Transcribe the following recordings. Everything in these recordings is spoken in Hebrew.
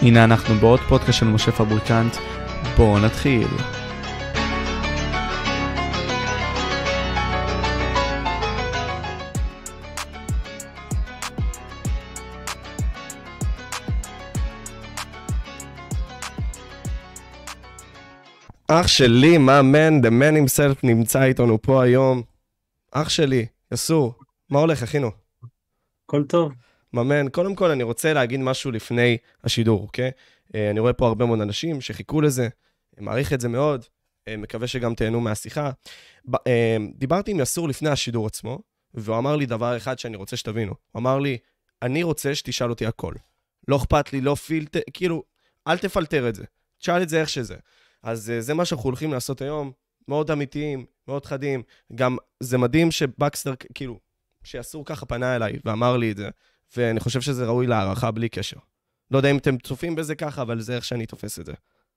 הנה אנחנו בעוד פודקאסט של משה פבריקנט, בואו נתחיל. אח שלי, מה man, the man himself נמצא איתנו פה היום. אח שלי, יסור, מה הולך אחינו? הכל טוב. מאמן, קודם כל אני רוצה להגיד משהו לפני השידור, אוקיי? אני רואה פה הרבה מאוד אנשים שחיכו לזה, מעריך את זה מאוד, מקווה שגם תהנו מהשיחה. דיברתי עם יסור לפני השידור עצמו, והוא אמר לי דבר אחד שאני רוצה שתבינו. הוא אמר לי, אני רוצה שתשאל אותי הכל. לא אכפת לי, לא פילטר, כאילו, אל תפלטר את זה. תשאל את זה איך שזה. אז זה מה שאנחנו הולכים לעשות היום, מאוד אמיתיים, מאוד חדים. גם זה מדהים שבקסטר, כאילו, שיסור ככה פנה אליי ואמר לי את זה, ואני חושב שזה ראוי להערכה בלי קשר. לא יודע אם אתם צופים בזה ככה, אבל זה איך שאני תופס את זה.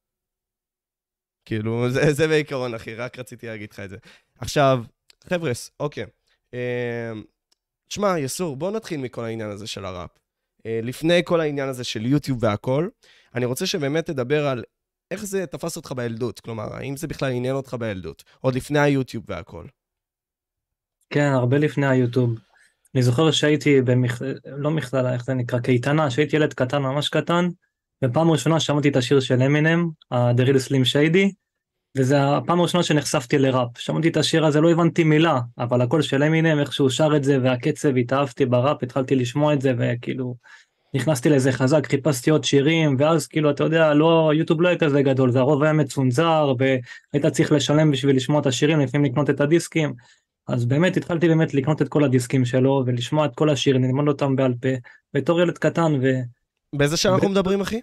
כאילו, זה בעיקרון, אחי, רק רציתי להגיד לך את זה. עכשיו, חבר'ס, אוקיי. תשמע, יסור, בוא נתחיל מכל העניין הזה של הראפ. לפני כל העניין הזה של יוטיוב והכל, אני רוצה שבאמת תדבר על איך זה תפס אותך בילדות, כלומר, האם זה בכלל עניין אותך בילדות, עוד לפני היוטיוב והכל. כן, הרבה לפני היוטיוב. אני זוכר שהייתי לא מכללה, איך זה נקרא, קייטנה, שהייתי ילד קטן, ממש קטן, ופעם ראשונה שמעתי את השיר של אמינם, The Real Slim Shady, וזה הפעם הראשונה שנחשפתי לראפ. שמעתי את השיר הזה, לא הבנתי מילה, אבל הקול של אמינם, איך שהוא שר את זה, והקצב, התאהבתי בראפ, התחלתי לשמוע את זה, וכאילו, נכנסתי לזה חזק, חיפשתי עוד שירים, ואז כאילו, אתה יודע, לא, יוטיוב לא היה כזה גדול, והרוב היה מצונזר, והיית צריך לשלם בשביל לשמוע את השירים, לפעמים לקנות את הדיסקים, אז באמת התחלתי באמת לקנות את כל הדיסקים שלו, ולשמוע את כל השירים, ללמוד אותם בעל פה, בתור ילד קטן, באיזה שעה אנחנו מדברים, אחי?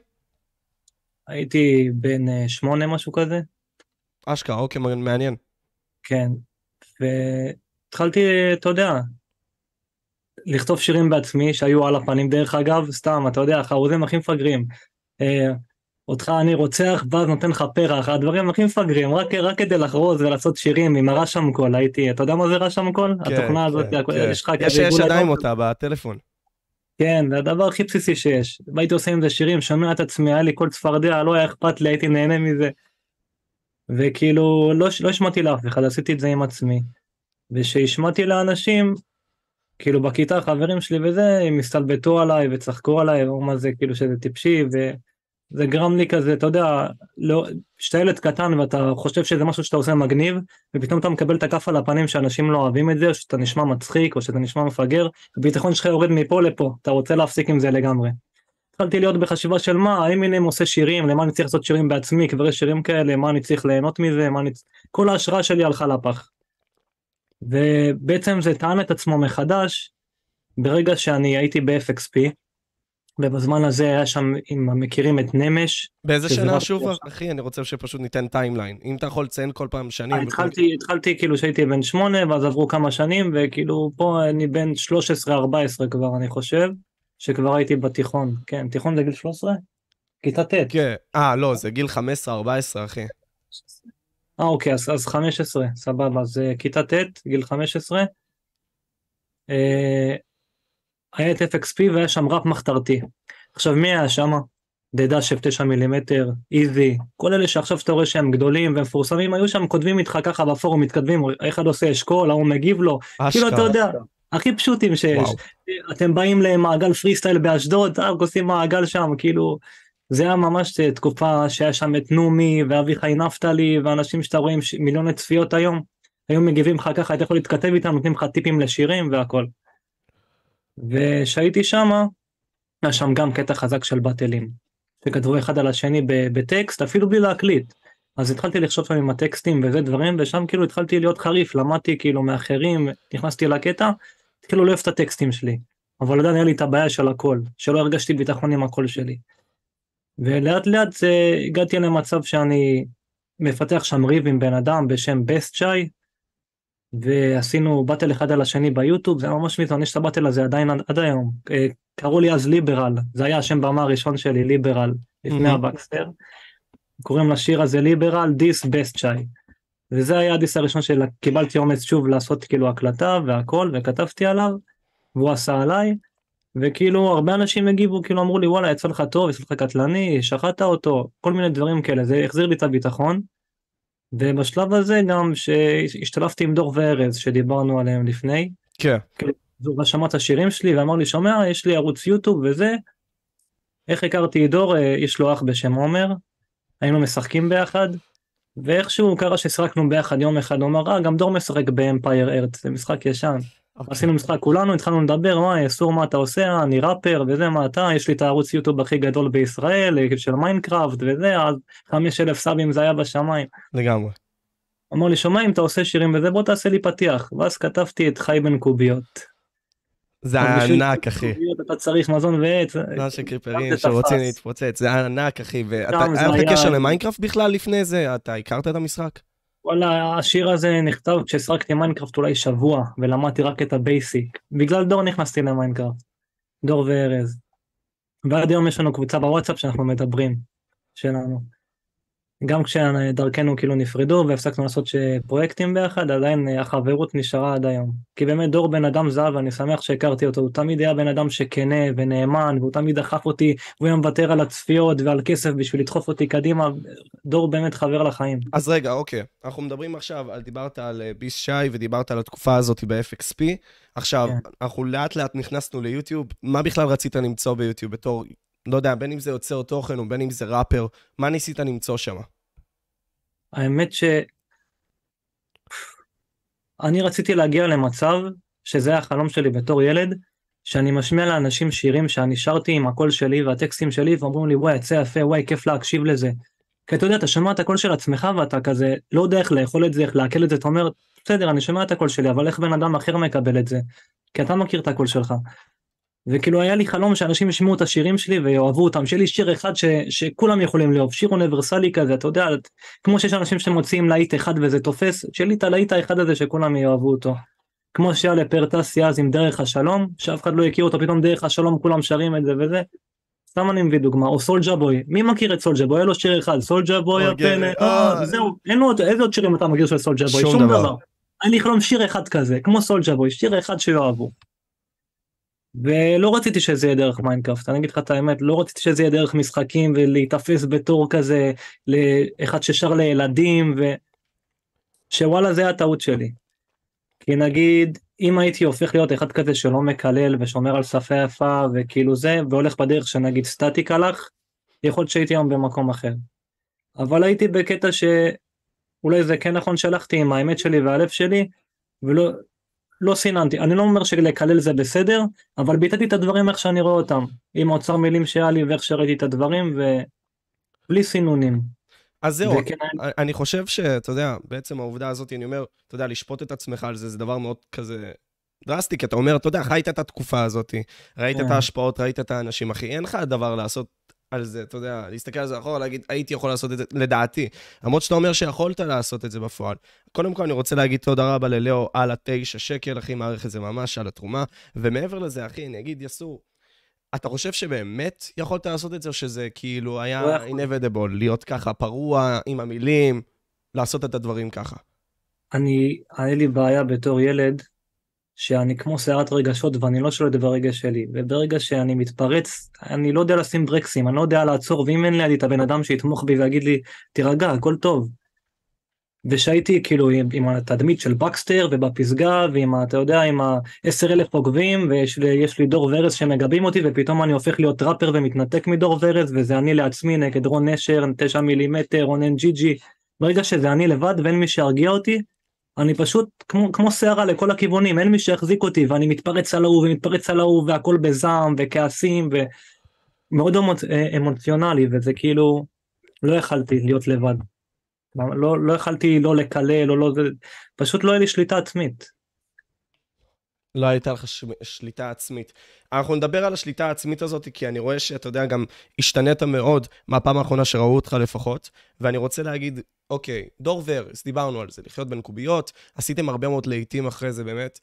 הייתי בן 8, משהו כזה. אשכרה, אוקיי, מעניין. כן, והתחלתי, אתה יודע, לכתוב שירים בעצמי, שהיו על הפנים דרך אגב, סתם, אתה יודע, החרוזים הכי מפגרים. אותך אני רוצח, ואז נותן לך פרח, הדברים הכי מפגרים, רק כדי לחרוז ולעשות שירים עם הרשם קול, הייתי, אתה יודע מה זה רשם קול? כן, התוכנה הזאת, יש לך כזה... יש עדיין אותה בטלפון. כן, זה הדבר הכי בסיסי שיש. והייתי עושה עם זה שירים, שומע את עצמי, היה לי כל צפרדע, לא היה אכפת לי, הייתי נהנה מזה. וכאילו, לא השמעתי לאף אחד, עשיתי את זה עם עצמי. ושהשמעתי לאנשים, כאילו בכיתה, חברים שלי וזה, הם הסתלבטו עליי וצחקו עליי, ואומרים מה זה, כאילו שזה טיפשי, וזה גרם לי כזה, אתה יודע, שאתה ילד קטן ואתה חושב שזה משהו שאתה עושה מגניב, ופתאום אתה מקבל את הכף על הפנים שאנשים לא אוהבים את זה, או שאתה נשמע מצחיק, או שאתה נשמע מפגר, וביטחון שלך יורד מפה לפה, אתה רוצה להפסיק עם זה לגמרי. התחלתי להיות בחשיבה של מה, האם הנה עושה שירים, למה אני צריך לעשות שירים בעצמי, כבר יש שירים כאלה, מה אני צריך ליהנות מזה, כל ההשראה שלי הלכה לפח. ובעצם זה טען את עצמו מחדש, ברגע שאני הייתי ב-FXP, ובזמן הזה היה שם, אם מכירים את נמש. באיזה שנה שוב, אחי, אני רוצה שפשוט ניתן טיימליין. אם אתה יכול לציין כל פעם שנים. התחלתי כאילו שהייתי בן 8, ואז עברו כמה שנים, וכאילו פה אני בן 13-14 כבר, אני חושב, שכבר הייתי בתיכון. כן, תיכון זה גיל 13? כיתה ט'. כן, לא, זה גיל 15-14, אחי. אוקיי, אז 15, סבבה, אז כיתה ט', גיל 15. היה את FXP והיה שם ראפ מחתרתי. עכשיו מי היה שם? דדשף 9 מילימטר, איזי, כל אלה שעכשיו שאתה רואה שהם גדולים ומפורסמים, היו שם כותבים איתך ככה בפורום, מתכתבים, אחד עושה אשכול, הוא מגיב לו, כאילו אתה יודע, הכי פשוטים שיש. אתם באים למעגל פרי סטייל באשדוד, עושים מעגל שם, כאילו, זה היה ממש תקופה שהיה שם את נומי ואביחי נפתלי, ואנשים שאתה רואים מיליוני צפיות היום, היו מגיבים לך ככה, אתה יכול להתכתב איתם, נותנים לך טיפים לשירים והכל. ושהייתי שם, היה שם גם קטע חזק של בטלים, שכתבו אחד על השני בטקסט, אפילו בלי להקליט. אז התחלתי לחשוב שם עם הטקסטים וזה דברים, ושם כאילו התחלתי להיות חריף, למדתי כאילו מאחרים, נכנסתי לקטע, כאילו לא אוהב את הטקסטים שלי, אבל עדיין היה לי את הבעיה של הקול, שלא הרגשתי ביטחון עם הקול שלי. ולאט לאט הגעתי למצב שאני מפתח שם ריב עם בן אדם בשם בסט שי, ועשינו בטל אחד על השני ביוטיוב, זה היה ממש מתעונש את הבטל הזה עדיין עד היום. קראו לי אז ליברל, זה היה השם במה הראשון שלי, ליברל, לפני הבקסטר. קוראים לשיר הזה ליברל, דיס בסט שי. וזה היה הדיס הראשון שקיבלתי אומץ שוב לעשות כאילו הקלטה והכל, וכתבתי עליו, והוא עשה עליי, וכאילו הרבה אנשים הגיבו, כאילו אמרו לי וואלה יצא לך טוב, יצא לך קטלני, שחטת אותו, כל מיני דברים כאלה, זה החזיר לי את הביטחון. ובשלב הזה גם שהשתלבתי עם דור וארז שדיברנו עליהם לפני, כן. כאילו הוא שמע את השירים שלי ואמר לי שומע יש לי ערוץ יוטיוב וזה, איך הכרתי את דור, יש לו אח בשם עומר, היינו משחקים ביחד, ואיכשהו קרה ששחקנו ביחד יום אחד, הוא אמר גם דור משחק באמפייר ארץ, זה משחק ישן. עשינו משחק כולנו, התחלנו לדבר, סור מה אתה עושה, אני ראפר וזה מה אתה, יש לי את הערוץ יוטיוב הכי גדול בישראל, של מיינקראפט וזה, אז 5,000 סאבים זה היה בשמיים. לגמרי. אמר לי שומע אם אתה עושה שירים וזה בוא תעשה לי פתיח, ואז כתבתי את חי בן קוביות. זה הענק אחי. אתה צריך מזון ועץ. מה שקריפרים שרוצים להתפוצץ, זה הענק אחי. היה לך קשר למיינקראפט בכלל לפני זה? אתה הכרת את המשחק? וואלה, השיר הזה נכתב כששחקתי מיינקראפט אולי שבוע, ולמדתי רק את הבייסיק. בגלל דור נכנסתי למיינקראפט. דור וארז. ועד היום יש לנו קבוצה בוואטסאפ שאנחנו מדברים, שלנו. גם כשדרכנו כאילו נפרדו והפסקנו לעשות פרויקטים ביחד, עדיין החברות נשארה עד היום. כי באמת דור בן אדם זהב, ואני שמח שהכרתי אותו, הוא תמיד היה בן אדם שכנה ונאמן, והוא תמיד דחף אותי, והוא היה מוותר על הצפיות ועל כסף בשביל לדחוף אותי קדימה, דור באמת חבר לחיים. אז רגע, אוקיי, אנחנו מדברים עכשיו, דיברת על ביס שי ודיברת על התקופה הזאת ב-FXP, עכשיו, אנחנו לאט לאט נכנסנו ליוטיוב, מה בכלל רצית למצוא ביוטיוב בתור, לא יודע, בין אם זה יוצר תוכן או בין אם זה ראפר, מה ניסית למצוא שם? האמת אני רציתי להגיע למצב, שזה החלום שלי בתור ילד, שאני משמיע לאנשים שירים שאני שרתי עם הקול שלי והטקסטים שלי, ואומרים לי וואי יצא יפה, וואי כיף להקשיב לזה. כי אתה יודע, אתה שומע את הקול של עצמך ואתה כזה, לא יודע איך לאכול את זה, איך לעכל את זה, אתה אומר, בסדר, אני שומע את הקול שלי, אבל איך בן אדם אחר מקבל את זה? כי אתה מכיר את הקול שלך. וכאילו היה לי חלום שאנשים ישמעו את השירים שלי ויאהבו אותם, שיהיה לי שיר אחד שכולם יכולים לאהוב, שיר אוניברסלי כזה, אתה יודע, כמו שיש אנשים שמוציאים להיט אחד וזה תופס, שיהיה לי את הלהיט האחד הזה שכולם יאהבו אותו. כמו שהיה לפרטסי אז עם דרך השלום, שאף אחד לא הכיר אותו, פתאום דרך השלום כולם שרים את זה וזה. סתם אני מביא דוגמה, או סולג'ה בוי, מי מכיר את סולג'ה בוי? היה לו שיר אחד, סולג'ה בוי, זהו, אין לו איזה עוד שירים אתה מכיר של סולג'ה בוי? שום דבר. אין לי חלום שיר אחד כזה, כמו סולג'ה בוי, שיר אחד שיאהבו. ולא רציתי שזה יהיה דרך מיינקראפט, אני אגיד לך את האמת, לא רציתי שזה יהיה דרך משחקים ולהתאפס בתור כזה, לאחד ששר לילדים, שוואלה זה הטעות שלי. כי נגיד, אם הייתי הופך להיות אחד כזה שלא מקלל ושומר על שפה יפה וכאילו זה, והולך בדרך שנגיד סטטיק הלך, יכול להיות שהייתי היום במקום אחר. אבל הייתי בקטע שאולי זה כן נכון שהלכתי עם האמת שלי והלב שלי, ולא סיננתי. אני לא אומר שלקלל זה בסדר, אבל ביטאתי את הדברים איך שאני רואה אותם, עם האוצר מילים שהיה לי ואיך שראיתי את הדברים, ובלי סינונים. אז זהו, אני חושב שאתה יודע, בעצם העובדה הזאת, אני אומר, אתה יודע, לשפוט את עצמך על זה, זה דבר מאוד כזה דרסטי, כי אתה אומר, אתה יודע, חיית את התקופה הזאת, ראית את ההשפעות, ראית את האנשים, אחי, אין לך דבר לעשות על זה, אתה יודע, להסתכל על זה אחורה, להגיד, הייתי יכול לעשות את זה, לדעתי, למרות שאתה אומר שיכולת לעשות את זה בפועל. קודם כל, אני רוצה להגיד תודה רבה ללאו על 9 שקל, אחי, מעריך את זה ממש, על התרומה, ומעבר לזה, אחי, אני אגיד, יסור, אתה חושב שבאמת יכולת לעשות את זה, או שזה כאילו היה inevitable, להיות ככה פרוע עם המילים, לעשות את הדברים ככה? היה לי בעיה בתור ילד, שאני כמו סערת רגשות, ואני לא שולט ברגע שלי, וברגע שאני מתפרץ, אני לא יודע לשים ברקסים, אני לא יודע לעצור, ואם אין לידי את הבן אדם שיתמוך בי ויגיד לי, תירגע, הכל טוב. ושהייתי כאילו עם התדמית של בקסטר ובפסגה, ועם, אתה יודע, עם 10,000 עוקבים, ויש לי דור ורס שמגבים אותי, ופתאום אני הופך להיות ראפר ומתנתק מדור ורס, וזה אני לעצמי נגד רון נשר, 9 מילימטר, רונן ג'י. ברגע שזה אני לבד ואין מי שירגיע אותי, אני פשוט כמו שערה לכל הכיוונים, אין מי שיחזיק אותי, ואני מתפרץ על ההוא ומתפרץ על ההוא, והכל בזעם וכעסים, ומאוד אמוציונלי, וזה כאילו, לא יכלתי להיות לבד. לא יכלתי לא לקלל, פשוט לא היה לי שליטה עצמית. לא הייתה לך שליטה עצמית. אנחנו נדבר על השליטה העצמית הזאת, כי אני רואה שאתה יודע, גם השתנית מאוד מהפעם האחרונה שראו אותך לפחות, ואני רוצה להגיד, אוקיי, דור ורס, דיברנו על זה, לחיות בין קוביות, עשיתם הרבה מאוד לעיתים אחרי זה באמת.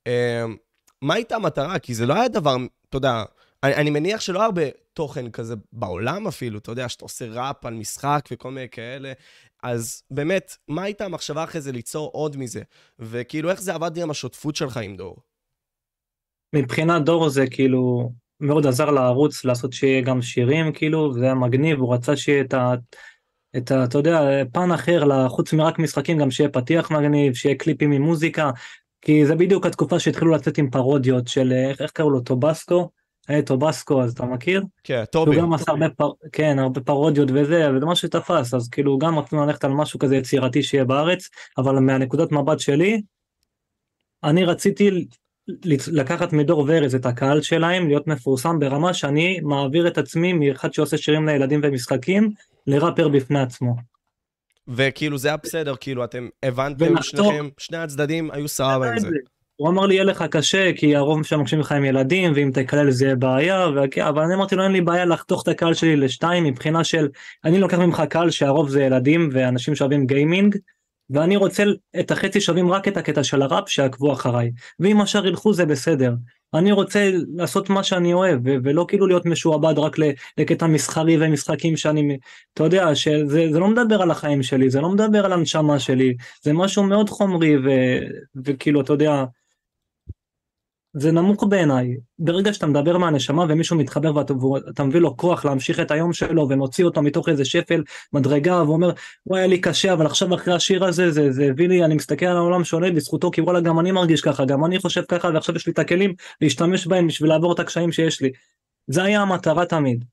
מה הייתה המטרה? כי זה לא היה דבר, אתה יודע, אני מניח שלא הרבה תוכן כזה בעולם אפילו, אתה יודע, שאתה עושה ראפ על משחק וכל מיני כאלה, אז באמת, מה הייתה המחשבה אחרי זה ליצור עוד מזה? וכאילו, איך זה עבד עם השותפות שלך עם דור? מבחינת דור זה כאילו, מאוד עזר לערוץ לעשות שיהיה גם שירים, כאילו, וזה היה מגניב, הוא רצה שיהיה אתה יודע, פן אחר, חוץ מרק משחקים, גם שיהיה פתיח מגניב, שיהיה קליפים עם מוזיקה, כי זה בדיוק התקופה שהתחילו לצאת עם פרודיות של, איך קראו לו, טובסקו? היה טובסקו, אז אתה מכיר? כן, שהוא טובי. גם עשה כן, הרבה פרודיות וזה משהו שתפס, אז כאילו גם רצינו ללכת על משהו כזה יצירתי שיהיה בארץ, אבל מהנקודת מבט שלי, אני רציתי לקחת מדור ורז את הקהל שלהם, להיות מפורסם ברמה שאני מעביר את עצמי מאחד שעושה שירים לילדים ומשחקים, לראפר בפני עצמו. וכאילו זה היה בסדר, כאילו אתם הבנתם ולחתוך, שניכם, שני הצדדים היו סבבה עם זה. הוא אמר לי, יהיה לך קשה, כי הרוב שמקשיבים לך עם ילדים, ואם תקלל זה בעיה, אבל אני אמרתי לו, אין לי בעיה לחתוך את הקהל שלי לשתיים, מבחינה של, אני לוקח ממך קהל שהרוב זה ילדים, ואנשים שאוהבים גיימינג, ואני רוצה את החצי שווים רק את הקטע של הראפ, שעקבו אחריי, ואם השאר ילכו זה בסדר. אני רוצה לעשות מה שאני אוהב, ולא כאילו להיות משועבד רק לקטע מסחרי ומשחקים שאני, אתה יודע, שזה לא מדבר על החיים שלי, זה לא מדבר על הנשמה שלי, זה משהו מאוד חומרי, וכאילו, אתה יודע, זה נמוך בעיניי. ברגע שאתה מדבר מהנשמה ומישהו מתחבר ואתה מביא לו כוח להמשיך את היום שלו ומוציא אותו מתוך איזה שפל מדרגה ואומר וואי היה לי קשה אבל עכשיו אחרי השיר הזה זה הביא לי, אני מסתכל על העולם שונה בזכותו כי וואלה גם אני מרגיש ככה, גם אני חושב ככה ועכשיו יש לי את הכלים להשתמש בהם בשביל לעבור את הקשיים שיש לי. זה היה המטרה תמיד.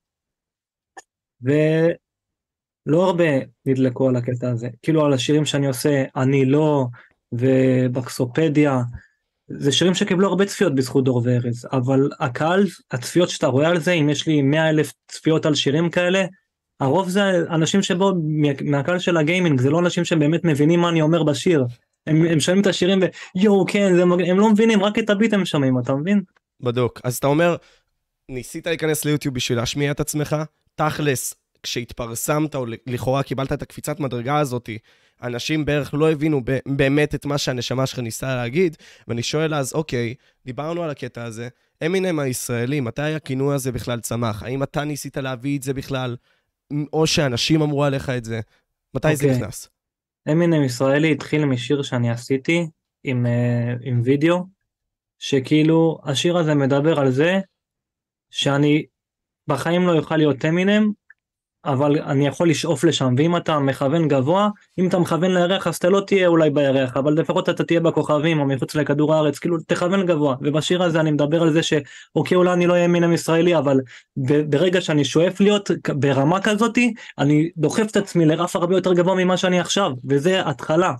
ולא הרבה נדלקו על הקטע הזה, כאילו על השירים שאני עושה אני לא ובקסופדיה, זה שירים שקיבלו הרבה צפיות בזכות דור וארז, אבל הקהל, הצפיות שאתה רואה על זה, אם יש לי 100,000 צפיות על שירים כאלה, הרוב זה אנשים שבאו מהקהל של הגיימינג, זה לא אנשים שבאמת מבינים מה אני אומר בשיר, הם שומעים את השירים ויואו כן, הם לא מבינים, רק את הביט הם שומעים, אתה מבין? בדוק. אז אתה אומר, ניסית להיכנס ליוטיוב בשביל להשמיע את עצמך, תכלס, כשהתפרסמת או לכאורה קיבלת את הקפיצת מדרגה הזאת, אנשים בערך לא הבינו באמת את מה שהנשמה שלך ניסה להגיד, ואני שואל אז, אוקיי, דיברנו על הקטע הזה, אמינם הישראלי, מתי הכינוי הזה בכלל צמח? האם אתה ניסית להביא את זה בכלל, או שאנשים אמרו עליך את זה? מתי זה נכנס? אמינם ישראלי התחיל משיר שאני עשיתי עם וידאו, שכאילו השיר הזה מדבר על זה, שאני בחיים לא יוכל להיות אמינם, אבל אני יכול לשאוף לשם, ואם אתה מכוון גבוה, אם אתה מכוון לירח, אז אתה לא תהיה אולי בירח, אבל לפחות אתה תהיה בכוכבים, או מחוץ לכדור הארץ, כאילו תכוון גבוה, ובשיר הזה אני מדבר על זה שאוקיי, אולי אני לא אהיה אמינם ישראלי, אבל ברגע שאני שואף להיות ברמה כזאת, אני דוחף את עצמי לרף הרבה יותר גבוה ממה שאני עכשיו, וזה התחלה.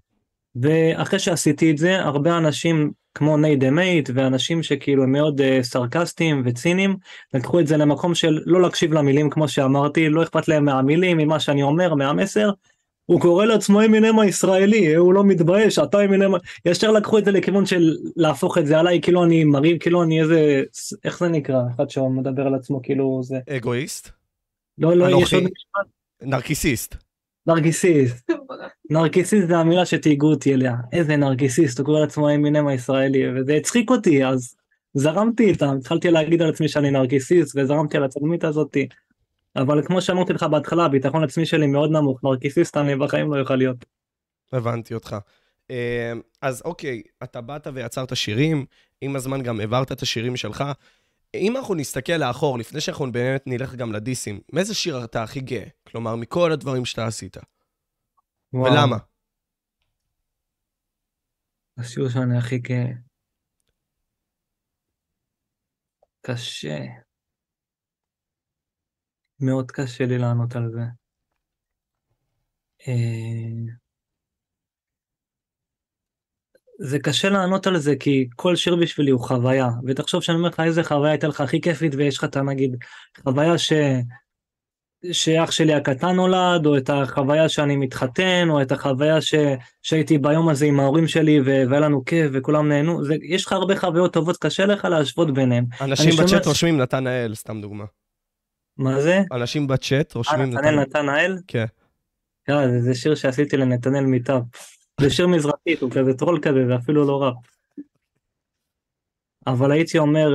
ואחרי שעשיתי את זה, הרבה אנשים כמו ניידמייט, ואנשים שכאילו הם מאוד סרקסטיים וציניים, לקחו את זה למקום של לא להקשיב למילים כמו שאמרתי, לא אכפת להם מהמילים, ממה שאני אומר, מהמסר, הוא קורא לעצמו אמינם הישראלי, הוא לא מתבייש, אתה אמינם, ישר לקחו את זה לכיוון של להפוך את זה עליי, כאילו אני מרים, כאילו אני איזה, איך זה נקרא, אחד שמדבר על עצמו, כאילו זה... אגואיסט? לא, יש עוד משפט? נרקיסיסט. נרקיסיסט. נרקיסיסט זה המילה שתהיגו אותי אליה. איזה נרקיסיסט, הוא קורא לעצמו אמינם הישראלי, וזה הצחיק אותי, אז זרמתי איתם, התחלתי להגיד על עצמי שאני נרקיסיסט, וזרמתי על התדמית הזאת, אבל כמו שאמרתי לך בהתחלה, הביטחון עצמי שלי מאוד נמוך, נרקיסיסט אני בחיים לא יוכל להיות. הבנתי אותך. אז אוקיי, אתה באת ויצרת שירים, עם הזמן גם העברת את השירים שלך, אם אנחנו נסתכל לאחור, לפני שאנחנו באמת נלך גם לדיסים, מאיזה שיר אתה הכי גאה? כלומר, מכל הדברים שאתה עשית. וואו. ולמה? השיר שאני הכי גאה. קשה. מאוד קשה לי לענות על זה. זה קשה לענות על זה, כי כל שיר בשבילי הוא חוויה, ותחשוב שאני אומר לך איזה חוויה הייתה לך הכי כיפית, ויש לך, אתה נגיד, חוויה שאח שלי הקטן נולד, או את החוויה שאני מתחתן, או את החוויה שהייתי ביום הזה עם ההורים שלי, והיה לנו כיף, וכולם נהנו, יש לך הרבה חוויות טובות, קשה לך להשוות ביניהם. אנשים בצ'אט רושמים נתנאל, סתם דוגמה. מה זה? אנשים בצ'אט רושמים נתנאל? כן. זה שיר שעשיתי לנתנאל מיטב. זה שיר מזרחית, הוא כזה טרול כזה, זה אפילו לא רע. אבל הייתי אומר,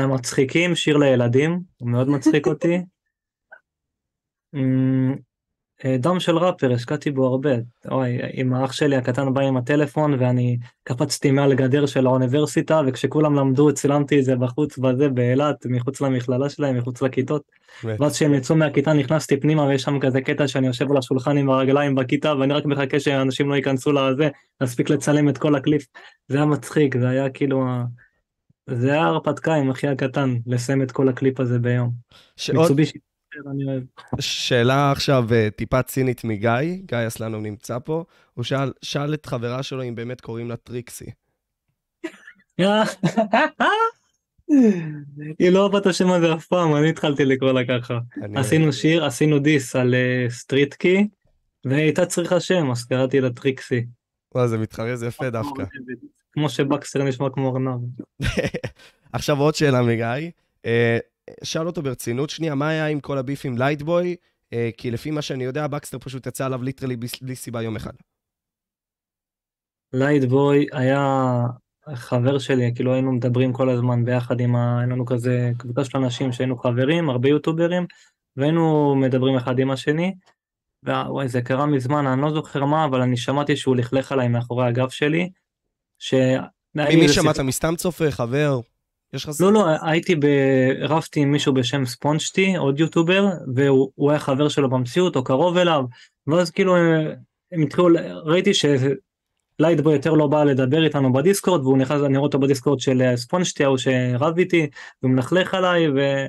מהמצחיקים, שיר לילדים, הוא מאוד מצחיק אותי. דם של ראפר, השקעתי בו הרבה. אוי, עם האח שלי הקטן בא עם הטלפון, ואני קפצתי מעל גדר של האוניברסיטה, וכשכולם למדו, צילמתי את זה בחוץ בזה, באילת, מחוץ למכללה שלהם, מחוץ לכיתות. באמת. ואז כשהם יצאו מהכיתה, נכנסתי פנימה, ויש שם כזה קטע שאני יושב על השולחן עם הרגליים בכיתה, ואני רק מחכה שאנשים לא ייכנסו לזה, להספיק לצלם את כל הקליפ. זה היה מצחיק, זה היה כאילו, זה היה הרפתקה עם אחי הקטן, לסיים את כל הקליפ הזה ביום. שעוד מיצובישי, אני אוהב. שאלה עכשיו טיפה צינית מגיא, גיא אסלנוב נמצא פה, הוא שאל את חברה שלו אם באמת קוראים לה טריקסי. היא לא אהבה את השם הזה אף פעם, אני התחלתי לקרוא לה ככה. עשינו שיר, עשינו דיס על סטריטקי, והיא הייתה צריכה שם, אז קראתי לה טריקסי. וואו, זה מתחרז יפה דווקא. כמו שבקסטר נשמע כמו ארנב. עכשיו עוד שאלה מגיא. שאל אותו ברצינות שנייה, מה היה עם כל הביף עם לייטבוי? כי לפי מה שאני יודע, בקסטר פשוט יצא עליו ליטרלי בלי סיבה יום אחד. לייטבוי היה חבר שלי, כאילו היינו מדברים כל הזמן ביחד עם היה לנו כזה קבוצה של אנשים שהיינו חברים, הרבה יוטוברים, והיינו מדברים אחד עם השני, וואי, זה קרה מזמן, אני לא זוכר מה, אבל אני שמעתי שהוא לכלך עליי מאחורי הגב שלי, ממי שמעת? מסתם צופה, חבר? לא, רבתי עם מישהו בשם ספונג'טי, עוד יוטובר, והוא היה חבר שלו במציאות, או קרוב אליו, ואז כאילו הם התחילו, ראיתי שלייטבוי יותר לא בא לדבר איתנו בדיסקורד, והוא נכנס, אני רואה אותו בדיסקורד של ספונג'טי, או שרב איתי, והוא מלכלך עליי,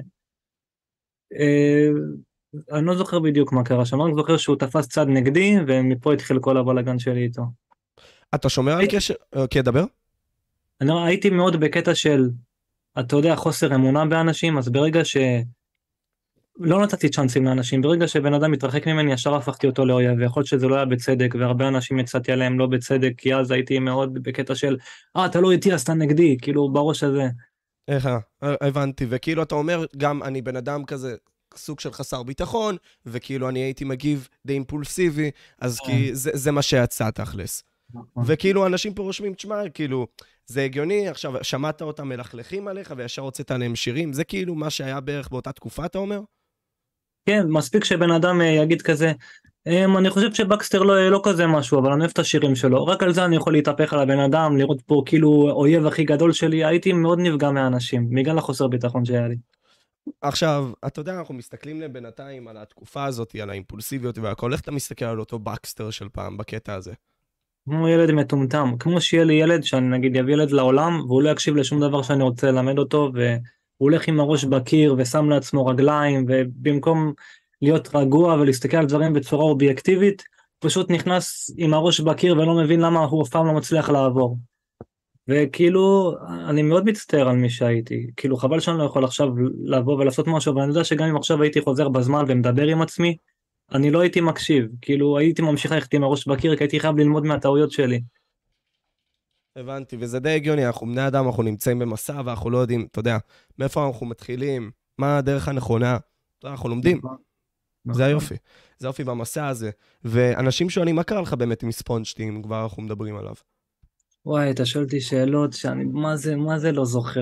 אני לא זוכר בדיוק מה קרה שם, אני זוכר שהוא תפס צד נגדי, ומפה התחיל כל הבלגן שלי איתו. אתה שומר על קשר? אוקיי, דבר. אני הייתי מאוד בקטע של, אתה יודע, חוסר אמונה באנשים, אז ברגע לא נתתי צ'אנסים לאנשים, ברגע שבן אדם מתרחק ממני, ישר הפכתי אותו לאויב, ויכול להיות שזה לא היה בצדק, והרבה אנשים יצאתי עליהם לא בצדק, כי אז הייתי מאוד בקטע של, אתה לא איתי, אז אתה נגדי, כאילו בראש הזה. איך, הבנתי, וכאילו אתה אומר, גם אני בן אדם כזה, סוג של חסר ביטחון, וכאילו אני הייתי מגיב די אימפולסיבי, אז כי זה מה שיצא תכלס. וכאילו אנשים פה רושמים, תשמע, כאילו, זה הגיוני, עכשיו שמעת אותם מלכלכים עליך, וישר הוצאת עליהם שירים, זה כאילו מה שהיה בערך באותה תקופה, אתה אומר? כן, מספיק שבן אדם יגיד כזה, אני חושב שבקסטר לא כזה משהו, אבל אני אוהב את השירים שלו, רק על זה אני יכול להתהפך על הבן אדם, לראות פה כאילו אויב הכי גדול שלי, הייתי מאוד נפגע מהאנשים, בגלל החוסר ביטחון שהיה לי. עכשיו, אתה יודע, אנחנו מסתכלים לבינתיים על התקופה הזאת, על האימפולסיביות והכל, איך אתה מסתכל על אותו בקסטר של פעם בקטע הזה? כמו ילד מטומטם, כמו שיהיה לי ילד שאני נגיד יביא ילד לעולם, והוא לא יקשיב לשום דבר שאני רוצה ללמד אותו, והוא הולך עם הראש בקיר ושם לעצמו רגליים, ובמקום להיות רגוע ולהסתכל על דברים בצורה אובייקטיבית, פשוט נכנס עם הראש בקיר ולא מבין למה הוא אף פעם לא מצליח לעבור. וכאילו, אני מאוד מצטער על מי שהייתי, כאילו חבל שאני לא יכול עכשיו לבוא ולעשות משהו, ואני יודע שגם אם עכשיו הייתי חוזר בזמן ומדבר עם עצמי, אני לא הייתי מקשיב, כאילו הייתי ממשיך ללכת עם הראש בקיר, כי הייתי חייב ללמוד מהטעויות שלי. הבנתי, וזה די הגיוני, אנחנו בני אדם, אנחנו נמצאים במסע, ואנחנו לא יודעים, אתה יודע, מאיפה אנחנו מתחילים, מה הדרך הנכונה, אנחנו לומדים. זה היופי, זה היופי במסע הזה. ואנשים שואלים, מה קרה לך באמת עם ספונג'טי, אם כבר אנחנו מדברים עליו? וואי, אתה שואל אותי שאלות שאני, מה זה לא זוכר.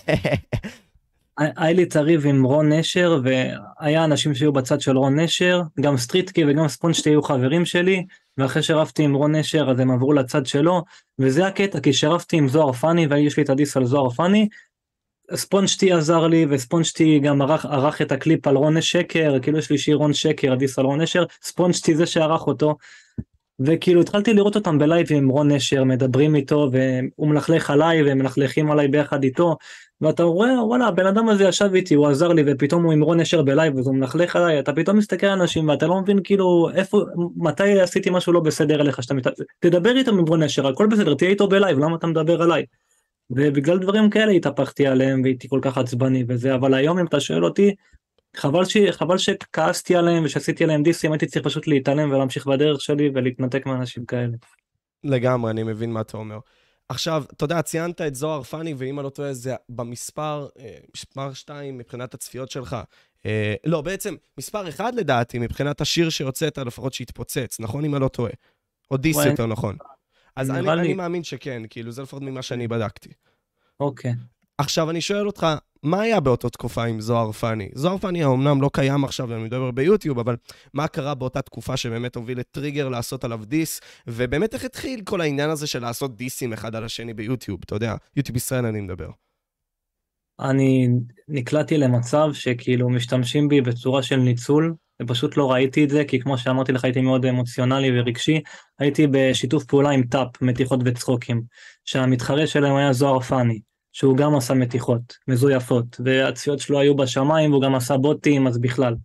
היה לי תריב עם רון נשר, והיה אנשים שהיו בצד של רון נשר, גם סטריטקי וגם ספונג'טי היו חברים שלי, ואחרי שרבתי עם רון נשר, אז הם עברו לצד שלו, וזה הקטע, כי שרבתי עם זוהר פני, ויש לי את הדיס על זוהר פני, ספונג'טי עזר לי, וספונג'טי גם ערך את הקליפ על רון שקר, כאילו יש לי שיר רון שקר, הדיס על רון נשר, ספונג'טי זה שערך אותו, וכאילו התחלתי לראות אותם בלייב עם רון נשר, מדברים איתו, והוא מלכלך עליי, והם מלכלכים עליי ביחד איתו, ואתה רואה, וואלה, הבן אדם הזה ישב איתי, הוא עזר לי, ופתאום הוא עם רון נשר בלייב, והוא מלכלך עליי, אתה פתאום מסתכל על אנשים, ואתה לא מבין כאילו, מתי עשיתי משהו לא בסדר אליך, תדבר איתו עם רון נשר, הכל בסדר, תהיה איתו בלייב, למה אתה מדבר עליי? ובגלל דברים כאלה התהפכתי עליהם, והייתי כל כך עצבני וזה, אבל היום אם אתה שואל אותי, חבל שכעסתי עליהם ושעשיתי עליהם דיסים, הייתי צריך פשוט להתעלם ולהמשיך בדרך שלי ולהתנתק מאנשים כאלה. לגמרי, אני מבין מה אתה אומר. עכשיו, אתה יודע, ציינת את זוהר פני, ואם אני לא טועה, זה במספר, מספר 2 מבחינת הצפיות שלך. לא, בעצם, מספר 1 לדעתי, מבחינת השיר שיוצאת, לפחות שהתפוצץ, נכון? אם אני לא טועה. או דיס יותר נכון. אז אני מאמין שכן, כאילו, זה לפחות ממה שאני בדקתי. אוקיי. עכשיו, אני שואל אותך, מה היה באותה תקופה עם זוהר פני? זוהר פני האומנם לא קיים עכשיו, אני מדבר ביוטיוב, אבל מה קרה באותה תקופה שבאמת הוביל לטריגר לעשות עליו דיס, ובאמת איך התחיל כל העניין הזה של לעשות דיסים אחד על השני ביוטיוב, אתה יודע, יוטיוב ישראל אני מדבר. אני נקלעתי למצב שכאילו משתמשים בי בצורה של ניצול, ופשוט לא ראיתי את זה, כי כמו שאמרתי לך, הייתי מאוד אמוציונלי ורגשי, הייתי בשיתוף פעולה עם טאפ, מתיחות וצחוקים, שהמתחרה שלהם היה זוהר פני, שהוא גם עשה מתיחות, מזויפות, והצפיות שלו היו בשמיים, והוא גם עשה בוטים, אז בכלל.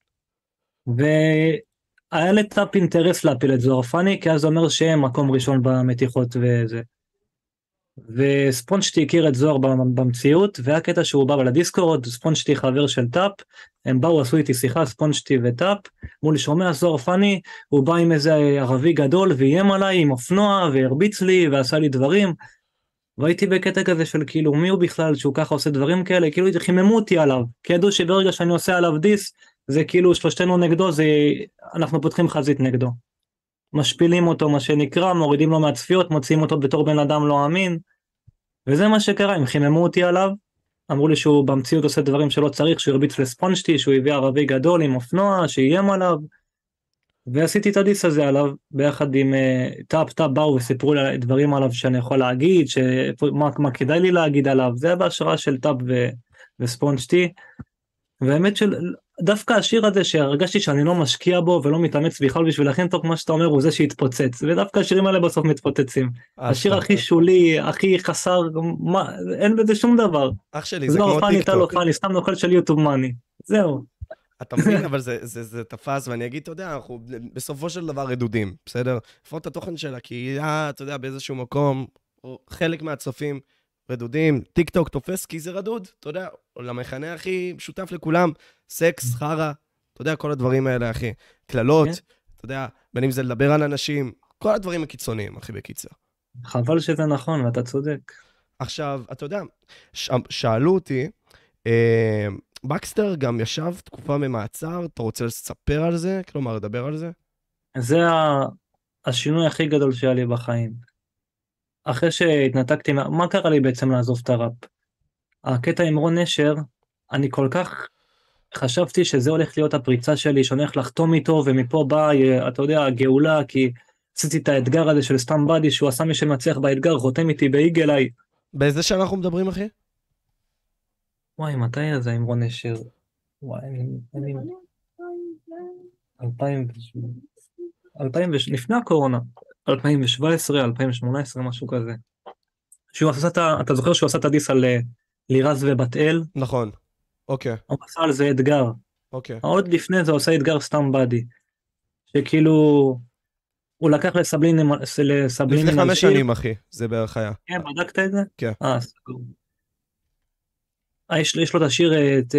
והיה לטאפ אינטרס להפיל את זוהר פני, כי אז זה אומר שהם מקום ראשון במתיחות וזה. וספונג'טי הכיר את זוהר במציאות, והיה קטע שהוא בא לדיסקורד, ספונג'טי חבר של טאפ, הם באו, עשו איתי שיחה, ספונג'טי וטאפ, מול שומע זוהר פני, הוא בא עם איזה ערבי גדול, ואיים עליי עם אופנוע, והרביץ לי, ועשה לי דברים, והייתי בקטע כזה של כאילו, מי הוא בכלל, שהוא ככה עושה דברים כאלה, כאילו חיממו אותי עליו, כי ידעו שברגע שאני עושה עליו דיס, זה כאילו שלושתנו נגדו, אנחנו פותחים חזית נגדו. משפילים אותו, מה שנקרא, מורידים לו מהצפיות, מוציאים אותו בתור בן אדם לא אמין, וזה מה שקרה, הם חיממו אותי עליו, אמרו לי שהוא במציאות עושה דברים שלא צריך, שהוא הרביץ לספונג'טי, שהוא הביא ערבי גדול עם אופנוע, שאיים עליו, ועשיתי את הדיס הזה עליו, ביחד עם טאפ באו וסיפרו לי דברים עליו שאני יכול להגיד, מה כדאי לי להגיד עליו, זה היה בהשראה של טאפ וספונג'טי, והאמת דווקא השיר הזה שהרגשתי שאני לא משקיע בו ולא מתאמץ בכלל בשביל להכין אותו, כמו שאתה אומר, הוא זה שהתפוצץ, ודווקא השירים האלה בסוף מתפוצצים. השיר הכי שולי, הכי חסר, אין בזה שום דבר. אח שלי, זה כמו טיקטוק. סתם נוכל של יוטיוב מאני, זהו. אתה מבין, אבל זה תפס, ואני אגיד, אתה יודע, אנחנו בסופו של דבר רדודים, בסדר? לפחות התוכן שלה, כי אתה יודע, באיזשהו מקום, חלק מהצופים רדודים, טיקטוק תופס כי זה רדוד, אתה יודע, למכנה הכי משותף לכולם, סקס, חרה, אתה יודע, כל הדברים האלה, אחי, כללות, אתה יודע, בין אם זה לדבר על אנשים, כל הדברים הקיצוניים, אחי, בקיצר. חבל שזה נכון, ואתה צודק. עכשיו, אתה יודע, שאלו אותי, בקסטר גם ישב תקופה ממעצר, אתה רוצה לספר על זה? כלומר, לדבר על זה? זה השינוי הכי גדול שהיה לי בחיים. אחרי שהתנתקתי, מה קרה לי בעצם לעזוב את הראפ? הקטע עם רון נשר, אני כל כך חשבתי שזה הולך להיות הפריצה שלי, שאני הולך לחתום איתו, ומפה באה, אתה יודע, הגאולה, כי עשיתי את האתגר הזה של סתם בדי, שהוא עשה מי שמצליח באתגר, חותם איתי באיגליי. באיזה שנה אנחנו מדברים, אחי? וואי, מתי זה עם רון נשר? וואי, אני... 2000, לפני הקורונה. 2017, 2018, משהו כזה. שהוא עשה אתה זוכר שהוא עשה את הדיס על לירז ובת אל? נכון, אוקיי. הוא עשה על זה אתגר. אוקיי. עוד לפני זה הוא עושה אתגר סתם בדי. שכאילו, הוא לקח לסבלין לפני 5 שנים, אחי, זה בערך היה. כן, בדקת את זה? כן. סגור. יש לו את השיר,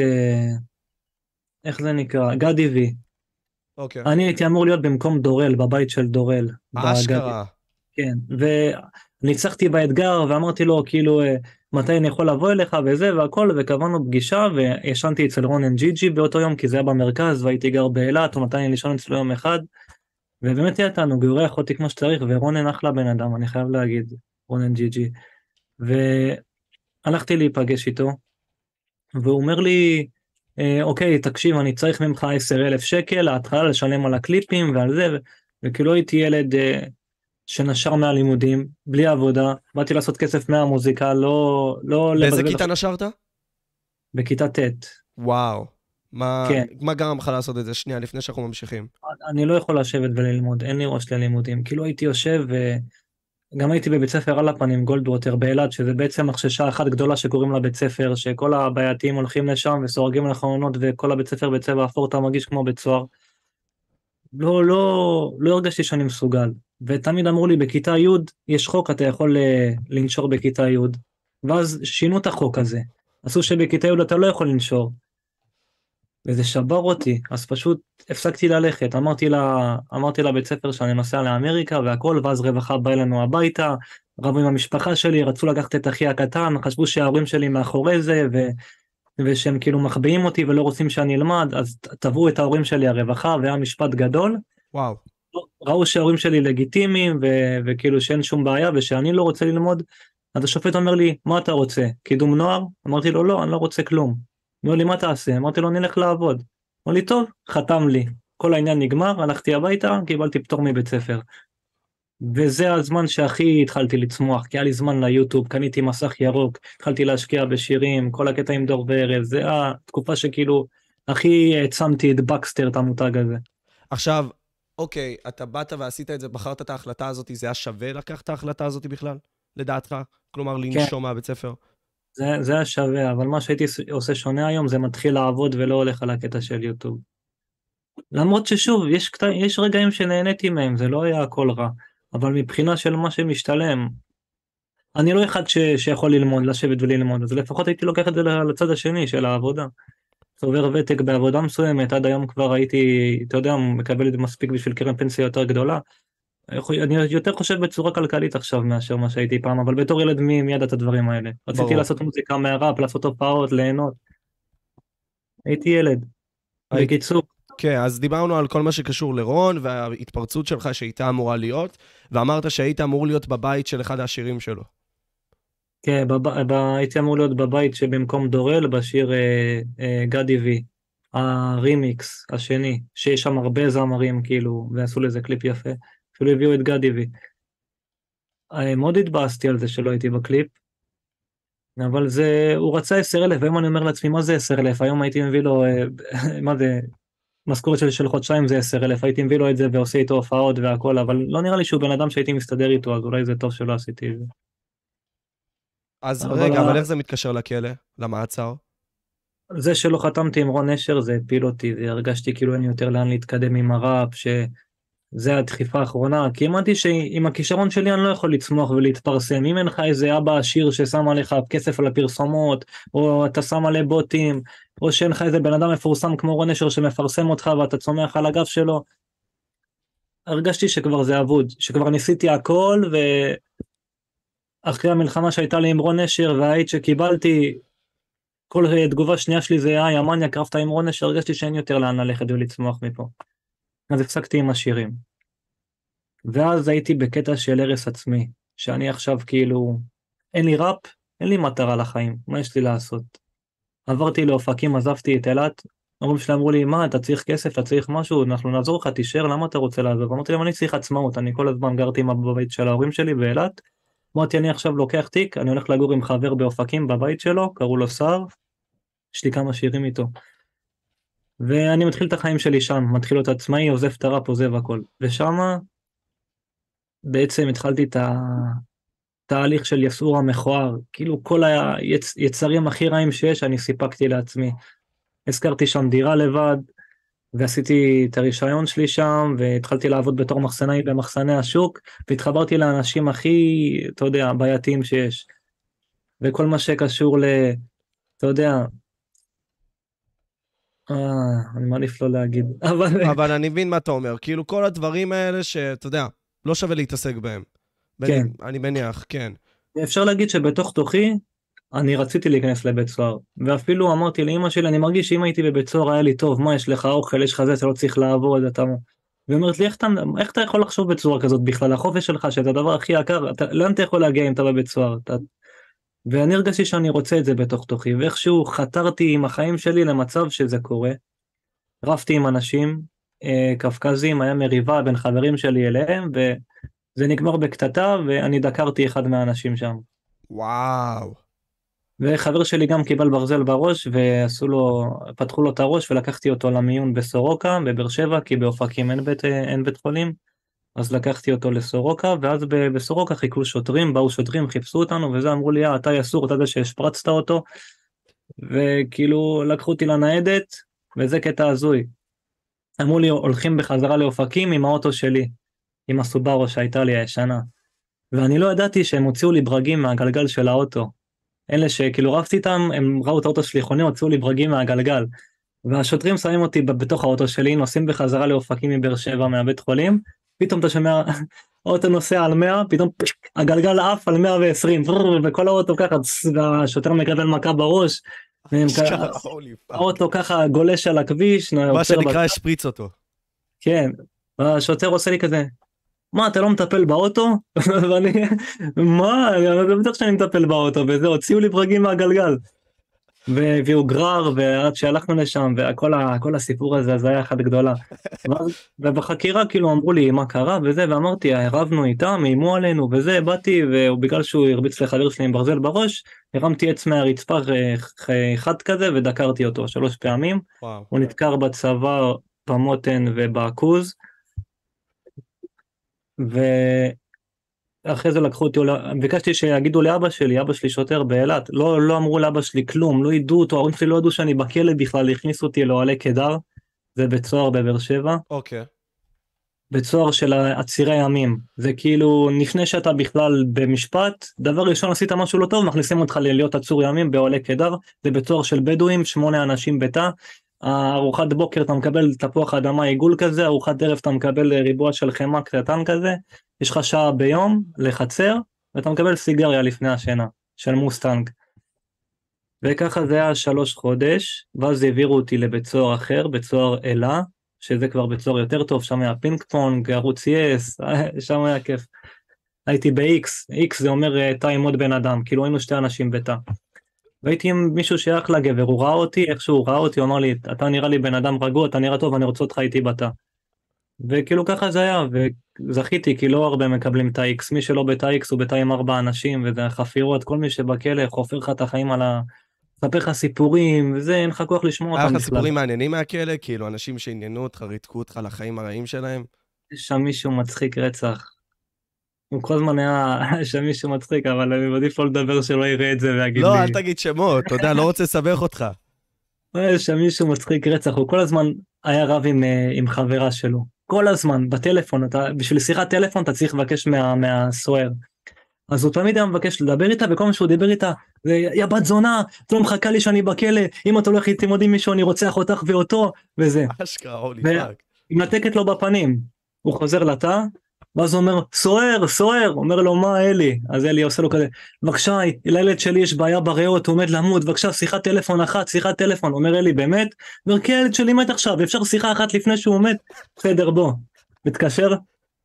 איך זה נקרא? גדי וי. אוקיי. אני הייתי אמור להיות במקום דורל, בבית של דורל. אשכרה. כן, וניצחתי באתגר ואמרתי לו כאילו מתי אני יכול לבוא אליך וזה והכל, וקבענו פגישה וישנתי אצל רונן ג'י באותו יום, כי זה היה במרכז והייתי גר באילת, הוא נתן לי לישון אצלו יום אחד, ובאמת יתנו, גורח אותי כמו שצריך, ורונן אחלה בן אדם, אני חייב להגיד, רונן ג'י. והלכתי להיפגש איתו, והוא אומר לי, אוקיי, תקשיב, אני צריך ממך 10,000 שקל, להתחלה לשלם על הקליפים ועל זה, וכאילו הייתי ילד שנשר מהלימודים, בלי עבודה, באתי לעשות כסף מהמוזיקה, לא... באיזה כיתה נשרת? בכיתה ט'. וואו, כן. מה גרם לך לעשות את זה? שנייה, לפני שאנחנו ממשיכים. אני לא יכול לשבת וללמוד, אין לי ראש ללימודים, כאילו הייתי יושב וגם הייתי בבית ספר על הפנים, גולדווטר באילת, שזה בעצם מחששה אחת גדולה שקוראים לה בית ספר, שכל הבעייתיים הולכים לשם וסורגים לחלונות, וכל הבית ספר בצבע אפור, אתה מרגיש כמו בית סוהר. לא הרגשתי שאני מסוגל, ותמיד אמרו לי בכיתה י' יש חוק, אתה יכול לנשור בכיתה י', ואז שינו את החוק הזה, עשו שבכיתה י' אתה לא יכול לנשור, וזה שבר אותי, אז פשוט הפסקתי ללכת, אמרתי לבית ספר שאני נוסע לאמריקה והכל, ואז רווחה בא אלינו הביתה, רבו עם המשפחה שלי, רצו לקחת את אחי הקטן, חשבו שההורים שלי מאחורי זה, ושהם כאילו מחביאים אותי ולא רוצים שאני אלמד, אז תבעו את ההורים שלי הרווחה, והיה משפט גדול. וואו. ראו שההורים שלי לגיטימיים, וכאילו שאין שום בעיה, ושאני לא רוצה ללמוד, אז השופט אומר לי, מה אתה רוצה? קידום נוער? אמרתי לו, לא, אני לא רוצה כלום. הוא אומר לי, מה תעשה? אמרתי לו, נלך לעבוד. אמר לי, טוב, חתם לי. כל העניין נגמר, הלכתי הביתה, קיבלתי פטור מבית ספר. וזה הזמן שהכי התחלתי לצמוח, כי היה לי זמן ליוטיוב, קניתי מסך ירוק, התחלתי להשקיע בשירים, כל הקטע עם דור וארז, זה התקופה שכאילו הכי העצמתי את בקסטר, את המותג הזה. עכשיו, אוקיי, אתה באת ועשית את זה, בחרת את ההחלטה הזאת, זה היה שווה לקחת את ההחלטה הזאת בכלל, לדעתך? כלומר, לנשום מהבית ספר? זה היה שווה, אבל מה שהייתי עושה שונה היום, זה מתחיל לעבוד ולא הולך על הקטע של יוטיוב. למרות ששוב, יש רגעים שנהניתי מהם, זה לא היה הכל רע, אבל מבחינה של מה שמשתלם, אני לא אחד שיכול ללמוד, לשבת וללמוד, אז לפחות הייתי לוקח את זה לצד השני של העבודה. צובר ותק בעבודה מסוימת, עד היום כבר הייתי, אתה יודע, מקבל את זה מספיק בשביל קרן פנסיה יותר גדולה. אני יותר חושב בצורה כלכלית עכשיו מאשר מה שהייתי פעם, אבל בתור ילד מי ידע את הדברים האלה? רציתי לעשות מוזיקה מהראפ, לעשות הופעות, ליהנות. הייתי ילד. בקיצור. כן, אז דיברנו על כל מה שקשור לרון, וההתפרצות שלך שהייתה אמורה להיות, ואמרת שהיית אמור להיות בבית של אחד השירים שלו. כן, הייתי אמור להיות בבית שבמקום דורל, בשיר גדי וי, הרימיקס השני, שיש שם הרבה זמרים כאילו, ועשו לזה קליפ יפה, אפילו הביאו את גדי וי. מאוד התבאסתי על זה שלא הייתי בקליפ, אבל הוא רצה 10,000, והיום אני אומר לעצמי, מה זה 10,000? היום הייתי מביא לו, מה זה, משכורת של חודשיים זה 10,000, הייתי מביא לו את זה ועושה איתו הופעות והכל, אבל לא נראה לי שהוא בן אדם שהייתי מסתדר איתו, אז אולי זה טוב שלא עשיתי את זה. אז רגע, אבל איך זה מתקשר לכלא? למעצר? זה שלא חתמתי עם רון נשר, זה הפיל אותי, והרגשתי כאילו אין לי יותר לאן להתקדם עם הראפ, שזה הדחיפה האחרונה, כי אמרתי שעם הכישרון שלי אני לא יכול לצמוח ולהתפרסם, אם אין לך איזה אבא עשיר ששם עליך כסף על הפרסומות, או אתה שם עלי בוטים, או שאין לך איזה בן אדם מפורסם כמו רון נשר שמפרסם אותך ואתה צומח על הגב שלו, הרגשתי שכבר זה אבוד, שכבר ניסיתי הכל, ואחרי המלחמה שהייתה לי עם רון נשר, והעיד שקיבלתי, כל תגובה שנייה שלי זה, ימניה, קרבת עם רון נשר, הרגשתי שאין יותר לאן ללכת ולצמוח מפה. אז הפסקתי עם השירים. ואז הייתי בקטע של הרס עצמי, שאני עכשיו כאילו, אין לי ראפ, אין לי מטרה לחיים, מה יש לי לעשות? עברתי לאופקים, עזבתי את אילת, ההורים שלי אמרו לי, מה, אתה צריך כסף, אתה צריך משהו, אנחנו נעזור לך, תישאר, למה אתה רוצה לעזוב? אמרתי להם, אני צריך עצמאות, אני כל הזמן גרתי בבית של ההורים שלי באילת, אמרתי, אני עכשיו לוקח תיק, אני הולך לגור עם חבר באופקים בבית שלו, קראו לו שר, יש לי כמה שירים איתו. ואני מתחיל את החיים שלי שם, מתחיל להיות עצמאי, עוזב את הראפ, עוזב הכל. ושם בעצם התחלתי את התהליך של יסעור המכוער, כאילו כל היצרים הכי רעים שיש, אני סיפקתי לעצמי. הזכרתי שם דירה לבד, ועשיתי את הרישיון שלי שם, והתחלתי לעבוד בתור מחסנאי במחסני השוק, והתחברתי לאנשים הכי, אתה יודע, בעייתיים שיש. וכל מה שקשור אתה יודע, אני מעדיף לא להגיד, אבל אני מבין מה אתה אומר, כאילו כל הדברים האלה שאתה יודע, לא שווה להתעסק בהם. כן. אני מניח, כן. אפשר להגיד שבתוך תוכי, אני רציתי להיכנס לבית סוהר, ואפילו אמרתי לאמא שלי, אני מרגיש שאם הייתי בבית סוהר היה לי טוב, מה יש לך אוכל, יש לך זה, אתה לא צריך לעבוד, והיא אומרת לי, איך אתה יכול לחשוב בצורה כזאת בכלל, החופש שלך, שזה הדבר הכי יקר, לאן אתה יכול להגיע אם אתה בבית סוהר? ואני הרגשתי שאני רוצה את זה בתוך תוכי, ואיכשהו חתרתי עם החיים שלי למצב שזה קורה, רבתי עם אנשים, קפקזים, היה מריבה בין חברים שלי אליהם, וזה נגמר בקטטה, ואני דקרתי אחד מהאנשים שם. וואו. וחבר שלי גם קיבל ברזל בראש, פתחו לו את הראש, ולקחתי אותו למיון בסורוקה, בבאר שבע, כי באופקים אין בית חולים, אז לקחתי אותו לסורוקה, ואז בסורוקה חיכו שוטרים, באו שוטרים, חיפשו אותנו, וזה אמרו לי, אתה יסור, אתה יודע שהשפרצת אותו, וכאילו לקחו אותי לניידת, וזה קטע הזוי. אמרו לי, הולכים בחזרה לאופקים עם האוטו שלי, עם הסובארו שהייתה לי הישנה, ואני לא ידעתי שהם הוציאו לי ברגים מהגלגל של האוטו, אלה שכאילו רבתי איתם, הם ראו את האוטו שלי חונה, הוציאו לי ברגים מהגלגל, והשוטרים שמים אותי בתוך האוטו שלי, נוסעים בחזרה לאופקים מבאר שבע מהבית חולים, פתאום אתה שומע, האוטו נוסע על 100, פתאום הגלגל עף על 120, וכל האוטו ככה, והשוטר מקבל מכה בראש, האוטו ככה גולש על הכביש, מה שנקרא השפריץ אותו. כן, והשוטר עושה לי כזה, מה, אתה לא מטפל באוטו? ואני, מה, אני לא בטוח שאני מטפל באוטו, וזה, הוציאו לי ברגים מהגלגל. והביאו גרר, ועד שהלכנו לשם, וכל הסיפור הזה, אז היה אחת גדולה. ובחקירה כאילו אמרו לי מה קרה וזה, ואמרתי, הרבנו איתם, איימו עלינו וזה, באתי, ובגלל שהוא הרביץ לחבר שלי עם ברזל בראש, הרמתי עץ מהרצפה אחד כזה, ודקרתי אותו 3 פעמים. וואו. הוא נדקר בצבא, במותן ובעכוז, ואחרי זה לקחו אותי, ביקשתי שיגידו לאבא שלי, אבא שלי שוטר באילת, לא אמרו לאבא שלי כלום, לא ידעו אותו, ההורים שלי לא ידעו שאני בכלא בכלל, הכניסו אותי לאוהלי קדר, זה בית סוהר בבאר שבע, אוקיי. בית סוהר של עצירי ימים, זה כאילו לפני שאתה בכלל במשפט, דבר ראשון עשית משהו לא טוב, מכניסים אותך להיות עצור ימים באוהלי קדר, זה בית סוהר של בדואים, 8 אנשים בתא, ארוחת בוקר אתה מקבל תפוח אדמה עיגול כזה, ארוחת ערב אתה מקבל ריבוע של חמאה קטן כזה, יש לך שעה ביום לחצר, ואתה מקבל סיגריה לפני השינה, של מוסטנג. וככה זה היה 3 חודש, ואז העבירו אותי לבית סוהר אחר, בית סוהר אלה, שזה כבר בית סוהר יותר טוב, שם היה פינג פונג, ערוץ יס, שם היה כיף. הייתי ב-X, X זה אומר תא עם עוד בן אדם, כאילו היינו 2 אנשים בתא. והייתי עם מישהו שייך לגבר, הוא ראה אותי, איכשהו הוא ראה אותי, הוא אמר לי, אתה נראה לי בן אדם רגוע, אתה נראה טוב, אני רוצה אותך איתי בתא. וכאילו ככה זה היה, וזכיתי, כי לא הרבה מקבלים תא X, מי שלא בתא X הוא בתא עם 4 אנשים, וזה חפירות, כל מי שבכלא חופר לך את החיים על ספר לך סיפורים, וזה, אין לך כוח לשמוע אותם היה בכלל. לך סיפורים מעניינים מהכלא? כאילו, אנשים שעניינו אותך, ריתקו אותך לחיים הרעים שלהם? יש שם מישהו מצחיק רצח. הוא כל הזמן היה שם מישהו מצחיק, אבל אני מעדיף לא לדבר שלא יראה את זה ויגיד לי... לא, אל תגיד שמות, אתה יודע, לא רוצה לסבך אותך. יש שם מישהו מצחיק רצח, הוא כל הזמן היה רב עם חברה שלו. כל הזמן, בטלפון, בשביל שיחת טלפון אתה צריך לבקש מהסוער. אז הוא תמיד היה מבקש לדבר איתה, וכל מה שהוא דיבר איתה, יא בת זונה, את לא מחכה לי שאני בכלא, אם אתה הולך איתי עם מישהו, אני רוצח אותך ואותו, וזה. אשכרה, הולי פאק. היא מנתקת לו בפנים, הוא חוזר לתא, ואז הוא אומר, סוער, אומר לו, מה אלי? אז אלי עושה לו כזה, בבקשה, לילד שלי יש בעיה בריאות, הוא עומד למות, בבקשה, שיחת טלפון אחת, אומר אלי, באמת? אומר, כי הילד שלי מת עכשיו, אפשר שיחה אחת לפני שהוא מת? בסדר, בוא. מתקשר,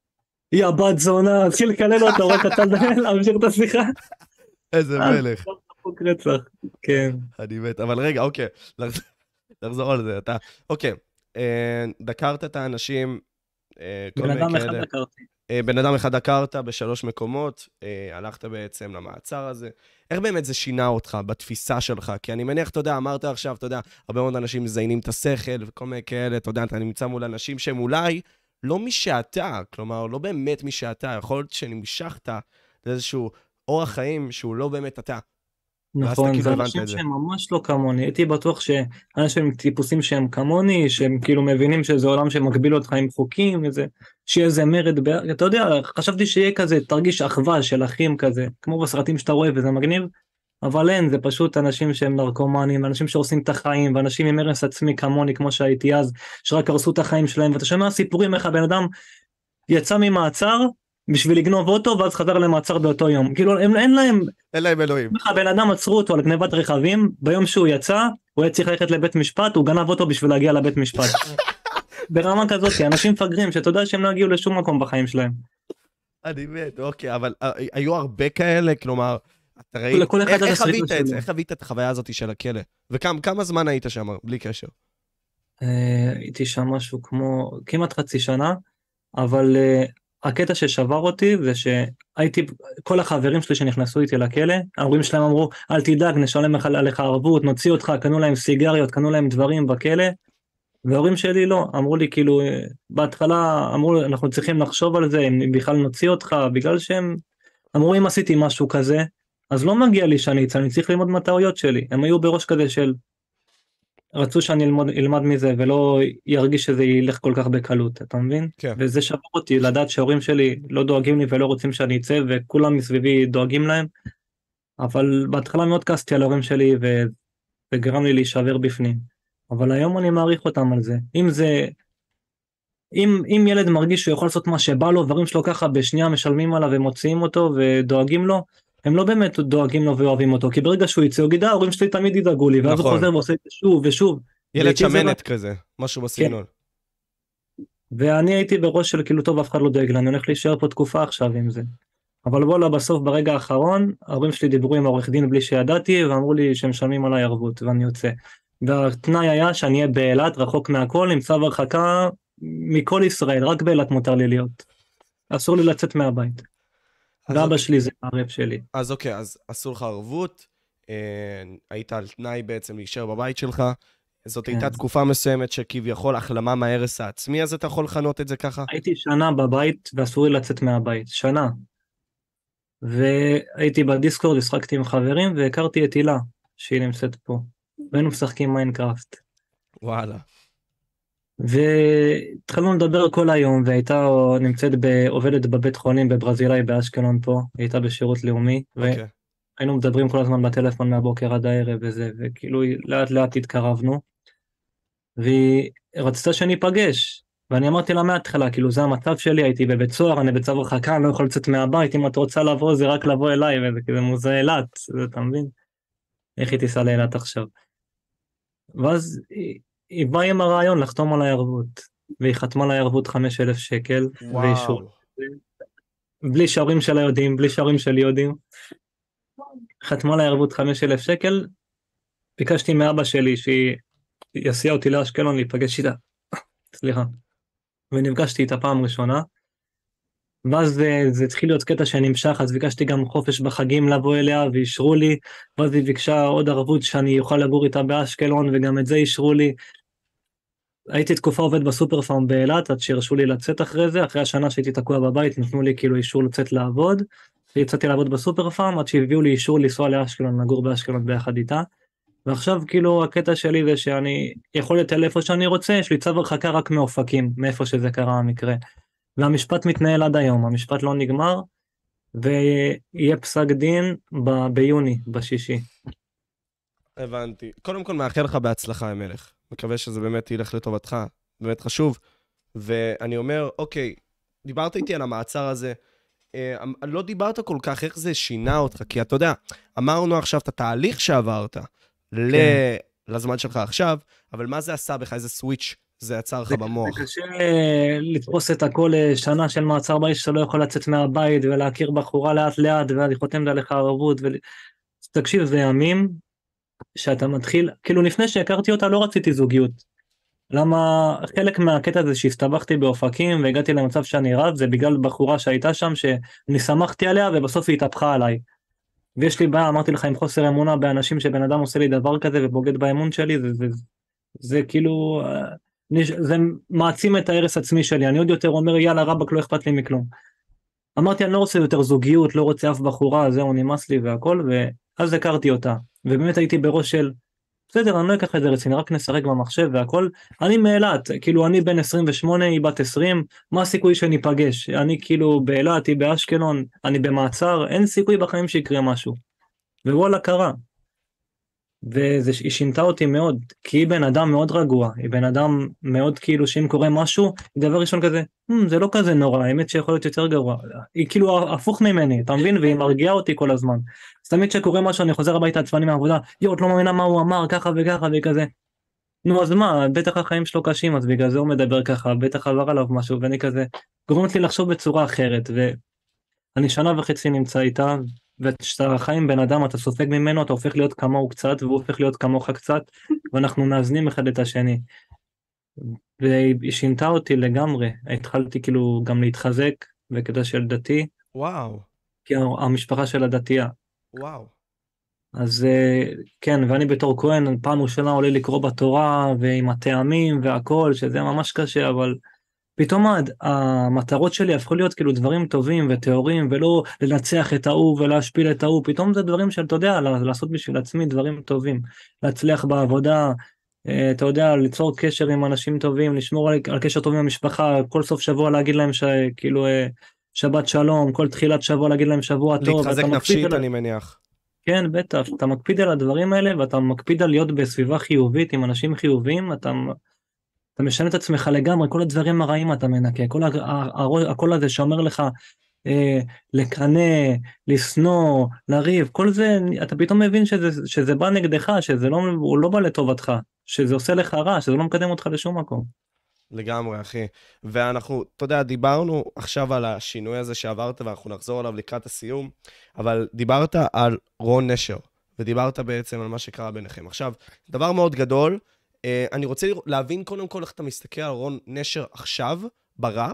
יא בת זונה, התחיל לקלל אותו, רק אתה להמשיך את השיחה. איזה מלך. רצח, כן. אני מת, אבל רגע, אוקיי, לחזור על זה, אתה, אוקיי, דקרת את האנשים, בן אדם אחד דקרתי. בן אדם אחד דקרת ב3 מקומות, הלכת בעצם למעצר הזה. איך באמת זה שינה אותך בתפיסה שלך? כי אני מניח, אתה יודע, אמרת עכשיו, אתה יודע, הרבה מאוד אנשים מזיינים את השכל וכל מיני כאלה, אתה יודע, אתה נמצא מול אנשים שהם אולי לא מי שאתה, כלומר, לא באמת מי שאתה, יכול להיות שנמשכת לאיזשהו אורח חיים שהוא לא באמת אתה. נכון, זה אנשים שהם ממש לא כמוני, הייתי בטוח שאנשים טיפוסים שהם כמוני, שהם כאילו מבינים שזה עולם שמקביל אותך עם חוקים, שיהיה איזה מרד, אתה יודע, חשבתי שיהיה כזה, תרגיש אחווה של אחים כזה, כמו בסרטים שאתה רואה וזה מגניב, אבל אין, זה פשוט אנשים שהם נרקומנים, אנשים שעושים את החיים, ואנשים עם הרס עצמי כמוני, כמו שהייתי אז, שרק הרסו את החיים שלהם, ואתה שומע סיפורים איך הבן אדם יצא ממעצר, בשביל לגנוב אותו, ואז חזר למעצר באותו יום. כאילו, אין להם אלוהים. הבן אדם עצרו אותו על גנבת רכבים, ביום שהוא יצא, הוא היה צריך ללכת לבית משפט, הוא גנב אותו בשביל להגיע לבית משפט. ברמה כזאת, אנשים מפגרים, שאתה יודע שהם לא הגיעו לשום מקום בחיים שלהם. אני מת, אוקיי, אבל היו הרבה כאלה, כלומר, אתה ראית, איך חווית את החוויה הזאת של הכלא? וכמה זמן היית שם, בלי קשר? הייתי שם משהו כמו, כמעט חצי שנה, אבל הקטע ששבר אותי זה שהייתי, כל החברים שלי שנכנסו איתי לכלא, ההורים שלהם אמרו, אל תדאג, נשלם עליך ערבות, נוציא אותך, קנו להם סיגריות, קנו להם דברים בכלא, וההורים שלי לא, אמרו לי כאילו, בהתחלה אמרו, אנחנו צריכים לחשוב על זה, אם בכלל נוציא אותך, בגלל שהם אמרו, אם עשיתי משהו כזה, אז לא מגיע לי שאני צריך ללמוד מהטעויות שלי, הם היו בראש כזה של, רצו שאני אלמד מזה, ולא ירגיש שזה ילך כל כך בקלות, אתה מבין? כן. וזה שבר אותי, לדעת שההורים שלי לא דואגים לי ולא רוצים שאני אצא, וכולם מסביבי דואגים להם, אבל בהתחלה מאוד כעסתי על ההורים שלי, וגרם לי להישבר בפנים. אבל היום אני מעריך אותם על זה. אם ילד מרגיש שהוא יכול לעשות מה שבא לו, דברים שלו ככה בשנייה משלמים עליו ומוציאים אותו ודואגים לו, הם לא באמת דואגים לו ואוהבים אותו, כי ברגע שהוא יצא, הוא גידה, ההורים שלי תמיד ידאגו לי, ואז הוא חוזר ועושה את זה שוב ושוב. ילד שמנת כזה, משהו בסגנון. ואני הייתי בראש של כאילו טוב, אף אחד לא דואג לי, אני הולך להישאר פה תקופה עכשיו עם זה. אבל וואלה, בסוף ברגע האחרון, ההורים שלי דיברו עם עורך דין בלי שידעתי, ואמרו לי שהם משלמים עליי ערבות, ואני יוצא. והתנאי היה שאני אהיה באילת, רחוק מהכל, עם צו הרחקה מכל ישראל, רק באילת מותר לי להיות. אסור לי לצאת מהבית. אז ואבא אוקיי, שלי זה הערב שלי. אז אוקיי, אז עשו לך ערבות, היית על תנאי בעצם להישאר בבית שלך, זאת כן. הייתה תקופה מסוימת שכביכול החלמה מההרס העצמי, אז אתה יכול לכנות את זה ככה? הייתי שנה בבית, ואסור לי לצאת מהבית. שנה. והייתי בדיסקורד, השחקתי עם חברים, והכרתי את הילה, שהיא נמצאת פה. והיינו משחקים מיינקראפט. וואלה. והתחלנו לדבר כל היום, והייתה נמצאת עובדת בבית חולים בברזילאי באשקלון פה, היא הייתה בשירות לאומי, אוקיי. והיינו מדברים כל הזמן בטלפון מהבוקר עד הערב וזה, וכאילו לאט לאט התקרבנו, והיא רצתה שניפגש, ואני אמרתי לה מההתחלה, כאילו זה המצב שלי, הייתי בבית סוהר, אני בצו הרחקה, אני לא יכול לצאת מהבית, אם את רוצה לבוא זה רק לבוא אליי, וזה כזה מוזה אילת, אתה מבין? איך היא תיסע לאילת עכשיו? ואז היא באה עם הרעיון לחתום על הערבות, והיא חתמה על הערבות 5,000 שקל, ואישור, וואו. בלי שההורים שלה יודעים, בלי שההורים שלי יודעים, חתמה על הערבות 5,000 שקל, ביקשתי מאבא שלי שהיא יסיע אותי לאשקלון להיפגש איתה, סליחה, ונפגשתי איתה פעם ראשונה, ואז זה התחיל להיות קטע שנמשך, אז ביקשתי גם חופש בחגים לבוא אליה, ואישרו לי, ואז היא ביקשה עוד ערבות שאני אוכל לגור איתה באשקלון, וגם את זה אישרו לי. הייתי תקופה עובד בסופר פארם באילת, עד שהרשו לי לצאת אחרי זה, אחרי השנה שהייתי תקוע בבית, נתנו לי כאילו אישור לצאת לעבוד, ויצאתי לעבוד בסופר פארם, עד שהביאו לי אישור לנסוע לאשקלון, לגור באשקלון ביחד איתה, ועכשיו כאילו הקטע שלי זה שאני יכול לטייל איפה שאני רוצה, יש לי צו הרחקה רק מאופקים, מאיפה שזה קרה המקרה. והמשפט מתנהל עד היום, המשפט לא נגמר, ויהיה פסק דין ביוני, בשישי. הבנתי. קודם כל, מאחל לך בהצלחה, המלך. מקווה שזה באמת ילך לטובתך. באמת חשוב. ואני אומר, אוקיי, דיברת איתי על המעצר הזה, לא דיברת כל כך איך זה שינה אותך, כי אתה יודע, אמרנו עכשיו את התהליך שעברת לזמן שלך עכשיו, אבל מה זה עשה בך? איזה סוויץ' זה יצר לך במוח? זה קשה לתפוס את הכל שנה של מעצר בית, שאתה לא יכול לצאת מהבית ולהכיר בחורה לאט לאט, ואז היא חותמת עליך ערבות. תקשיב, זה ימים שאתה מתחיל, כאילו לפני שהכרתי אותה לא רציתי זוגיות. למה חלק מהקטע הזה שהסתבכתי באופקים והגעתי למצב שאני רב, זה בגלל בחורה שהייתה שם שאני שמחתי עליה ובסוף היא התהפכה עליי. ויש לי בעיה, אמרתי לך, עם חוסר אמונה באנשים שבן אדם עושה לי דבר כזה ובוגד באמון שלי, זה כאילו, זה מעצים את ההרס עצמי שלי, אני עוד יותר אומר יאללה רבק לא אכפת לי מכלום. אמרתי אני לא רוצה יותר זוגיות, לא רוצה אף בחורה, זהו נמאס לי והכל, ואז הכרתי אותה, ובאמת הייתי בראש של, בסדר אני לא אקח את זה רציני, רק נשחק במחשב והכל, אני מאילת, כאילו אני בן 28, היא בת 20, מה הסיכוי שניפגש? אני כאילו באילת, היא באשקלון, אני במעצר, אין סיכוי בחיים שיקרה משהו, ווואלה קרה. והיא שינתה אותי מאוד, כי היא בן אדם מאוד רגוע, היא בן אדם מאוד כאילו שאם קורה משהו, היא דבר ראשון כזה, זה לא כזה נורא, האמת שיכול להיות יותר גרוע, היא כאילו הפוך ממני, אתה מבין? והיא מרגיעה אותי כל הזמן, אז תמיד שקורה משהו אני חוזר הביתה עצבני מהעבודה, את לא מאמינה מה הוא אמר, ככה וככה וכזה, נו אז מה, בטח החיים שלו קשים, אז בגלל זה הוא מדבר ככה, בטח עבר עליו משהו, ואני כזה, גורמת לי לחשוב בצורה אחרת, ואני שנה וחצי נמצא איתה, וכשאתה חי עם בן אדם, אתה סופג ממנו, אתה הופך להיות כמוהו קצת, והוא הופך להיות כמוך קצת, ואנחנו מאזנים אחד את השני. והיא שינתה אותי לגמרי, התחלתי כאילו גם להתחזק, בקטע של דתי, וואו, כי המשפחה של הדתייה. וואו. אז כן, ואני בתור כהן, פעם ראשונה עולה לקרוא בתורה, ועם הטעמים והכל, שזה ממש קשה, אבל פתאום המטרות שלי הפכו להיות כאילו דברים טובים וטהורים, ולא לנצח את ההוא ולהשפיל את ההוא, פתאום זה דברים שאתה יודע, לעשות בשביל עצמי דברים טובים, להצליח בעבודה, אתה יודע, ליצור קשר עם אנשים טובים, לשמור על קשר טוב עם המשפחה, כל סוף שבוע להגיד להם כאילו שבת שלום, כל תחילת שבוע להגיד להם שבוע טוב. להתחזק נפשית אני מניח. כן, בטח, אתה מקפיד על הדברים האלה, ואתה מקפיד על להיות בסביבה חיובית עם אנשים חיוביים, אתה משנה את עצמך לגמרי, כל הדברים הרעים אתה מנקה, הכל הזה שאומר לך לקנא, לשנוא, לריב, כל זה, אתה פתאום מבין שזה בא נגדך, הוא לא בא לטובתך, שזה עושה לך רע, שזה לא מקדם אותך לשום מקום. לגמרי, אחי. ואנחנו, אתה יודע, דיברנו עכשיו על השינוי הזה שעברת, ואנחנו נחזור עליו לקראת הסיום, אבל דיברת על רון נשר, ודיברת בעצם על מה שקרה ביניכם. עכשיו, דבר מאוד גדול, אני רוצה להבין קודם כל איך אתה מסתכל על רון נשר עכשיו, בראפ,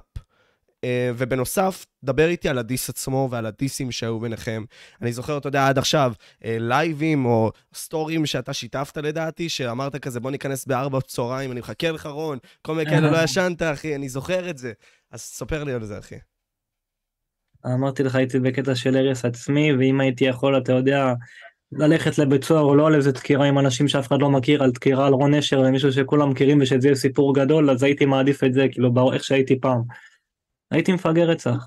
ובנוסף, דבר איתי על הדיס עצמו ועל הדיסים שהיו ביניכם. אני זוכר, אתה יודע, עד עכשיו, לייבים או סטורים שאתה שיתפת לדעתי, שאמרת כזה, בוא ניכנס ב4 בצהריים, אני מחכה לך רון, כל מיני כאלה לא ישנת, אחי, אני זוכר את זה. אז ספר לי על זה, אחי. אמרתי לך, הייתי בקטע של הרס עצמי, ואם הייתי יכול, אתה יודע, ללכת לבית סוהר או לא על איזה דקירה עם אנשים שאף אחד לא מכיר, על דקירה על רון נשר, למישהו שכולם מכירים ושזה יהיה סיפור גדול, אז הייתי מעדיף את זה, כאילו, איך שהייתי פעם. הייתי מפגר רצח.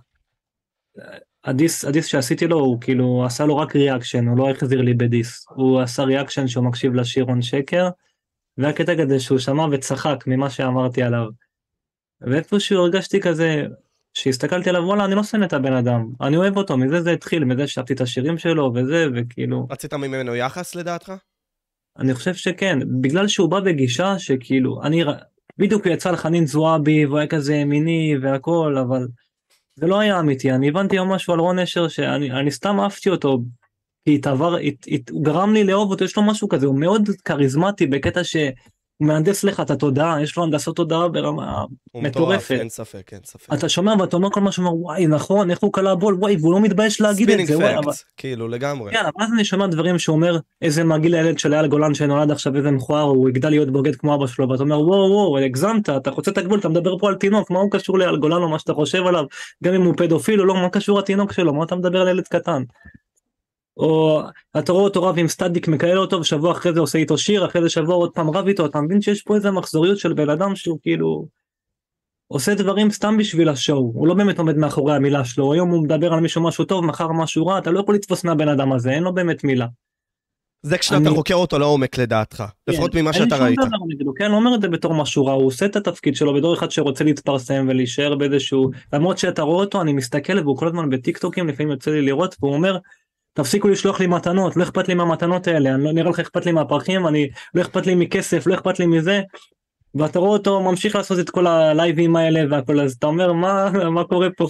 הדיס שעשיתי לו, הוא כאילו עשה לו רק ריאקשן, הוא לא החזיר לי בדיס. הוא עשה ריאקשן שהוא מקשיב לשיר רון שקר, והקטע כזה שהוא שמע וצחק ממה שאמרתי עליו. ואיפשהו הרגשתי כזה, שהסתכלתי עליו, וואלה, אני לא שונא את הבן אדם, אני אוהב אותו, מזה זה התחיל, מזה שאהבתי את השירים שלו וזה, וכאילו... רצית ממנו יחס לדעתך? אני חושב שכן, בגלל שהוא בא בגישה שכאילו, בדיוק הוא יצא לחנין זועבי, והוא היה כזה מיני והכל, אבל זה לא היה אמיתי, אני הבנתי משהו על רון נשר, שאני סתם אהבתי אותו, כי הוא גרם לי לאהוב אותו, יש לו משהו כזה, הוא מאוד כריזמטי, בקטע שהוא מהנדס לך את התודעה, יש לו הנדסות תודעה ברמה מטורפת. אין ספק, אין ספק. אתה שומע ואתה אומר כל מה שאומר, וואי, נכון, איך הוא קלה בול, וואי, והוא לא מתבייש להגיד את זה. ספינינג פקט, כאילו, לגמרי. כן, אבל אז אני שומע דברים שאומר, איזה מגיל הילד של אייל גולן שנולד עכשיו, איזה מכוער, הוא יגדל להיות בוגד כמו אבא שלו, ואתה אומר, וואו, הגזמת, אתה חוצה את הגבול, אתה מדבר פה על תינוק, מה הוא קשור לאייל גולן או מה שאתה חושב עליו, גם אם הוא פדופיל או לא, מה קשור התינוק שלו, מה אתה מדבר על ילד קטן? או אתה רואה אותו רב עם סטדיק, מקהל אותו, ושבוע אחרי זה עושה איתו שיר, אחרי זה שבוע עוד פעם רב איתו, אתה מבין שיש פה איזה מחזוריות של בן אדם שהוא כאילו עושה דברים סתם בשביל השואו, הוא לא באמת עומד מאחורי המילה שלו, היום הוא מדבר על מישהו משהו טוב, מחר משהו רע, אתה לא יכול לתפוס מהבן אדם הזה, אין לו באמת מילה. זה כשאתה חוקר אותו לעומק לדעתך, לפחות ממה שאתה ראית. כן, לא אומר את זה בתור משהו רע, הוא עושה את התפקיד שלו בתור אחד שרוצה להתפרסם ולהישאר באיזשהו, למרות שאתה רואה אותו, אני מסתכל והוא כל הזמן בטיקטוקים, לפעמים יוצא לי לראות, והוא אומר, תפסיקו לשלוח לי מתנות, לא אכפת לי מהמתנות האלה, אני לא נראה לך אכפת לי מהפרחים, לא אכפת לי מכסף, לא אכפת לי מזה, ואתה רואה אותו ממשיך לעשות את כל הלייבים האלה והכל, אז אתה אומר, מה קורה פה?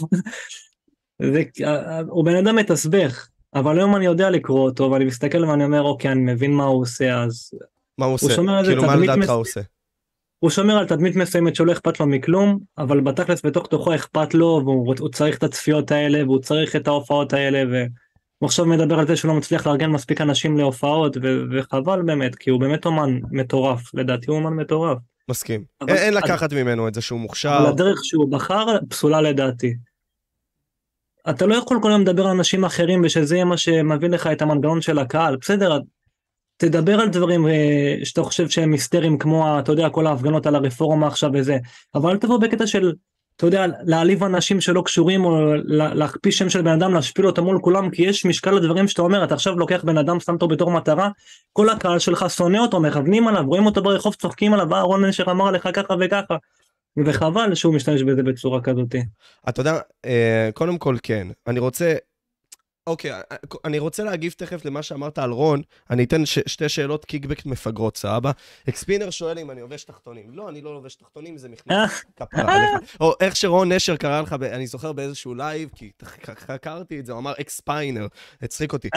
הוא בן אדם מתסבך, אבל היום אני יודע לקרוא אותו, ואני מסתכל ואני אומר, אוקיי, אני מבין מה הוא עושה, אז... מה הוא עושה? כאילו, מה לדעתך הוא עושה? הוא שומר על תדמית מסוימת שלא אכפת לו מכלום, אבל בתכלס בתוך תוכו אכפת לו, והוא צריך את הצפיות האלה, והוא צריך את ההופעות האלה, והוא עכשיו מדבר על זה שהוא לא מצליח לארגן מספיק אנשים להופעות, וחבל באמת, כי הוא באמת אומן מטורף, לדעתי הוא אומן מטורף. מסכים. אין לקחת ממנו את זה שהוא מוכשר. אבל הדרך שהוא בחר פסולה לדעתי. אתה לא יכול כל היום לדבר על אנשים אחרים, ושזה יהיה מה שמביא לך את המנגנון של הקהל. בסדר, תדבר על דברים שאתה חושב שהם מיסטריים, כמו, אתה יודע, כל ההפגנות על הרפורמה עכשיו וזה. אבל אל תבוא בקטע של, אתה יודע, להעליב אנשים שלא קשורים, או להכפיש שם של בן אדם, להשפיל אותו מול כולם, כי יש משקל לדברים שאתה אומר, אתה עכשיו לוקח בן אדם, שם אותו בתור מטרה, כל הקהל שלך שונא אותו, מכוונים עליו, רואים אותו ברחוב, צוחקים עליו, רון נשר אמר לך ככה וככה. וחבל שהוא משתמש בזה בצורה כזאת. אתה יודע, קודם כל כן, אוקיי, אני רוצה להגיב תכף למה שאמרת על רון, אני אתן שתי שאלות קיקבק מפגרות, סבבה? אקספינר שואל אם אני לובש תחתונים. לא, אני לא לובש תחתונים, זה מכנס כפרה עליך. או איך שרון נשר קרא לך, אני זוכר באיזשהו לייב, כי חקרתי את זה, הוא אמר אקספיינר, הצחיק אותי.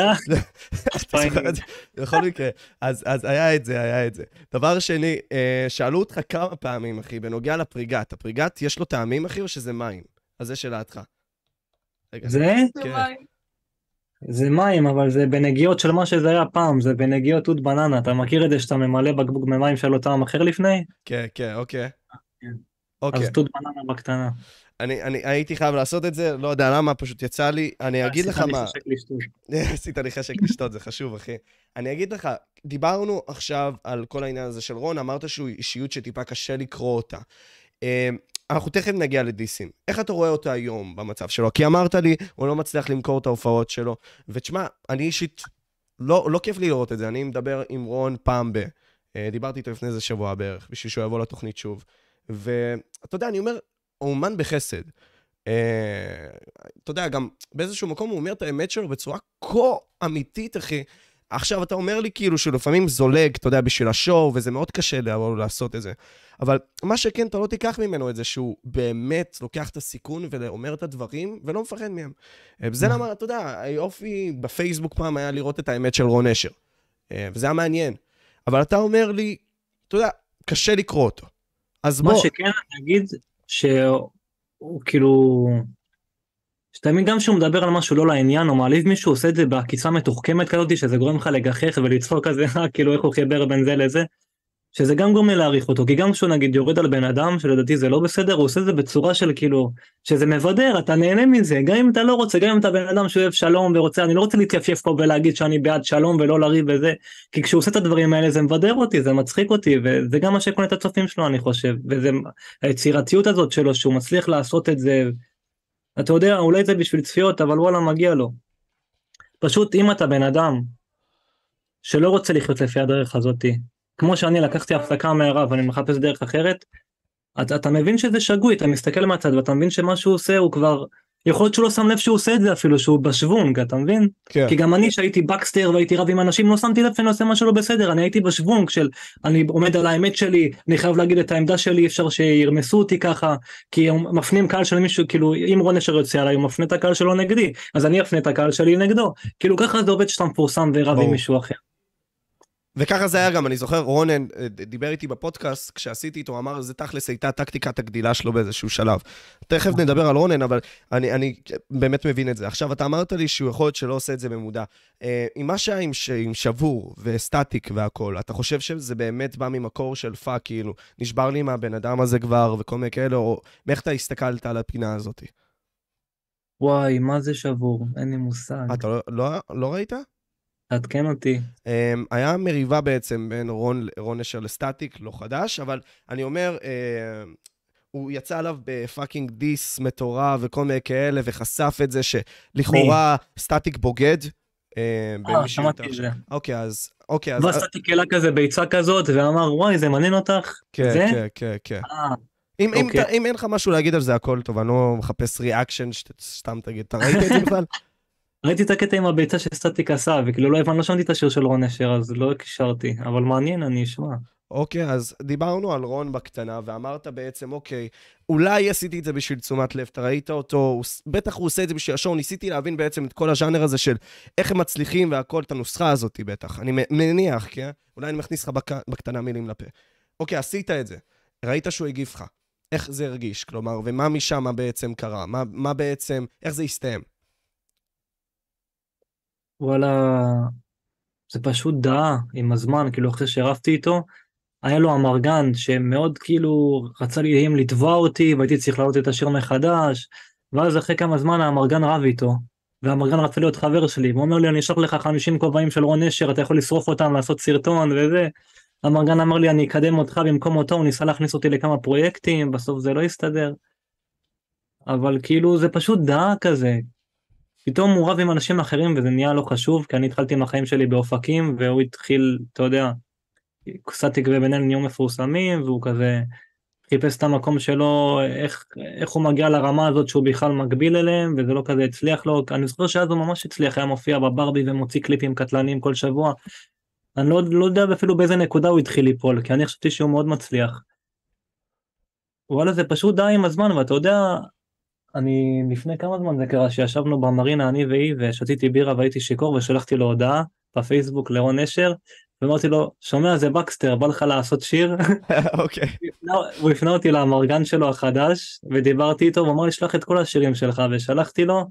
בכל מקרה, אז היה את זה. דבר שני, שאלו אותך כמה פעמים, אחי, בנוגע לפריגת. הפריגת, יש לו טעמים, אחי, או שזה מים? אז זה שאלתך. זה? זה מים, אבל זה בנגיעות של מה שזה היה פעם, זה בנגיעות תות בננה, אתה מכיר את זה שאתה ממלא בקבוק ממים של אותם אחר לפני? כן, אוקיי. אז תות בננה בקטנה. אני הייתי חייב לעשות את זה, לא יודע למה, פשוט יצא לי, אני אגיד לך מה... עשית לי חשק לשתות, זה חשוב, אחי. אני אגיד לך, דיברנו עכשיו על כל העניין הזה של רון, אמרת שהוא אישיות שטיפה קשה לקרוא אותה. אנחנו תכף נגיע לדיסים. איך אתה רואה אותו היום במצב שלו? כי אמרת לי, הוא לא מצליח למכור את ההופעות שלו. ותשמע, אני אישית, לא כיף לי לראות את זה. אני מדבר עם רון פעם דיברתי איתו לפני איזה שבוע בערך, בשביל שהוא יבוא לתוכנית שוב. ואתה יודע, אני אומר, הוא אומן בחסד. אתה יודע, גם באיזשהו מקום הוא אומר את האמת שלו בצורה כה אמיתית, אחי. עכשיו אתה אומר לי כאילו שלפעמים זולג, אתה יודע, בשביל השואו, וזה מאוד קשה לעשות את זה. אבל מה שכן, אתה לא תיקח ממנו את זה, שהוא באמת לוקח את הסיכון ואומר את הדברים, ולא מפחד מהם. וזה למה, אתה יודע, היופי בפייסבוק פעם היה לראות את האמת של רון אשר. וזה היה מעניין. אבל אתה אומר לי, אתה יודע, קשה לקרוא אותו. אז בוא... מה שכן, אני אגיד שהוא כאילו... שתמיד גם שהוא מדבר על משהו לא לעניין, או מעליב מישהו, עושה את זה בעקיצה מתוחכמת כזאת, שזה גורם לך לגחך ולצחוק כזה, כאילו איך הוא חיבר בין זה לזה, שזה גם גורם לי להעריך אותו, כי גם כשהוא נגיד יורד על בן אדם, שלדעתי זה לא בסדר, הוא עושה את זה בצורה של כאילו, שזה מבדר, אתה נהנה מזה, גם אם אתה לא רוצה, גם אם אתה בן אדם שאוהב שלום ורוצה, אני לא רוצה להתייפייף פה ולהגיד שאני בעד שלום ולא לריב וזה, כי כשהוא עושה את הדברים האלה זה מבדר אותי, זה מצחיק אותי, וזה גם מה שקונה את הצופים שלו אני חושב, וזה היצירתיות הזאת שלו, שהוא מצליח לעשות את זה, אתה יודע, אולי זה בשביל צפיות, אבל וואלה מגיע לו. פשוט אם אתה בן אדם שלא רוצה לחיות לפי הדרך הזאת, כמו שאני לקחתי הפסקה מהרב ואני מחפש דרך אחרת, אתה מבין שזה שגוי, אתה מסתכל מהצד ואתה מבין שמה שהוא עושה הוא כבר, יכול להיות שהוא לא שם לב שהוא עושה את זה אפילו, שהוא בשוונג, אתה מבין? כן. כי גם אני שהייתי בקסטר והייתי רב עם אנשים, לא שמתי לב שאני עושה משהו לא בסדר, אני הייתי בשוונג של, אני עומד על האמת שלי, אני חייב להגיד את העמדה שלי, אפשר שירמסו אותי ככה, כי הם מפנים קהל של מישהו, כאילו אם רון אשר יוצא עליי, הוא מפנה את הקהל שלו נגדי, אז אני אפנה את הקהל שלי נגדו, כאילו ככה זה עובד שאתה מפורסם ורב עם מישהו אחר. וככה זה היה גם, אני זוכר, רונן דיבר איתי בפודקאסט, כשעשיתי איתו, אמר, זה תכלס הייתה טקטיקת הגדילה שלו באיזשהו שלב. תכף נדבר על רונן, אבל אני באמת מבין את זה. עכשיו, אתה אמרת לי שהוא יכול להיות שלא עושה את זה במודע. עם מה שהיה עם שבור וסטטיק והכל, אתה חושב שזה באמת בא ממקור של פאק, כאילו, נשבר לי מהבן אדם הזה כבר, וכל מיני כאלה, או מאיך אתה הסתכלת על הפינה הזאת? וואי, מה זה שבור? אין לי מושג. אתה לא ראית? תעדכן אותי. היה מריבה בעצם בין רון אשר לסטטיק, לא חדש, אבל אני אומר, הוא יצא עליו בפאקינג דיס מטורף וכל מיני כאלה, וחשף את זה שלכאורה סטטיק בוגד. שמעתי את זה. אוקיי, אז... וסטטיק העלה כזה ביצה כזאת, ואמר, וואי, זה מעניין אותך? כן, כן, כן. אם אין לך משהו להגיד על זה, הכל טוב, אני לא מחפש ריאקשן, שסתם תגיד, אתה ראית את זה בכלל? ראיתי את הקטע עם הביצה שסטטיק עשה, וכאילו לא שמעתי את השיר של רון אשר, אז לא הקשרתי, אבל מעניין, אני אשמע. אוקיי, אז דיברנו על רון בקטנה, ואמרת בעצם, אוקיי, אולי עשיתי את זה בשביל תשומת לב, אתה ראית אותו, בטח הוא עושה את זה בשביל השואו, ניסיתי להבין בעצם את כל הז'אנר הזה של איך הם מצליחים והכל, את הנוסחה הזאת בטח, אני מניח, כן? אולי אני מכניס לך בקטנה מילים לפה. אוקיי, עשית את זה, ראית שהוא הגיב לך, איך זה הרגיש, כלומר, ומה משם בעצם קרה, מה בעצם, איך זה הסתיים? וואלה, זה פשוט דעה עם הזמן, כאילו אחרי שרבתי איתו, היה לו אמרגן שמאוד כאילו רצה לי לתבוע אותי, והייתי צריך לעלות את השיר מחדש, ואז אחרי כמה זמן האמרגן רב איתו, והאמרגן רצה להיות חבר שלי, והוא אומר לי, אני אשלח לך 50 כובעים של רון אשר, אתה יכול לשרוף אותם, לעשות סרטון וזה, האמרגן אמר לי, אני אקדם אותך במקום אותו, הוא ניסה להכניס אותי לכמה פרויקטים, בסוף זה לא יסתדר, אבל כאילו זה פשוט דעה כזה, פתאום הוא רב עם אנשים אחרים וזה נהיה לא חשוב, כי אני התחלתי עם החיים שלי באופקים, והוא התחיל, אתה יודע, סטטיק ובן-אל נהיו מפורסמים, והוא כזה חיפש את המקום שלו, איך הוא מגיע לרמה הזאת שהוא בכלל מקביל אליהם, וזה לא כזה הצליח לו, אני זוכר שאז הוא ממש הצליח, היה מופיע בברבי ומוציא קליפים קטלניים כל שבוע, אני לא יודע אפילו באיזה נקודה הוא התחיל ליפול, כי אני חשבתי שהוא מאוד מצליח. וואלה, זה פשוט די עם הזמן, ואתה יודע, אני לפני כמה זמן זה קרה שישבנו במרינה אני והיא ושתיתי בירה והייתי שיקור ושלחתי לו הודעה בפייסבוק לרון אשר ואמרתי לו שומע זה בקסטר בא לך לעשות שיר. אוקיי. הוא הפנה אותי לאמרגן שלו החדש ודיברתי איתו ואמר לי שלח את כל השירים שלך ושלחתי לו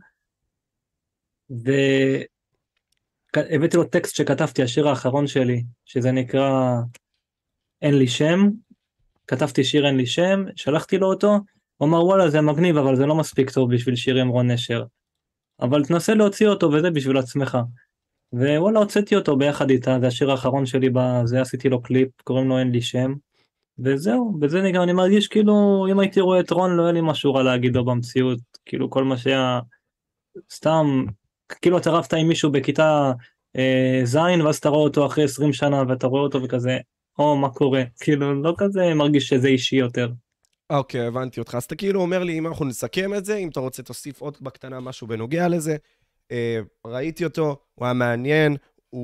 והבאתי לו טקסט שכתבתי השיר האחרון שלי שזה נקרא אין לי שם, כתבתי שיר אין לי שם, שלחתי לו אותו, הוא אמר וואלה זה מגניב אבל זה לא מספיק טוב בשביל שיר עם רון אשר, אבל תנסה להוציא אותו וזה בשביל עצמך, ווואלה הוצאתי אותו ביחד איתה, זה השיר האחרון שלי בזה, עשיתי לו קליפ, קוראים לו אין לי שם, וזהו, בזה אני מרגיש כאילו אם הייתי רואה את רון לא היה לי משהו רע להגיד לו במציאות, כאילו כל מה שהיה סתם, כאילו אתה רבת עם מישהו בכיתה זין ואז אתה רואה אותו אחרי 20 שנה ואתה רואה אותו וכזה, או מה קורה, כאילו לא כזה מרגיש שזה אישי יותר. אוקיי, הבנתי אותך. אז אתה כאילו אומר לי, אם אנחנו נסכם את זה, אם אתה רוצה תוסיף עוד בקטנה משהו בנוגע לזה, ראיתי אותו, הוא היה מעניין, הוא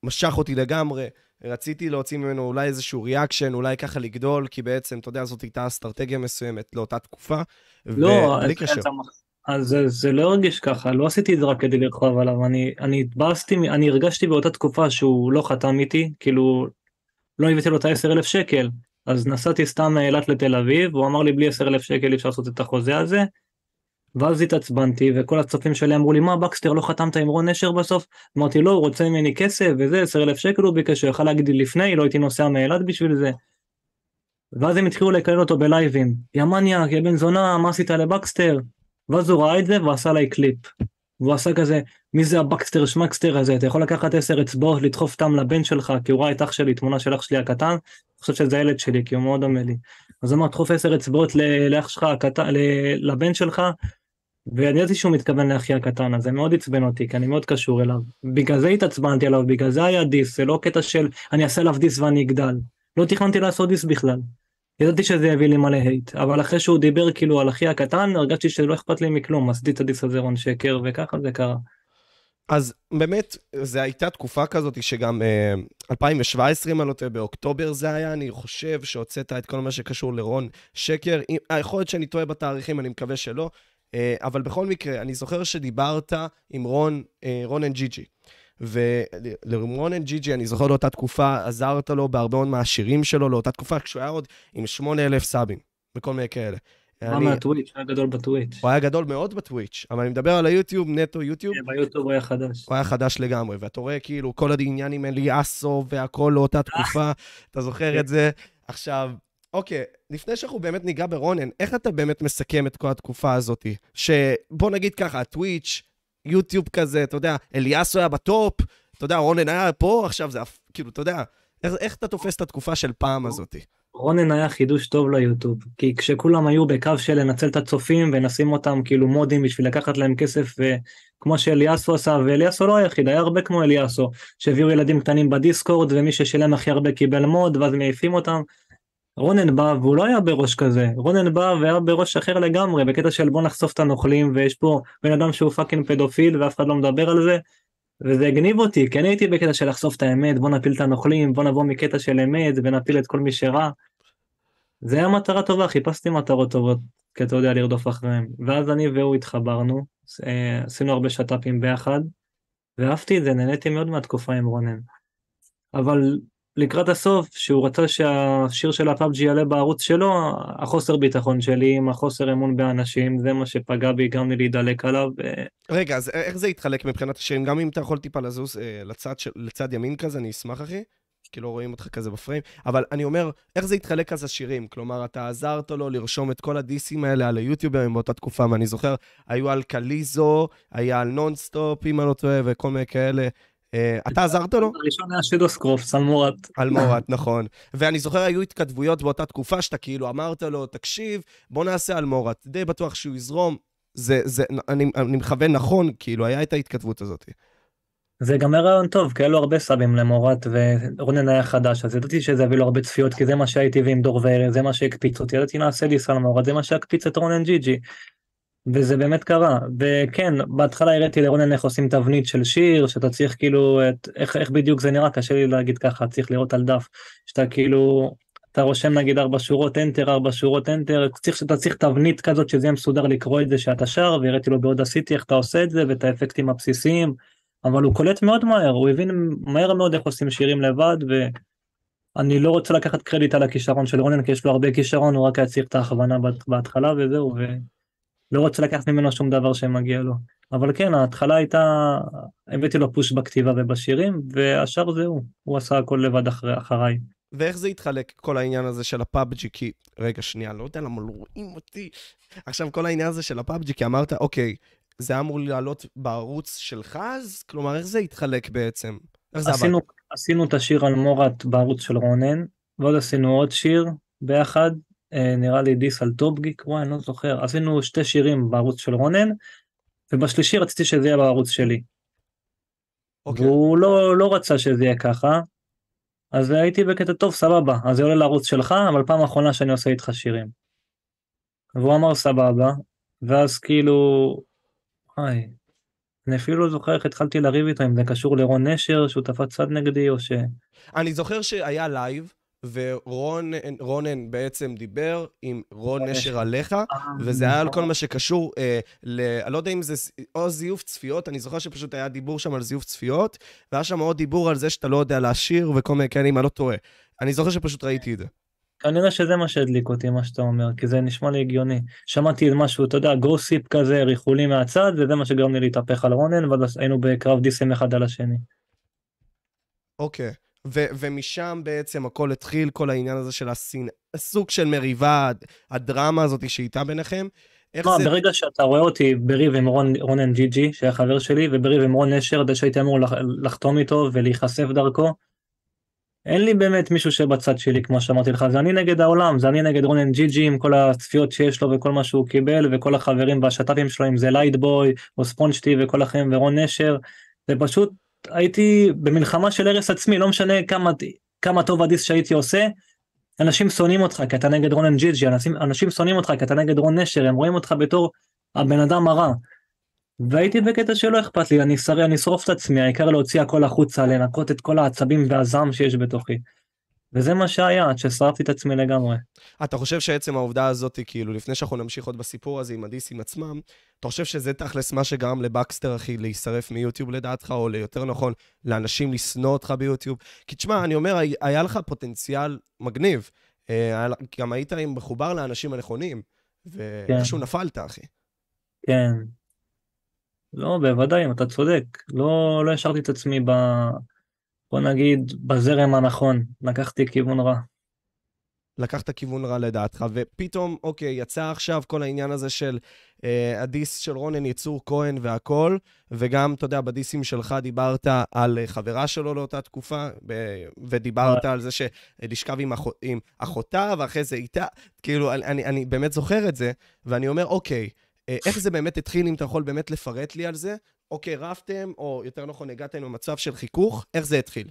משך אותי לגמרי, רציתי להוציא ממנו אולי איזשהו ריאקשן, אולי ככה לגדול, כי בעצם, אתה יודע, זאת הייתה אסטרטגיה מסוימת לאותה תקופה, לא, ובלי קשר. אז זה לא הרגיש ככה, לא עשיתי את זה רק כדי לרחוב עליו, אני התבאסתי, אני הרגשתי באותה תקופה שהוא לא חתם איתי, כאילו, לא הבאתי לו את ה-10,000 שקל, אז נסעתי סתם מאילת לתל אביב, והוא אמר לי בלי 10,000 שקל אי אפשר לעשות את החוזה הזה, ואז התעצבנתי, וכל הצופים שלי אמרו לי, מה בקסטר לא חתמת עם רון נשר בסוף? אמרתי, לא, הוא רוצה ממני כסף, וזה, 10,000 שקל הוא ביקש, הוא יכל להגיד לי לפני, לא הייתי נוסע מאילת בשביל זה. ואז הם התחילו לקלל אותו בלייבים, יא מניאק, יא בן זונה, מה עשית לבקסטר? ואז הוא ראה את זה, ועשה עליי קליפ. והוא עשה כזה, מי זה הבקסטר שמקסטר הזה? אתה יכול לקחת 10 אצבעות, לדחוף אותם לבן שלך, כי הוא ראה את אח שלי, תמונה של אח שלי הקטן, אני חושב שזה הילד שלי, כי הוא מאוד דומה לי. אז הוא אמר, דחוף 10 אצבעות לאח שלך, לבן שלך, ואני ידעתי שהוא מתכוון לאחי הקטן, אז זה מאוד עצבן אותי, כי אני מאוד קשור אליו. בגלל זה התעצבנתי עליו, בגלל זה היה דיס, זה לא קטע של אני אעשה עליו דיס ואני אגדל. לא תכננתי לעשות דיס בכלל. ידעתי שזה יביא לי מלא הייט, אבל אחרי שהוא דיבר כאילו על אחי הקטן, הרגשתי שלא אכפת לי מכלום, עשיתי את הדיס הזה רון שקר, וככה זה קרה. אז באמת, זו הייתה תקופה כזאת שגם 2017, אם אני לא טועה, באוקטובר זה היה, אני חושב שהוצאת את כל מה שקשור לרון שקר, יכול להיות שאני טועה בתאריכים, אני מקווה שלא, אבל בכל מקרה, אני זוכר שדיברת עם רון אנד ג'י ג'י, ולרון אנד ג'י ג'י, אני זוכר לאותה תקופה, עזרת לו בהרבה מאוד מהשירים שלו, לאותה תקופה, כשהוא היה עוד עם 8,000 סאבים, בכל מיני כאלה. מה מהטוויץ', הוא היה גדול בטוויץ'. הוא היה גדול מאוד בטוויץ', אבל אני מדבר על היוטיוב, נטו יוטיוב. ביוטיוב הוא היה חדש. הוא היה חדש לגמרי, ואתה רואה כאילו כל העניין עם אליאסו והכל לאותה תקופה, אתה זוכר את זה? עכשיו, אוקיי, לפני שאנחנו באמת ניגע ברונן, איך אתה באמת מסכם את כל התקופה הזאת? שבוא נגיד ככה, טוויץ', יוטיוב כזה, אתה יודע, אליאסו היה בטופ, אתה יודע, רונן היה פה, עכשיו זה, כאילו, אתה יודע, איך אתה תופס את התקופה של פעם הזאת? רונן היה חידוש טוב ליוטיוב, כי כשכולם היו בקו של לנצל את הצופים ונשים אותם כאילו מודים בשביל לקחת להם כסף, וכמו שאליאסו עשה, ואליאסו לא היחיד, היה הרבה כמו אליאסו, שהביאו ילדים קטנים בדיסקורד, ומי ששילם הכי הרבה קיבל מוד, ואז מעיפים אותם. רונן בא, והוא לא היה בראש כזה, רונן בא והיה בראש אחר לגמרי, בקטע של בוא נחשוף את הנוכלים, ויש פה בן אדם שהוא פאקינג פדופיל, ואף אחד לא מדבר על זה, וזה הגניב אותי, כי אני הייתי בקטע של לחשוף את האמת, בוא נפיל את הנוכלים, בוא נבוא מקטע של אמת, ונפיל את כל מי שרע. זה היה מטרה טובה, חיפשתי מטרות טובות, כי אתה יודע לרדוף אחריהם. ואז אני והוא התחברנו, עשינו הרבה שטאפים ביחד, ואהבתי את זה, נהניתי מאוד מהתקופה עם רונן. אבל לקראת הסוף, שהוא רצה שהשיר של הפאבג'י יעלה בערוץ שלו, החוסר ביטחון שלי, עם החוסר אמון באנשים, זה מה שפגע בי, גם לי להידלק עליו. רגע, אז איך זה יתחלק מבחינת השירים? גם אם אתה יכול טיפה לזוז לצד ימין כזה, אני אשמח, אחי. כי לא רואים אותך כזה בפריים, אבל אני אומר, איך זה יתחלק אז השירים? כלומר, אתה עזרת לו לרשום את כל הדיסים האלה על היוטיוברים באותה תקופה, ואני זוכר, היו על קליזו, היה על נונסטופ, אם אני לא טועה, וכל מיני כאלה. אתה עזרת לו? הראשון היה שדוסקרופס, על מורת. על מורת, נכון. ואני זוכר, היו התכתבויות באותה תקופה, שאתה כאילו אמרת לו, תקשיב, בוא נעשה על מורת. די בטוח שהוא יזרום. אני מכוון נכון, כאילו, היה את ההתכתבות הזאת. זה גם היה רעיון טוב, כי היה לו הרבה סאבים למורת, ורונן היה חדש, אז ידעתי שזה הביא לו הרבה צפיות, כי זה מה שהייתי ועם דור וארז, זה מה שהקפיץ אותי, ידעתי נעשה דיס על מורת, זה מה שהקפיץ את רונן ג'י ג'י, וזה באמת קרה, וכן, בהתחלה הראיתי לרונן איך עושים תבנית של שיר, שאתה צריך כאילו, איך בדיוק זה נראה, קשה לי להגיד ככה, צריך לראות על דף, שאתה כאילו, אתה רושם נגיד 4 שורות אנטר, 4 שורות אנטר, אתה צריך תבנית כזאת שזה יהיה מסודר לקרוא את זה שאתה שר, והראיתי לו בעוד עשיתי איך אתה עושה את זה, ואת האפקטים הבסיסיים, אבל הוא קולט מאוד מהר, הוא הבין מהר מאוד איך עושים שירים לבד, ואני לא רוצה לקחת קרדיט על הכישרון של רונן, כי יש לו הרבה כישרון, הוא רק היה צריך את ההכוונה בהתחלה וזהו, ולא רוצה לקחת ממנו שום דבר שמגיע לו. אבל כן, ההתחלה הייתה, הבאתי לו פוש בכתיבה ובשירים, והשאר זהו, הוא עשה הכל לבד אחריי. ואיך זה התחלק, כל העניין הזה של הפאבג'י? כי, רגע, שנייה, לא יודע למה לא רואים אותי. עכשיו, כל העניין הזה של הפאבג'י, כי אמרת, אוקיי, זה אמור לעלות בערוץ שלך, אז כלומר, איך זה התחלק בעצם? איך זה עבד? עשינו את השיר על מורת בערוץ של רונן, ועוד עשינו עוד שיר ביחד, נראה לי דיס על טופ גיק, וואי, אני לא זוכר, עשינו 2 שירים בערוץ של רונן, ובשלישי רציתי שזה יהיה בערוץ שלי. והוא לא רצה שזה יהיה ככה, אז הייתי בקטע טוב, סבבה, אז זה עולה לערוץ שלך, אבל פעם האחרונה שאני עושה איתך שירים. והוא אמר סבבה, ואז כאילו, אני אפילו לא זוכר איך התחלתי לריב איתו, אם זה קשור לרון נשר, שהוא תפס צד נגדי, או ש... אני זוכר שהיה לייב, ורונן בעצם דיבר עם רון נשר עליך, וזה היה על כל מה שקשור, אני לא יודע אם זה או זיוף צפיות, אני זוכר שפשוט היה דיבור שם על זיוף צפיות, והיה שם עוד דיבור על זה שאתה לא יודע להשאיר, וכל מיני כאלה, אם אני לא טועה. אני זוכר שפשוט ראיתי את זה. כנראה שזה מה שהדליק אותי, מה שאתה אומר, כי זה נשמע לי הגיוני. שמעתי משהו, אתה יודע, גוסיפ כזה, ריחולים מהצד, וזה מה שגרם לי להתהפך על רונן, ואז היינו בקרב דיסם אחד על השני. אוקיי. ומשם בעצם הכל התחיל, כל העניין הזה של הסוג של מריבה, הדרמה הזאת שהייתה ביניכם. מה, ברגע שאתה רואה אותי בריב עם רונן ג'י ג'י, שהיה חבר שלי, ובריב עם רון נשר, זה שהייתי אמור לחתום איתו ולהיחשף דרכו, אין לי באמת מישהו שבצד שלי, כמו שאמרתי לך, זה אני נגד העולם, זה אני נגד רונן ג'י ג'י, עם כל הצפיות שיש לו וכל מה שהוא קיבל, וכל החברים והשת"פים שלו, אם זה לייטבוי, או ספונג'טי וכל החיים, ורון נשר, זה פשוט, הייתי במלחמה של הרס עצמי, לא משנה כמה טוב הדיס שהייתי עושה, אנשים שונאים אותך כי אתה נגד רונן ג'י ג'י, אנשים שונאים אותך כי אתה נגד רון נשר, הם רואים אותך בתור הבן אדם הרע. והייתי בקטע שלא אכפת לי, אני אשרוף את עצמי, העיקר להוציא הכל החוצה, לנקות את כל העצבים והזעם שיש בתוכי. וזה מה שהיה, עד ששרפתי את עצמי לגמרי. אתה חושב שעצם העובדה הזאת, כאילו, לפני שאנחנו נמשיך עוד בסיפור הזה עם הדיסים עצמם, אתה חושב שזה תכלס מה שגרם לבקסטר, אחי, להישרף מיוטיוב לדעתך, או ליותר נכון, לאנשים לשנוא אותך ביוטיוב? כי תשמע, אני אומר, היה לך פוטנציאל מגניב. גם היית מחובר לאנשים הנכונים, ואיכשהו נפלת, אחי. כן. לא, בוודאי, אתה צודק. לא השארתי את עצמי בוא נגיד, בזרם הנכון. לקחתי כיוון רע. לקחת כיוון רע לדעתך, ופתאום, אוקיי, יצא עכשיו כל העניין הזה של הדיס של רונן יצור כהן והכל, וגם, אתה יודע, בדיסים שלך דיברת על חברה שלו לאותה תקופה, ודיברת על זה שלשכב עם אחותה, ואחרי זה איתה, כאילו, אני באמת זוכר את זה, ואני אומר, אוקיי, איך זה באמת התחיל, אם אתה יכול באמת לפרט לי על זה? אוקיי, רבתם, או יותר נכון, הגעתם למצב של חיכוך, איך זה התחיל?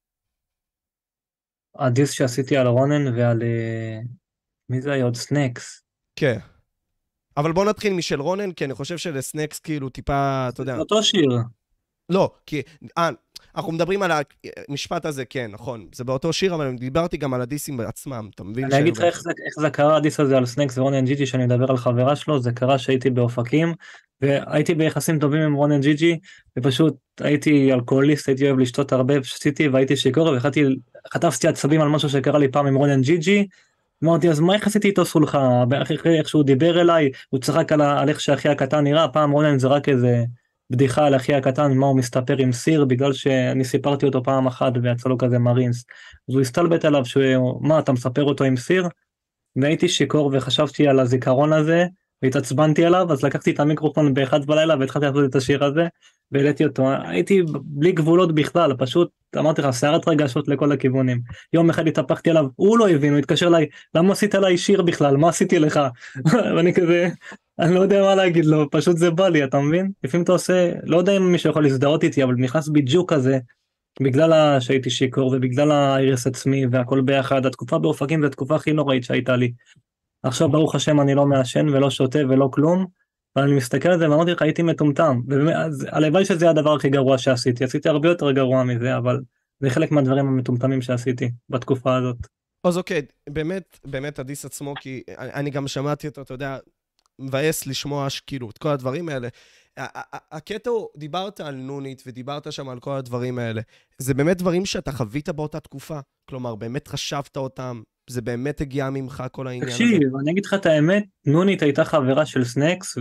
הדיס שעשיתי על רונן ועל... מי זה היה עוד? סנקס. כן. אבל בוא נתחיל משל רונן, כי אני חושב שלסנקס כאילו טיפה, אתה יודע... זה אותו שיר. לא, כי... אנחנו מדברים על המשפט הזה, כן, נכון. זה באותו שיר, אבל אני דיברתי גם על הדיסים בעצמם, אתה מבין? אני אגיד לך איך זה קרה, הדיס הזה על סנקס ורונן ג'י ג'י, שאני מדבר על חברה שלו, זה קרה שהייתי באופקים, והייתי ביחסים טובים עם רונן ג'י ג'י, ופשוט הייתי אלכוהוליסט, הייתי אוהב לשתות הרבה, שתיתי והייתי שיקור, וחטפתי עצבים על משהו שקרה לי פעם עם רונן ג'י ג'י, אמרתי, אז מה איך עשיתי איתו סולחה? איך שהוא דיבר אליי, הוא צחק על איך שאחי הקטן נראה, פעם רונן זה רק איזה בדיחה על אחי הקטן, מה הוא מסתפר עם סיר, בגלל שאני סיפרתי אותו פעם אחת, ויצא לו כזה מרינס. אז הוא הסתלבט עליו, מה, אתה מספר אותו עם סיר? והייתי שיקור וחשבתי על הזיכרון הזה, והתעצבנתי עליו, אז לקחתי את המיקרופון באחד בלילה, והתחלתי לעשות את השיר הזה, והעליתי אותו. הייתי בלי גבולות בכלל, פשוט אמרתי לך, סערת רגשות לכל הכיוונים. יום אחד התהפכתי עליו, הוא לא הבין, הוא התקשר אליי, למה עשית עליי שיר בכלל, מה עשיתי לך? ואני כזה, אני לא יודע מה להגיד לו, פשוט זה בא לי, אתה מבין? לפעמים אתה עושה, לא יודע אם מישהו יכול להזדהות איתי, אבל נכנס בדיוק כזה, בגלל שהייתי שיקור, ובגלל האירס עצמי, והכל ביחד, התקופה באופקים, זו התקופה הכי נוראית שהייתה לי. עכשיו ברוך השם אני לא מעשן ולא שותה ולא כלום, אבל אני מסתכל על זה ואמרתי לך הייתי מטומטם, הלוואי שזה הדבר הכי גרוע שעשיתי, עשיתי הרבה יותר גרוע מזה, אבל זה חלק מהדברים המטומטמים שעשיתי בתקופה הזאת. אז אוקיי, באמת הדיס עצמו, כי אני גם שמעתי אותו, אתה יודע, מבאס לשמוע כאילו את כל הדברים האלה. הקטע הוא, דיברת על נונית ודיברת שם על כל הדברים האלה, זה באמת דברים שאתה חווית באותה תקופה, כלומר באמת חשבת אותם, זה באמת הגיע ממך כל העניין הזה. תקשיב, אני אגיד לך את האמת, נונית הייתה חברה של סנקס,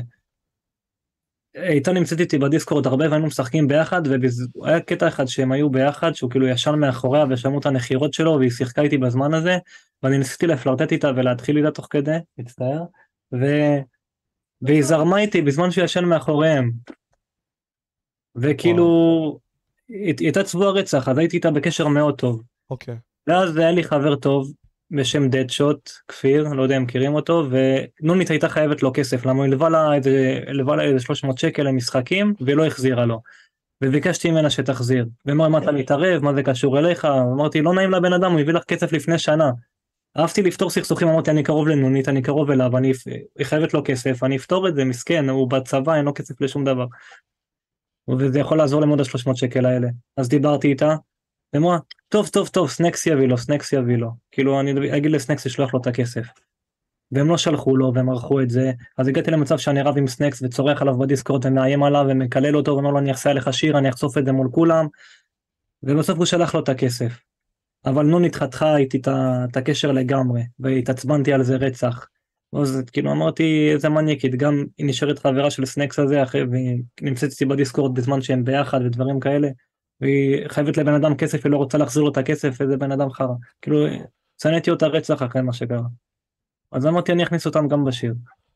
והייתה נמצאת איתי בדיסקורד הרבה, והיינו משחקים ביחד, והיה קטע אחד שהם היו ביחד, שהוא כאילו ישן מאחוריה, ושמעו את הנחירות שלו, והיא שיחקה איתי בזמן הזה, ואני ניסיתי לפלרטט איתה, ולהתחיל איתה תוך כדי, מצטער, והיא זרמה איתי בזמן שהוא ישן מאחוריהם, וכאילו, היא הייתה צבוע רצח, אז הייתי איתה בקשר מאוד טוב. אוקיי. ואז היה לי חבר טוב, בשם דדשוט, כפיר, לא יודע אם מכירים אותו, ונונית הייתה חייבת לו כסף, למה הוא לבה לה איזה 300 שקל למשחקים, ולא החזירה לו. וביקשתי ממנה שתחזיר. ואמר, מה אתה מתערב, מה זה קשור אליך? אמרתי, לא נעים לבן אדם, הוא הביא לך כסף לפני שנה. אהבתי לפתור סכסוכים, אמרתי, אני קרוב לנונית, אני קרוב אליו, היא חייבת לו כסף, אני אפתור את זה, מסכן, הוא בצבא, אין לו כסף לשום דבר. וזה יכול לעזור להם עוד ה-300 שקל האלה. אז דיברתי איתה, ואמרה, טוב, טוב, טוב, סנקס יביא לו, סנקס יביא לו. כאילו, אני אגיד לסנקס לשלוח לו את הכסף. והם לא שלחו לו, והם ערכו את זה, אז הגעתי למצב שאני רב עם סנקס, וצורח עליו בדיסקורד, ומאיים עליו, ומקלל אותו, ואומר לו, אני אעשה עליך שיר, אני אחשוף את זה מול כולם, ובסוף הוא שלח לו את הכסף. אבל נון התחתכה איתי את הקשר לגמרי, והתעצבנתי על זה רצח. אז כאילו אמרתי, איזה מניאקית, גם היא נשארת חברה של סנקס הזה, והיא נמצאת איתי בדיסקורד בזמן שהם ביחד ודברים כאלה, והיא חייבת לבן אדם כסף, היא לא רוצה להחזיר לו את הכסף, איזה בן אדם חרא. כאילו, צנעתי אותה רצח אחרי מה שקרה. אז אמרתי, אני אכניס אותם גם בשיר.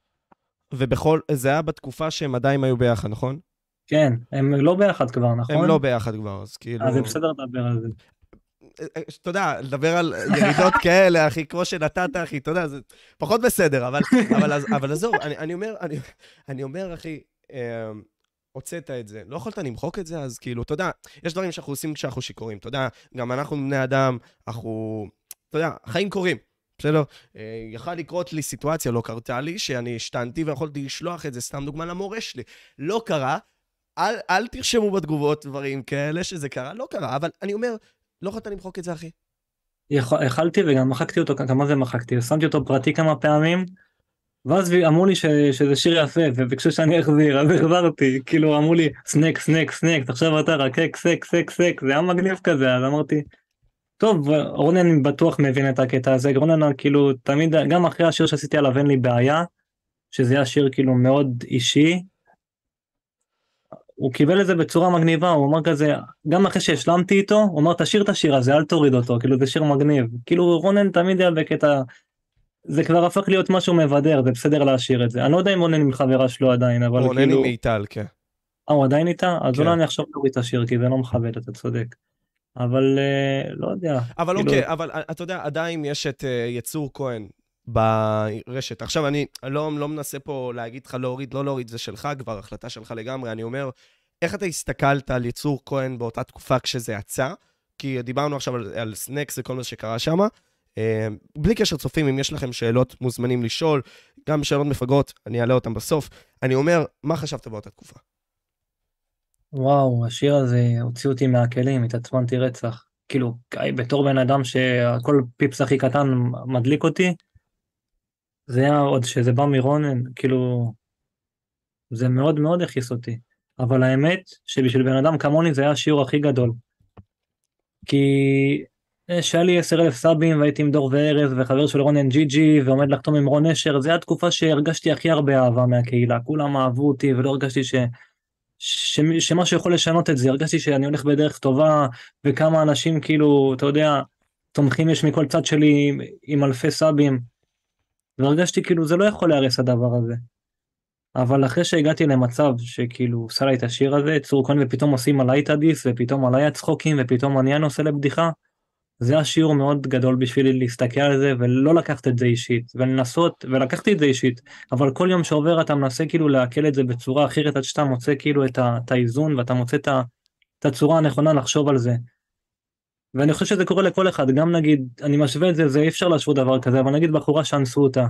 זה היה בתקופה שהם עדיין היו ביחד, נכון? כן, הם לא ביחד כבר, נכון? הם לא ביחד כבר, אז כאילו... אז זה בסדר לדבר על זה. אתה יודע, לדבר על ירידות כאלה, אחי, כמו שנתת, אחי, אתה יודע, זה פחות בסדר, אבל עזוב, אני אומר, אחי, הוצאת את זה, לא יכולת למחוק את זה, אז כאילו, אתה יודע, יש דברים שאנחנו עושים כשאנחנו שיכורים, אתה יודע, גם אנחנו בני אדם, אנחנו, אתה יודע, חיים קורים, בסדר? יכל לקרות לי סיטואציה, לא קרתה לי, שאני השתנתי ויכולתי לשלוח את זה, סתם דוגמה למורה שלי. לא קרה, אל תרשמו בתגובות דברים כאלה שזה קרה, לא קרה, אבל אני אומר, לא יכולת למחוק את זה, אחי. יכלתי וגם מחקתי אותו, כמה זה מחקתי, שמתי אותו פרטי כמה פעמים, ואז אמרו לי שזה שיר יפה, וביקשו שאני אחזיר, אז החזרתי, כאילו אמרו לי, סנק, סנק, סנק, עכשיו אתה רקק, סק, סק, סק, זה היה מגניב כזה, אז אמרתי, טוב, רונן בטוח מבין את הקטע הזה, רונן כאילו תמיד, גם אחרי השיר שעשיתי עליו אין לי בעיה, שזה היה שיר כאילו מאוד אישי, הוא קיבל את זה בצורה מגניבה, הוא אמר כזה, גם אחרי שהשלמתי איתו, הוא אמר תשאיר את השיר הזה, אל תוריד אותו, כאילו זה שיר מגניב, כאילו רונן תמיד היה בקטע, זה כבר הפך להיות משהו מבדר, זה בסדר להשאיר את זה, אני לא יודע אם רונן עם חברה שלו עדיין, אבל רונן כאילו... עם מיטל, כן. הוא עדיין איתה? אז כן. אולי אני עכשיו להוריד את השיר, כי זה לא מכבד, אתה צודק. אבל לא יודע. אבל כאילו... אוקיי, אבל אתה יודע, עדיין יש את יצור כהן ברשת. עכשיו, אני לא מנסה פה להגיד לך להוריד, לא להוריד, זה שלך כבר, החלטה שלך לגמרי. אני אומר, איך אתה הסתכלת על יצור כהן באותה תקופה כשזה יצא? כי דיברנו עכשיו על סנקס וכל מה שקרה שם. בלי קשר צופים, אם יש לכם שאלות, מוזמנים לשאול. גם שאלות מפגרות, אני אעלה אותם בסוף. אני אומר, מה חשבת באותה תקופה? וואו, השיר הזה הוציא אותי מהכלים, התעצמנתי רצח. כאילו, בתור בן אדם שהכל פיפס הכי קטן מדליק אותי, זה היה עוד שזה בא מרונן, כאילו, זה מאוד מאוד הכיס אותי. אבל האמת, שבשביל בן אדם כמוני זה היה השיעור הכי גדול. כי שהיה לי 10,000 סאבים והייתי עם דור וארז וחבר של רונן ג'י ועומד לחתום עם רון נשר, זה היה התקופה שהרגשתי הכי הרבה אהבה מהקהילה, כולם אהבו אותי ולא הרגשתי שמשהו יכול לשנות את זה, הרגשתי שאני הולך בדרך טובה וכמה אנשים כאילו, אתה יודע, תומכים יש מכל צד שלי עם אלפי סאבים, והרגשתי כאילו זה לא יכול להרס הדבר הזה. אבל אחרי שהגעתי למצב שכאילו עושה לי את השיר הזה, צור כהן ופתאום עושים עליי את הדיס ופתאום עליי הצחוקים ופתאום אני עושה לבדיחה, זה היה שיעור מאוד גדול בשבילי להסתכל על זה ולא לקחת את זה אישית ולנסות, ולקחתי את זה אישית, אבל כל יום שעובר אתה מנסה כאילו להקל את זה בצורה אחרת עד שאתה מוצא כאילו את האיזון ואתה מוצא את הצורה הנכונה לחשוב על זה. ואני חושב שזה קורה לכל אחד, גם נגיד, אני משווה את זה, זה אי אפשר להשוות דבר כזה, אבל נגיד בחורה שאנסו אותה.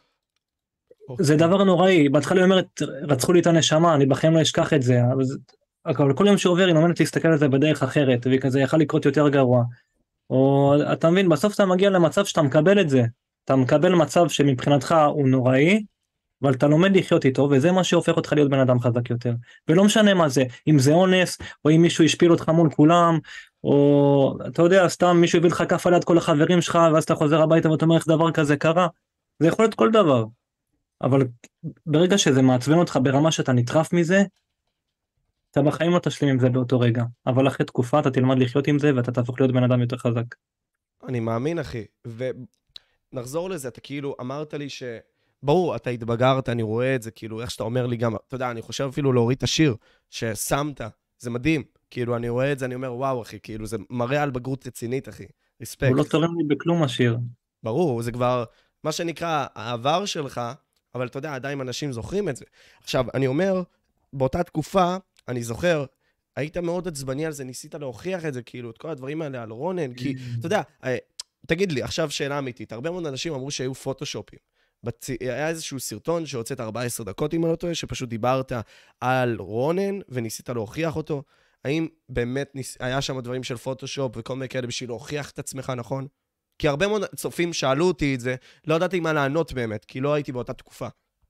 זה דבר נוראי, בהתחלה היא אומרת, רצחו לי את הנשמה, אני בחיים לא אשכח את זה, אבל כל יום שעובר היא לומדת להסתכל על זה בדרך אחרת, וכזה יכל לקרות יותר גרוע. או אתה מבין, בסוף אתה מגיע למצב שאתה מקבל את זה, אתה מקבל מצב שמבחינתך הוא נוראי, אבל אתה לומד לחיות איתו, וזה מה שהופך אותך להיות בן אדם חזק יותר. ולא משנה מה זה, אם זה אונס, או אם מישהו השפיל אותך מול כולם, או אתה יודע, סתם מישהו הביא לך כף על יד כל החברים שלך, ואז אתה חוזר הביתה ואתה אומר איך דבר כזה קרה, זה יכול להיות כל דבר. אבל ברגע שזה מעצבן אותך ברמה שאתה נטרף מזה, אתה בחיים לא תשלים עם זה באותו רגע, אבל אחרי תקופה אתה תלמד לחיות עם זה, ואתה תהפוך להיות בן אדם יותר חזק. אני מאמין, אחי, ונחזור לזה, אתה כאילו אמרת לי ברור, אתה התבגרת, אני רואה את זה, כאילו, איך שאתה אומר לי גם, אתה יודע, אני חושב אפילו להוריד את השיר ששמת, זה מדהים, כאילו, אני רואה את זה, אני אומר, וואו, אחי, כאילו, זה מראה על בגרות רצינית, אחי, ריספקט. הוא לא תורם לי בכלום השיר. ברור, זה כבר, מה שנקרא, העבר שלך, אבל אתה יודע, עדיין אנשים זוכרים את זה. עכשיו, אני אומר, באותה תקופה, אני זוכר, היית מאוד עצבני על זה, ניסית להוכיח את זה, כאילו, את כל הדברים האלה על רונן, כי, אתה יודע, תגיד לי, עכשיו שאלה אמיתית, הרבה מאוד אנשים אמרו שהיו פוטושופים, היה איזשהו סרטון שהוצאת 14 דקות אם אני לא טועה, שפשוט דיברת על רונן וניסית להוכיח אותו. האם באמת היה שם דברים של פוטושופ וכל מיני כאלה בשביל להוכיח את עצמך, נכון? כי הרבה מאוד צופים שאלו אותי את זה, לא ידעתי מה לענות באמת, כי לא הייתי באותה תקופה.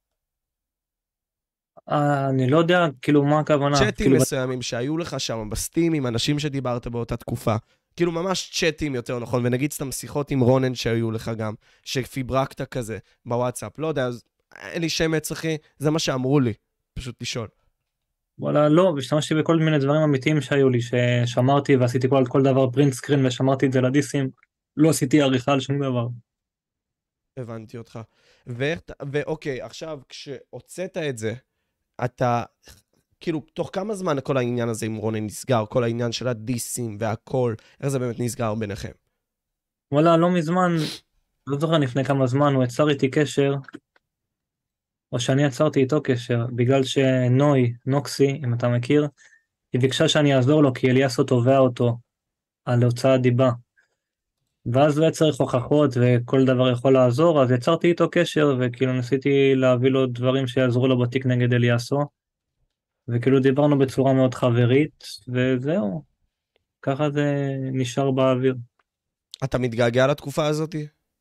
אני לא יודע, כאילו, מה הכוונה? צ'אטים כאילו, מסוימים שהיו לך שם בסטים עם אנשים שדיברת באותה תקופה. כאילו ממש צ'אטים יותר נכון, ונגיד סתם שיחות עם רונן שהיו לך גם, שפיברקת כזה בוואטסאפ. לא יודע, אז אין לי שמץ אחי, זה מה שאמרו לי, פשוט לשאול. וואלה, לא, השתמשתי בכל מיני דברים אמיתיים שהיו לי, ששמרתי ועשיתי כל דבר פרינט סקרין ושמרתי את זה לדיסים, לא עשיתי עריכה על שום דבר. הבנתי אותך. ואוקיי, עכשיו, כשהוצאת את זה, אתה, כאילו, תוך כמה זמן כל העניין הזה עם רונן נסגר, כל העניין של הדיסים והכל, איך זה באמת נסגר ביניכם? וואלה, לא מזמן, לא זוכר לפני כמה זמן, הוא יצר איתי קשר, או שאני יצרתי איתו קשר, בגלל שנוי, נוקסי, אם אתה מכיר, היא ביקשה שאני אעזור לו, כי אליאסו תובע אותו על הוצאת דיבה. ואז לא צריך הוכחות וכל דבר יכול לעזור, אז יצרתי איתו קשר, וכאילו ניסיתי להביא לו דברים שיעזרו לו בתיק נגד אליאסו, וכאילו דיברנו בצורה מאוד חברית, וזהו, ככה זה נשאר באוויר. אתה מתגעגע לתקופה הזאת?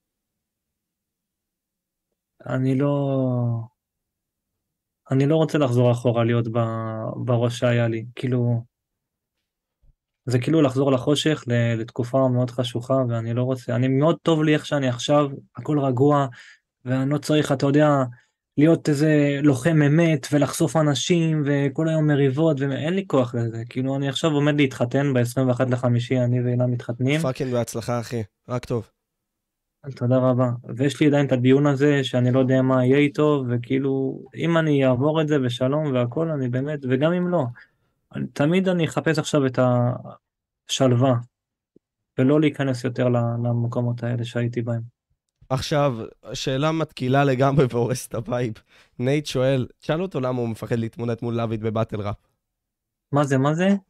אני לא רוצה לחזור אחורה להיות בראש שהיה לי, כאילו, זה כאילו לחזור לחושך לתקופה מאוד חשוכה, ואני לא רוצה, אני מאוד טוב לי איך שאני עכשיו, הכל רגוע, ואני לא צריך, אתה יודע, להיות איזה לוחם אמת, ולחשוף אנשים, וכל היום מריבות, ואין לי כוח לזה, כאילו אני עכשיו עומד להתחתן ב-21 לחמישי, אני ואילה מתחתנים. פאקינג בהצלחה אחי, רק טוב. תודה רבה, ויש לי עדיין את הדיון הזה, שאני לא יודע מה יהיה איתו, וכאילו, אם אני אעבור את זה בשלום והכל, אני באמת, וגם אם לא, תמיד אני אחפש עכשיו את השלווה, ולא להיכנס יותר למקומות האלה שהייתי בהם. עכשיו, שאלה מתקילה לגמרי והורסת הווייב. נייט שואל, תשאל אותו למה הוא מפחד להתמודד מול לויד בבטל ראפ. מה זה?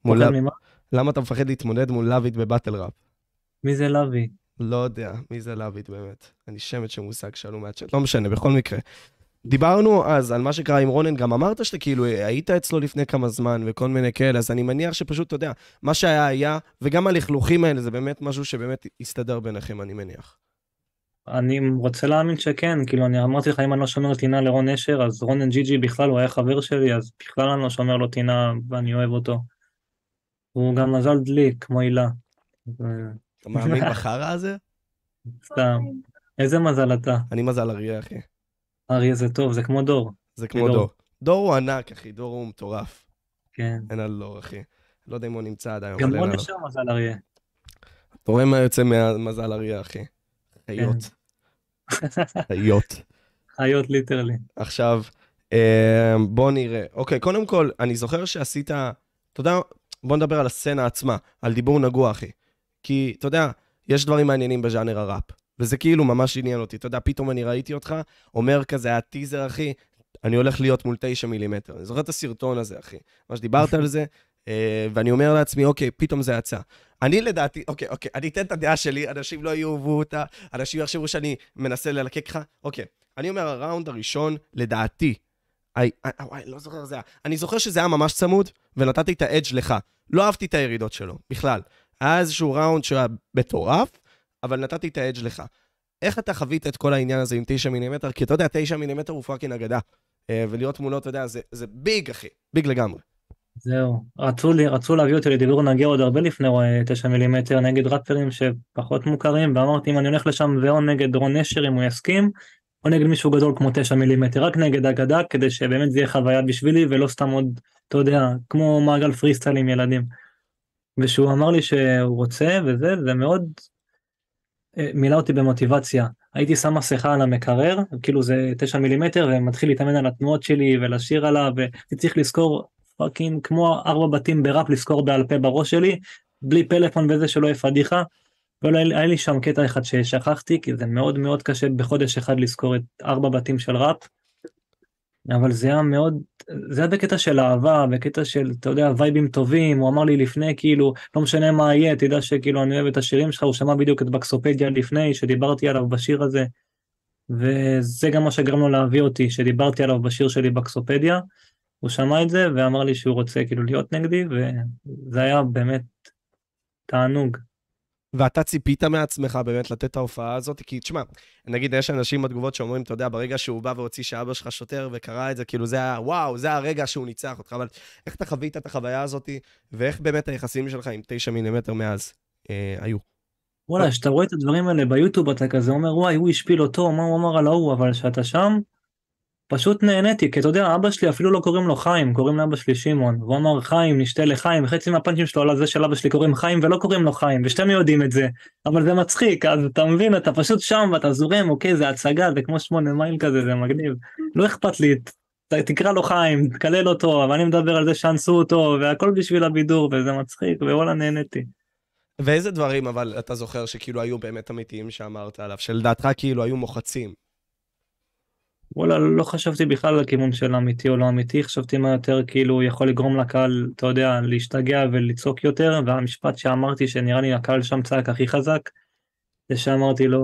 למה אתה מפחד להתמודד מול לויד בבטל ראפ? מי זה לוי? לא יודע, מי זה לויד באמת. אני שמץ שמושג שאלו מהצ'אט. לא משנה, בכל מקרה. דיברנו אז על מה שקרה עם רונן, גם אמרת שאתה כאילו היית אצלו לפני כמה זמן וכל מיני כאלה, אז אני מניח שפשוט, אתה יודע, מה שהיה היה, וגם הלכלוכים האלה, זה באמת משהו שבאמת יסתדר ביניכם, אני מניח. אני רוצה להאמין שכן, כאילו אני אמרתי לך, אם אני לא שומר טינה לרון נשר, אז רונן ג'י בכלל הוא היה חבר שלי, אז בכלל אני לא שומר לו טינה ואני אוהב אותו. הוא גם מזל דליק, כמו הילה. אתה מאמין בחרא הזה? סתם. איזה מזל אתה? אני מזל אריה, אחי. אריה זה טוב, זה כמו דור. זה כמו דור. דור הוא ענק, אחי, דור הוא מטורף. כן. אין על דור, אחי. לא יודע אם הוא נמצא עדיין. גם רון נשר מזל אריה. אתה רואה מה יוצא מהמזל אריה, אחי? חיות. חיות. חיות ליטרלי. עכשיו, בוא נראה. אוקיי, קודם כל, אני זוכר שעשית, אתה יודע, בוא נדבר על הסצנה עצמה, על דיבור נגוע, אחי. כי, אתה יודע, יש דברים מעניינים בז'אנר הראפ, וזה כאילו ממש עניין אותי. אתה יודע, פתאום אני ראיתי אותך, אומר כזה, הטיזר, אחי, אני הולך להיות מול 9 מילימטר. אני זוכר את הסרטון הזה, אחי. מה שדיברת על זה, ואני אומר לעצמי, אוקיי, פתאום זה יצא. אני לדעתי, אוקיי, אני אתן את הדעה שלי, אנשים לא יאהבו אותה, אנשים יחשבו שאני מנסה ללקק לך. אוקיי, אני אומר, הראונד הראשון, לדעתי, לא זוכר זה היה. אני זוכר שזה היה ממש צמוד, ונתתי את האדג' לך. לא אהבתי את הירידות שלו, בכלל. היה איזשהו ראונד שהיה מטורף, אבל נתתי את האדג' לך. איך אתה חווית את כל העניין הזה עם 9 מילימטר? כי אתה יודע, 9 מילימטר הוא פאקינג אגדה. ולהיות מולו, אתה יודע, זה ביג, אחי. ביג לגמרי. זהו. רצו להביא אותי לדיבור נגיע עוד הרבה לפני 9 מילימטר נגד ראפרים שפחות מוכרים, ואמרתי, אם אני הולך לשם ואו נגד רון נשר, אם הוא יסכים, או נגד מישהו גדול כמו 9 מילימטר, רק נגד אגדה, כדי שבאמת זה יהיה חוויה בשבילי, ולא סתם עוד, אתה יודע, כמו מעגל פריסטייל עם ילדים. ושהוא אמר לי שהוא רוצה, וזה, זה מאוד מילא אותי במוטיבציה. הייתי שם מסכה על המקרר, כאילו זה 9 מילימטר, ומתחיל להתאמן על התנועות שלי, ולשיר עליו, וצריך לזכור פאקינג כמו 4 בתים בראפ, לזכור בעל פה בראש שלי, בלי פלאפון וזה שלא יפדיחה, היה לי שם קטע אחד ששכחתי, כי זה מאוד מאוד קשה בחודש אחד לזכור את 4 בתים של ראפ, אבל זה היה מאוד, זה היה בקטע של אהבה, בקטע של, אתה יודע, וייבים טובים, הוא אמר לי לפני, כאילו, לא משנה מה יהיה, תדע שכאילו אני אוהב את השירים שלך, הוא שמע בדיוק את בקסופדיה לפני, שדיברתי עליו בשיר הזה, וזה גם מה שגרם לו להביא אותי, שדיברתי עליו בשיר שלי בקסופדיה, הוא שמע את זה ואמר לי שהוא רוצה כאילו להיות נגדי, וזה היה באמת תענוג. ואתה ציפית מעצמך באמת לתת את ההופעה הזאת? כי תשמע, נגיד יש אנשים בתגובות שאומרים, אתה יודע, ברגע שהוא בא והוציא שאבא שלך שוטר וקרא את זה, כאילו זה היה, וואו, זה הרגע שהוא ניצח אותך, אבל איך אתה חווית את החוויה הזאת, ואיך באמת היחסים שלך עם 9 מילימטר מאז היו? וואלה, כשאתה רואה את הדברים האלה ביוטיוב, אתה כזה אומר, וואי, הוא השפיל אותו, מה הוא אמר על ההוא, אבל כשאתה שם, פשוט נהניתי, כי אתה יודע, אבא שלי אפילו לא קוראים לו חיים, קוראים לאבא שלי שמעון, והוא אמר חיים, נשתה לחיים, חצי מהפאנצ'ים שלו על זה של אבא שלי קוראים חיים ולא קוראים לו חיים, ושתינו יודעים את זה, אבל זה מצחיק, אז אתה מבין, אתה פשוט שם ואתה זורם, אוקיי, זה הצגה, זה כמו 8 מייל כזה, זה מגניב, לא אכפת לי, תקרא לו חיים, תקלל אותו, אבל אני מדבר על זה שאנסו אותו, והכל בשביל הבידור, וזה מצחיק, ווואלה נהניתי. ואיזה דברים, אבל אתה זוכר שכאילו היו באמת אמיתיים שאמרת עליו, שלדעתך כאילו היו מוחצים? וואלה, לא חשבתי בכלל על הכיוון של אמיתי או לא אמיתי, חשבתי מה יותר כאילו יכול לגרום לקהל, אתה יודע, להשתגע ולצעוק יותר, והמשפט שאמרתי שנראה לי הקהל שם צעק הכי חזק, זה שאמרתי לו,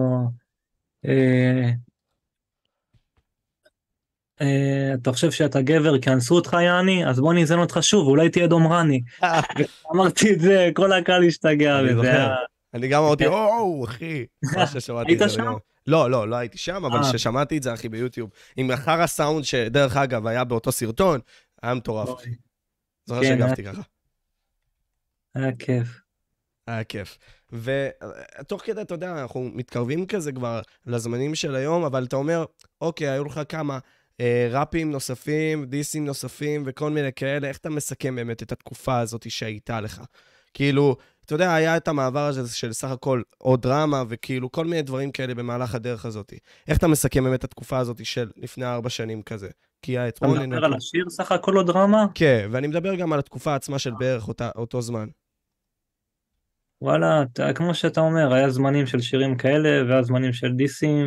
אתה חושב שאתה גבר כי אנסו אותך יעני, אז בוא נזן אותך שוב, אולי תהיה דומרני. אמרתי את זה, כל הקהל השתגע. אני זוכר. אני גם אמרתי, אחי, מה ששמעתי את זה. היית שם? לא הייתי שם, אבל כששמעתי את זה, אחי, ביוטיוב, עם אחר הסאונד שדרך אגב היה באותו סרטון, היה מטורף. זוכר שהגבתי ככה. היה כיף. היה כיף. ותוך כדי, אתה יודע, אנחנו מתקרבים כזה כבר לזמנים של היום, אבל אתה אומר, אוקיי, היו לך כמה ראפים נוספים, דיסים נוספים וכל מיני כאלה, איך אתה מסכם באמת את התקופה הזאת שהייתה לך? כאילו, אתה יודע, היה את המעבר הזה של סך הכל עוד דרמה, וכאילו כל מיני דברים כאלה במהלך הדרך הזאת. איך אתה מסכם באמת את התקופה הזאת של לפני 4 שנים כזה? כי היה את רונן... אתה מדבר על השיר סך הכל עוד דרמה? כן, ואני מדבר גם על התקופה עצמה של בערך אותו זמן. וואלה, כמו שאתה אומר, היה זמנים של שירים כאלה, והיה זמנים של דיסים,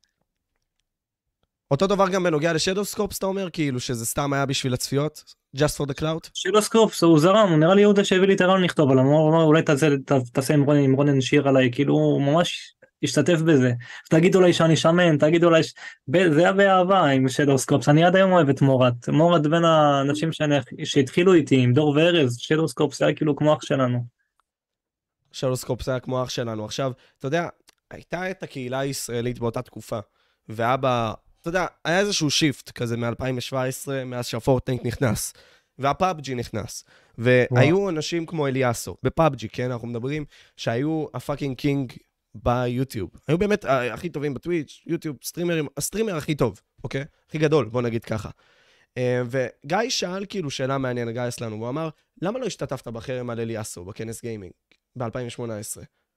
אותו דבר גם בנוגע לשדוסקופס, אתה אומר, כאילו שזה סתם היה בשביל הצפיות? Just for the cloud? שדוסקופס, הוא זרם, הוא נראה לי יהודה שהביא לי את הרעיון לכתוב עליו, הוא אמר, אולי תעשה עם רונן שיר עליי, כאילו הוא ממש השתתף בזה. תגיד אולי שאני שמן, תגיד אולי... זה היה באהבה עם שדוסקופס, אני עד היום אוהב את מורת. מורת בין האנשים שהתחילו איתי, עם דור וארז, שדוסקופס היה כאילו כמו אח שלנו. שדוסקופס היה כמו אח שלנו. עכשיו, אתה יודע, הייתה את הקהילה הישראלית באותה תקופה, ואבא... אתה יודע, היה איזשהו שיפט כזה מ-2017, מאז שהפורטנייט נכנס, והפאבג'י נכנס, והיו אנשים כמו אליאסו, בפאבג'י, כן, אנחנו מדברים, שהיו הפאקינג קינג ביוטיוב. היו באמת הכי טובים בטוויץ', יוטיוב, סטרימרים, הסטרימר הכי טוב, אוקיי? הכי גדול, בוא נגיד ככה. וגיא שאל כאילו שאלה מעניינת, גיא אסלנו, הוא אמר, למה לא השתתפת בחרם על אליאסו, בכנס גיימינג, ב-2018?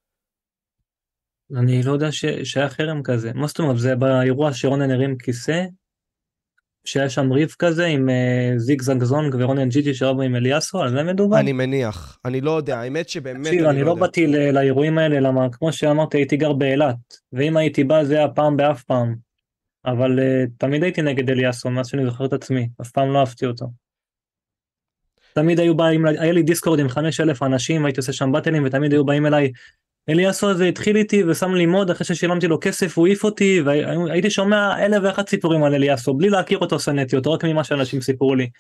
אני לא יודע שהיה חרם כזה. מה זאת אומרת, זה באירוע שרונן הרים כיסא, שהיה שם ריב כזה עם זיג זג זונג ורונן ג'יג'י שרבו עם אליאסו, על זה מדובר? אני מניח, אני לא יודע, האמת שבאמת אני לא באתי לאירועים האלה, למה כמו שאמרתי הייתי גר באילת, ואם הייתי בא זה היה פעם באף פעם, אבל תמיד הייתי נגד אליאסו, מאז שאני זוכר את עצמי, אף פעם לא אהבתי אותו. תמיד היו באים, היה לי דיסקורד עם 5,000 אנשים, הייתי עושה שם באטלים, ותמיד היו באים אליי, אליאסו הזה התחיל איתי ושם לי מוד, אחרי ששילמתי לו כסף הוא העיף אותי, והייתי שומע 1,001 סיפורים על אליאסו, בלי להכיר אותו סנטי אותו, רק ממה שאנשים סיפרו לי.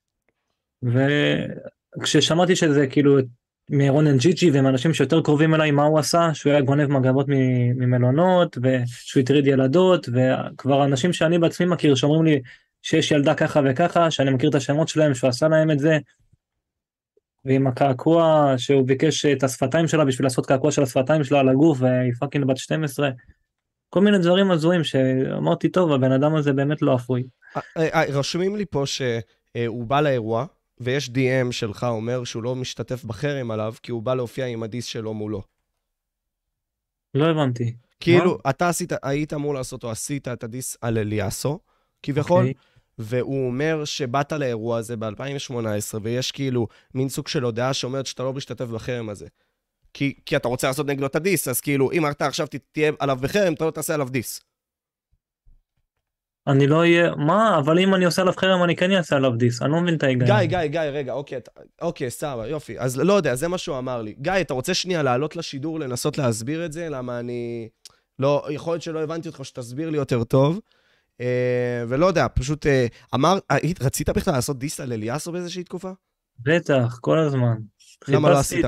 וכששמעתי שזה כאילו מרונן ג'יג'י ומאנשים שיותר קרובים אליי מה הוא עשה, שהוא היה גונב מגבות ממלונות, ושהוא הטריד ילדות, וכבר אנשים שאני בעצמי מכיר שאומרים לי שיש ילדה ככה וככה, שאני מכיר את השמות שלהם, שהוא עשה להם את זה, ועם הקעקוע שהוא ביקש את השפתיים שלה בשביל לעשות קעקוע של השפתיים שלה על הגוף, והיא פאקינג בת 12, כל מיני דברים הזויים שאמרתי טוב, הבן אדם הזה באמת לא אפוי. רשומים לי פה שהוא בא לאירוע, ויש DM שלך אומר שהוא לא משתתף בחרם עליו, כי הוא בא להופיע עם הדיס שלו מולו. לא הבנתי. כאילו, אתה היית אמור לעשות או עשית את הדיס על אליאסו, כביכול, והוא אומר שבאת לאירוע הזה ב-2018, ויש כאילו מין סוג של הודעה שאומרת שאתה לא משתתף בחרם הזה. כי אתה רוצה לעשות נגדו את הדיס, אז כאילו, אם אתה עכשיו תהיה עליו בחרם, אתה לא תעשה עליו דיס. אני לא אהיה, מה? אבל אם אני עושה עליו חרם, אני כן אעשה עליו דיס, אני לא מבין את ההיגיון. גיא, רגע, אוקיי, סבבה, יופי. אז לא יודע, זה מה שהוא אמר לי. גיא, אתה רוצה שנייה לעלות לשידור, לנסות להסביר את זה? למה אני לא, יכול להיות שלא הבנתי אותך, שתסביר לי יותר טוב, ולא יודע, פשוט רצית בכלל לעשות דיס על אליאסו באיזושהי תקופה? בטח, כל הזמן. למה לא עשית?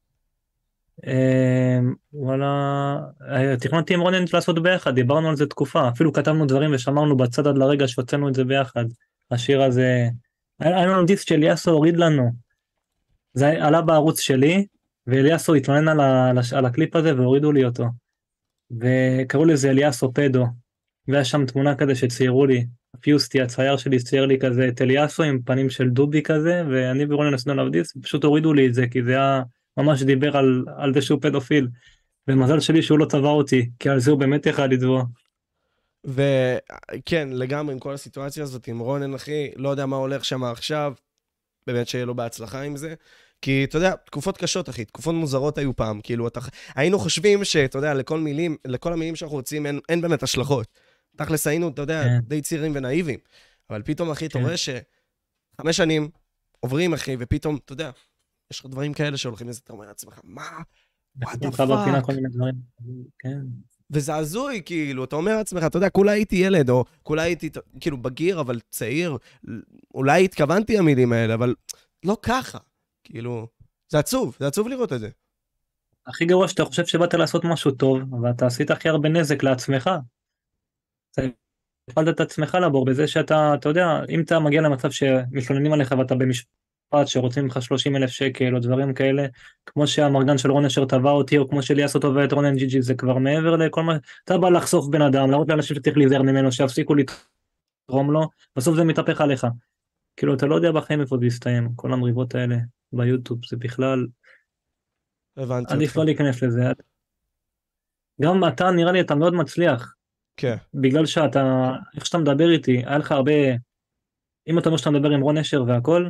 וואלה, תכננתי עם רונן לעשות ביחד, דיברנו על זה תקופה, אפילו כתבנו דברים ושמרנו בצד עד לרגע שהוצאנו את זה ביחד. השיר הזה, היה לנו דיסק שאליאסו הוריד לנו, זה עלה בערוץ שלי, ואליאסו התלונן על הקליפ הזה והורידו לי אותו, וקראו לזה אליאסו פדו, והיה שם תמונה כזה שציירו לי, פיוסטי, הצייר שלי צייר לי כזה את אליאסו עם פנים של דובי כזה, ואני ורונן עשינו עליו דיסק, פשוט הורידו לי את זה, כי זה היה ממש דיבר על זה שהוא פדופיל, ומזל שלי שהוא לא צבע אותי, כי על זה הוא באמת יכל לתבוע. וכן, לגמרי עם כל הסיטואציה הזאת, עם רונן אחי, לא יודע מה הולך שם עכשיו, באמת שיהיה לו בהצלחה עם זה, כי אתה יודע, תקופות קשות אחי, תקופות מוזרות היו פעם, כאילו היינו חושבים שאתה יודע, לכל המילים שאנחנו רוצים אין באמת השלכות. תכלס היינו, אתה יודע, די צעירים ונאיבים, אבל פתאום אחי, אתה רואה ש5 שנים עוברים אחי, ופתאום, אתה יודע, יש לך דברים כאלה שהולכים לזה, אתה אומר לעצמך, מה? what the fuck? וזה הזוי, כאילו, אתה אומר לעצמך, אתה יודע, כולה הייתי ילד, או כולה הייתי, כאילו, בגיר, אבל צעיר, אולי התכוונתי המילים האלה, אבל לא ככה, כאילו, זה עצוב לראות את זה. הכי גרוע שאתה חושב שבאת לעשות משהו טוב, ואתה עשית הכי הרבה נזק לעצמך. אתה הפעלת את עצמך לבור בזה שאתה, אתה יודע, אם אתה מגיע למצב שמתלוננים עליך ואתה במשפט שרוצים לך 30,000 שקל או דברים כאלה, כמו שהמרגן של רונן שר טבע אותי, או כמו שליאס אותו ואת רונן ג'י, זה כבר מעבר לכל מה, אתה בא לחשוף בן אדם, להראות לאנשים שצריך להיזהר ממנו, שיפסיקו לתרום לו, בסוף זה מתהפך עליך. כאילו, אתה לא יודע בחיים איפה זה יסתיים, כל המריבות האלה ביוטיוב, זה בכלל, עדיף לא להיכנס לזה. גם אתה, נראה לי, אתה מאוד מצליח. כן. בגלל שאתה, איך שאתה מדבר איתי, היה לך הרבה, אם אתה אומר שאתה מדבר עם רון אשר והכל,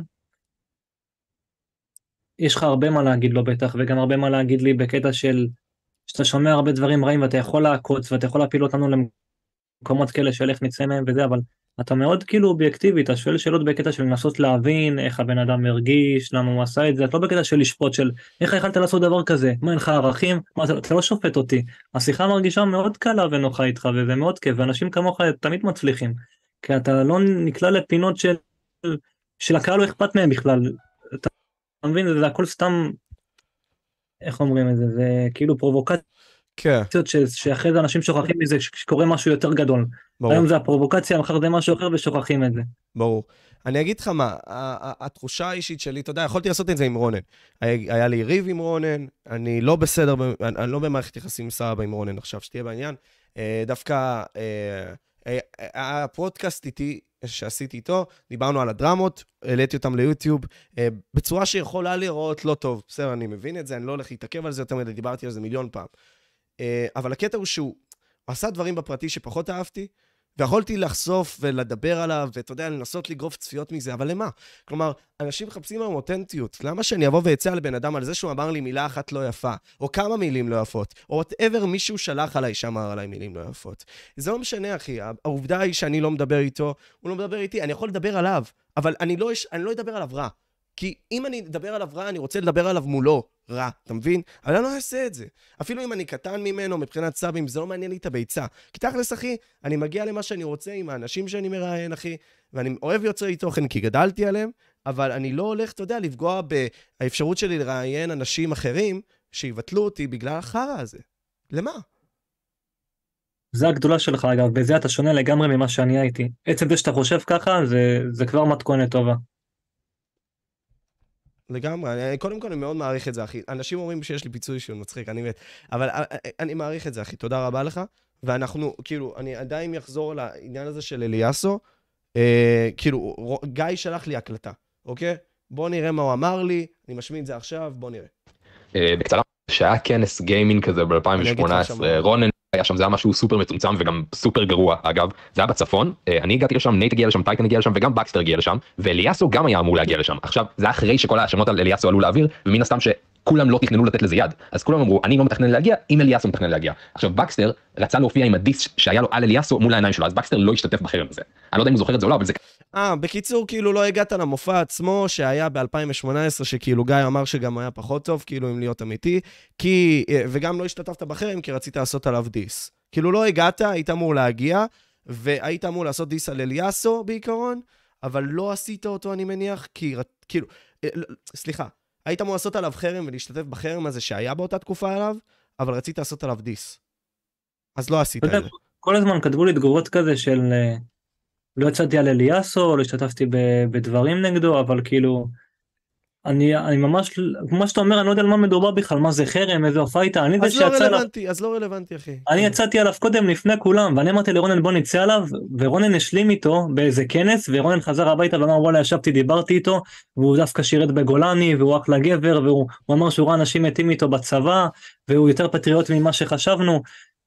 יש לך הרבה מה להגיד לו בטח, וגם הרבה מה להגיד לי בקטע של, שאתה שומע הרבה דברים רעים, ואתה יכול לעקוץ, ואתה יכול להפיל אותנו למקומות כאלה של איך נצא מהם וזה, אבל אתה מאוד כאילו אובייקטיבי, אתה שואל שאלות בקטע של לנסות להבין איך הבן אדם מרגיש, למה הוא עשה את זה, אתה לא בקטע של לשפוט של איך יכלת לעשות דבר כזה, מה אין לך ערכים, מה, אתה לא שופט אותי, השיחה מרגישה מאוד קלה ונוחה איתך, וזה מאוד כיף, ואנשים כמוך תמיד מצליחים, כי אתה לא נקלע לפינות של הקהל לא אכפת מהם בכלל, אתה מבין, זה הכל סתם, איך אומרים את זה, זה כאילו פרובוקציה, שאחרי זה אנשים שוכחים מזה שקורה משהו יותר גדול. היום זה הפרובוקציה, מחר זה משהו אחר ושוכחים את זה. ברור. אני אגיד לך מה, התחושה האישית שלי, אתה יודע, יכולתי לעשות את זה עם רונן. היה לי ריב עם רונן, אני לא בסדר, אני לא במערכת יחסים סבבה עם רונן עכשיו, שתהיה בעניין. דווקא הפודקאסט איתי, שעשיתי איתו, דיברנו על הדרמות, העליתי אותם ליוטיוב, בצורה שיכולה לראות לא טוב. בסדר, אני מבין את זה, אני לא הולך להתעכב על זה יותר מדי, דיברתי על זה מיליון פעם. אבל הקטע הוא שהוא עשה דברים בפרטי שפחות אהבתי, ויכולתי לחשוף ולדבר עליו, ואתה יודע, לנסות לגרוף צפיות מזה, אבל למה? כלומר, אנשים מחפשים היום אותנטיות. למה שאני אבוא ויצא לבן אדם על זה שהוא אמר לי מילה אחת לא יפה, או כמה מילים לא יפות, או whatever מישהו שלח עליי שאמר עליי מילים לא יפות. זה לא משנה, אחי. העובדה היא שאני לא מדבר איתו, הוא לא מדבר איתי, אני יכול לדבר עליו, אבל אני לא אדבר עליו רע. כי אם אני אדבר עליו רע, אני רוצה לדבר עליו מולו רע, אתה מבין? אבל אני לא אעשה את זה. אפילו אם אני קטן ממנו, מבחינת סאבים, זה לא מעניין לי את הביצה. כי תכלס, אחי, אני מגיע למה שאני רוצה עם האנשים שאני מראיין, אחי, ואני אוהב יוצרי תוכן כי גדלתי עליהם, אבל אני לא הולך, אתה יודע, לפגוע באפשרות שלי לראיין אנשים אחרים שיבטלו אותי בגלל החרא הזה. למה? זה הגדולה שלך, אגב, בזה אתה שונה לגמרי ממה שאני הייתי. עצם זה שאתה חושב ככה, זה כבר מתכונת טובה. לגמרי, קודם כל אני מאוד מעריך את זה, אחי. אנשים אומרים שיש לי פיצוי שהוא מצחיק, אני מת. אבל אני מעריך את זה, אחי. תודה רבה לך. ואנחנו, כאילו, אני עדיין אחזור לעניין הזה של אליאסו. כאילו, גיא שלח לי הקלטה, אוקיי? בוא נראה מה הוא אמר לי. אני משמיע את זה עכשיו, בוא נראה. בקצרה, שהיה כנס גיימינג כזה ב-2018, רונן היה שם, זה היה משהו סופר מצומצם וגם סופר גרוע, אגב, זה היה בצפון, אני הגעתי לשם, נייט הגיע לשם, טייטן הגיע לשם, וגם בקסטר הגיע לשם, ואליאסו גם היה אמור להגיע לשם. עכשיו, זה היה אחרי שכל האשמות על אליאסו עלו לאוויר, ומן הסתם שכולם לא תכננו לתת לזה יד, אז כולם אמרו, אני לא מתכנן להגיע, אם אליאסו מתכנן להגיע. עכשיו, בקסטר רצה להופיע עם הדיס שהיה לו על אליאסו מול העיניים שלו, אז בקסטר לא השתתף בחרם הזה. אני לא יודע אם הוא זוכר את זה או לא, אבל זה... בקיצור, כאילו לא הגעת למופע עצמו שהיה ב-2018, שכאילו גיא אמר שגם היה פחות טוב, כאילו אם להיות אמיתי, וגם לא השתתפת בחרם כי רצית לעשות עליו דיס. כאילו לא הגעת, היית אמור להגיע, והיית אמור לעשות דיס על אליאסו בעיקרון, אבל לא עשית אותו, אני מניח, כי, כאילו, סליחה, היית אמור לעשות עליו חרם ולהשתתף בחרם הזה שהיה באותה תקופה עליו, אבל רצית לעשות עליו דיס. אז לא עשית את זה. כל הזמן כתבו לי תגובות כזה של לא יצאתי על אליאסו, לא השתתפתי בדברים נגדו, אבל כאילו, אני ממש, כמו שאתה אומר, אני לא יודע על מה מדובר בכלל, מה זה חרם, איזה הופעה איתה, אז לא רלוונטי, אחי. אני יצאתי עליו קודם לפני כולם, ואני אמרתי לרונן בוא נצא עליו, ורונן השלים איתו באיזה כנס, ורונן חזר הביתה ואמר וואלה ישבתי, דיברתי איתו, והוא דווקא שירת בגולני, והוא אחלה גבר, והוא אמר שהוא ראה אנשים מתים איתו בצבא, והוא יותר פטריוט ממה שחשבנו.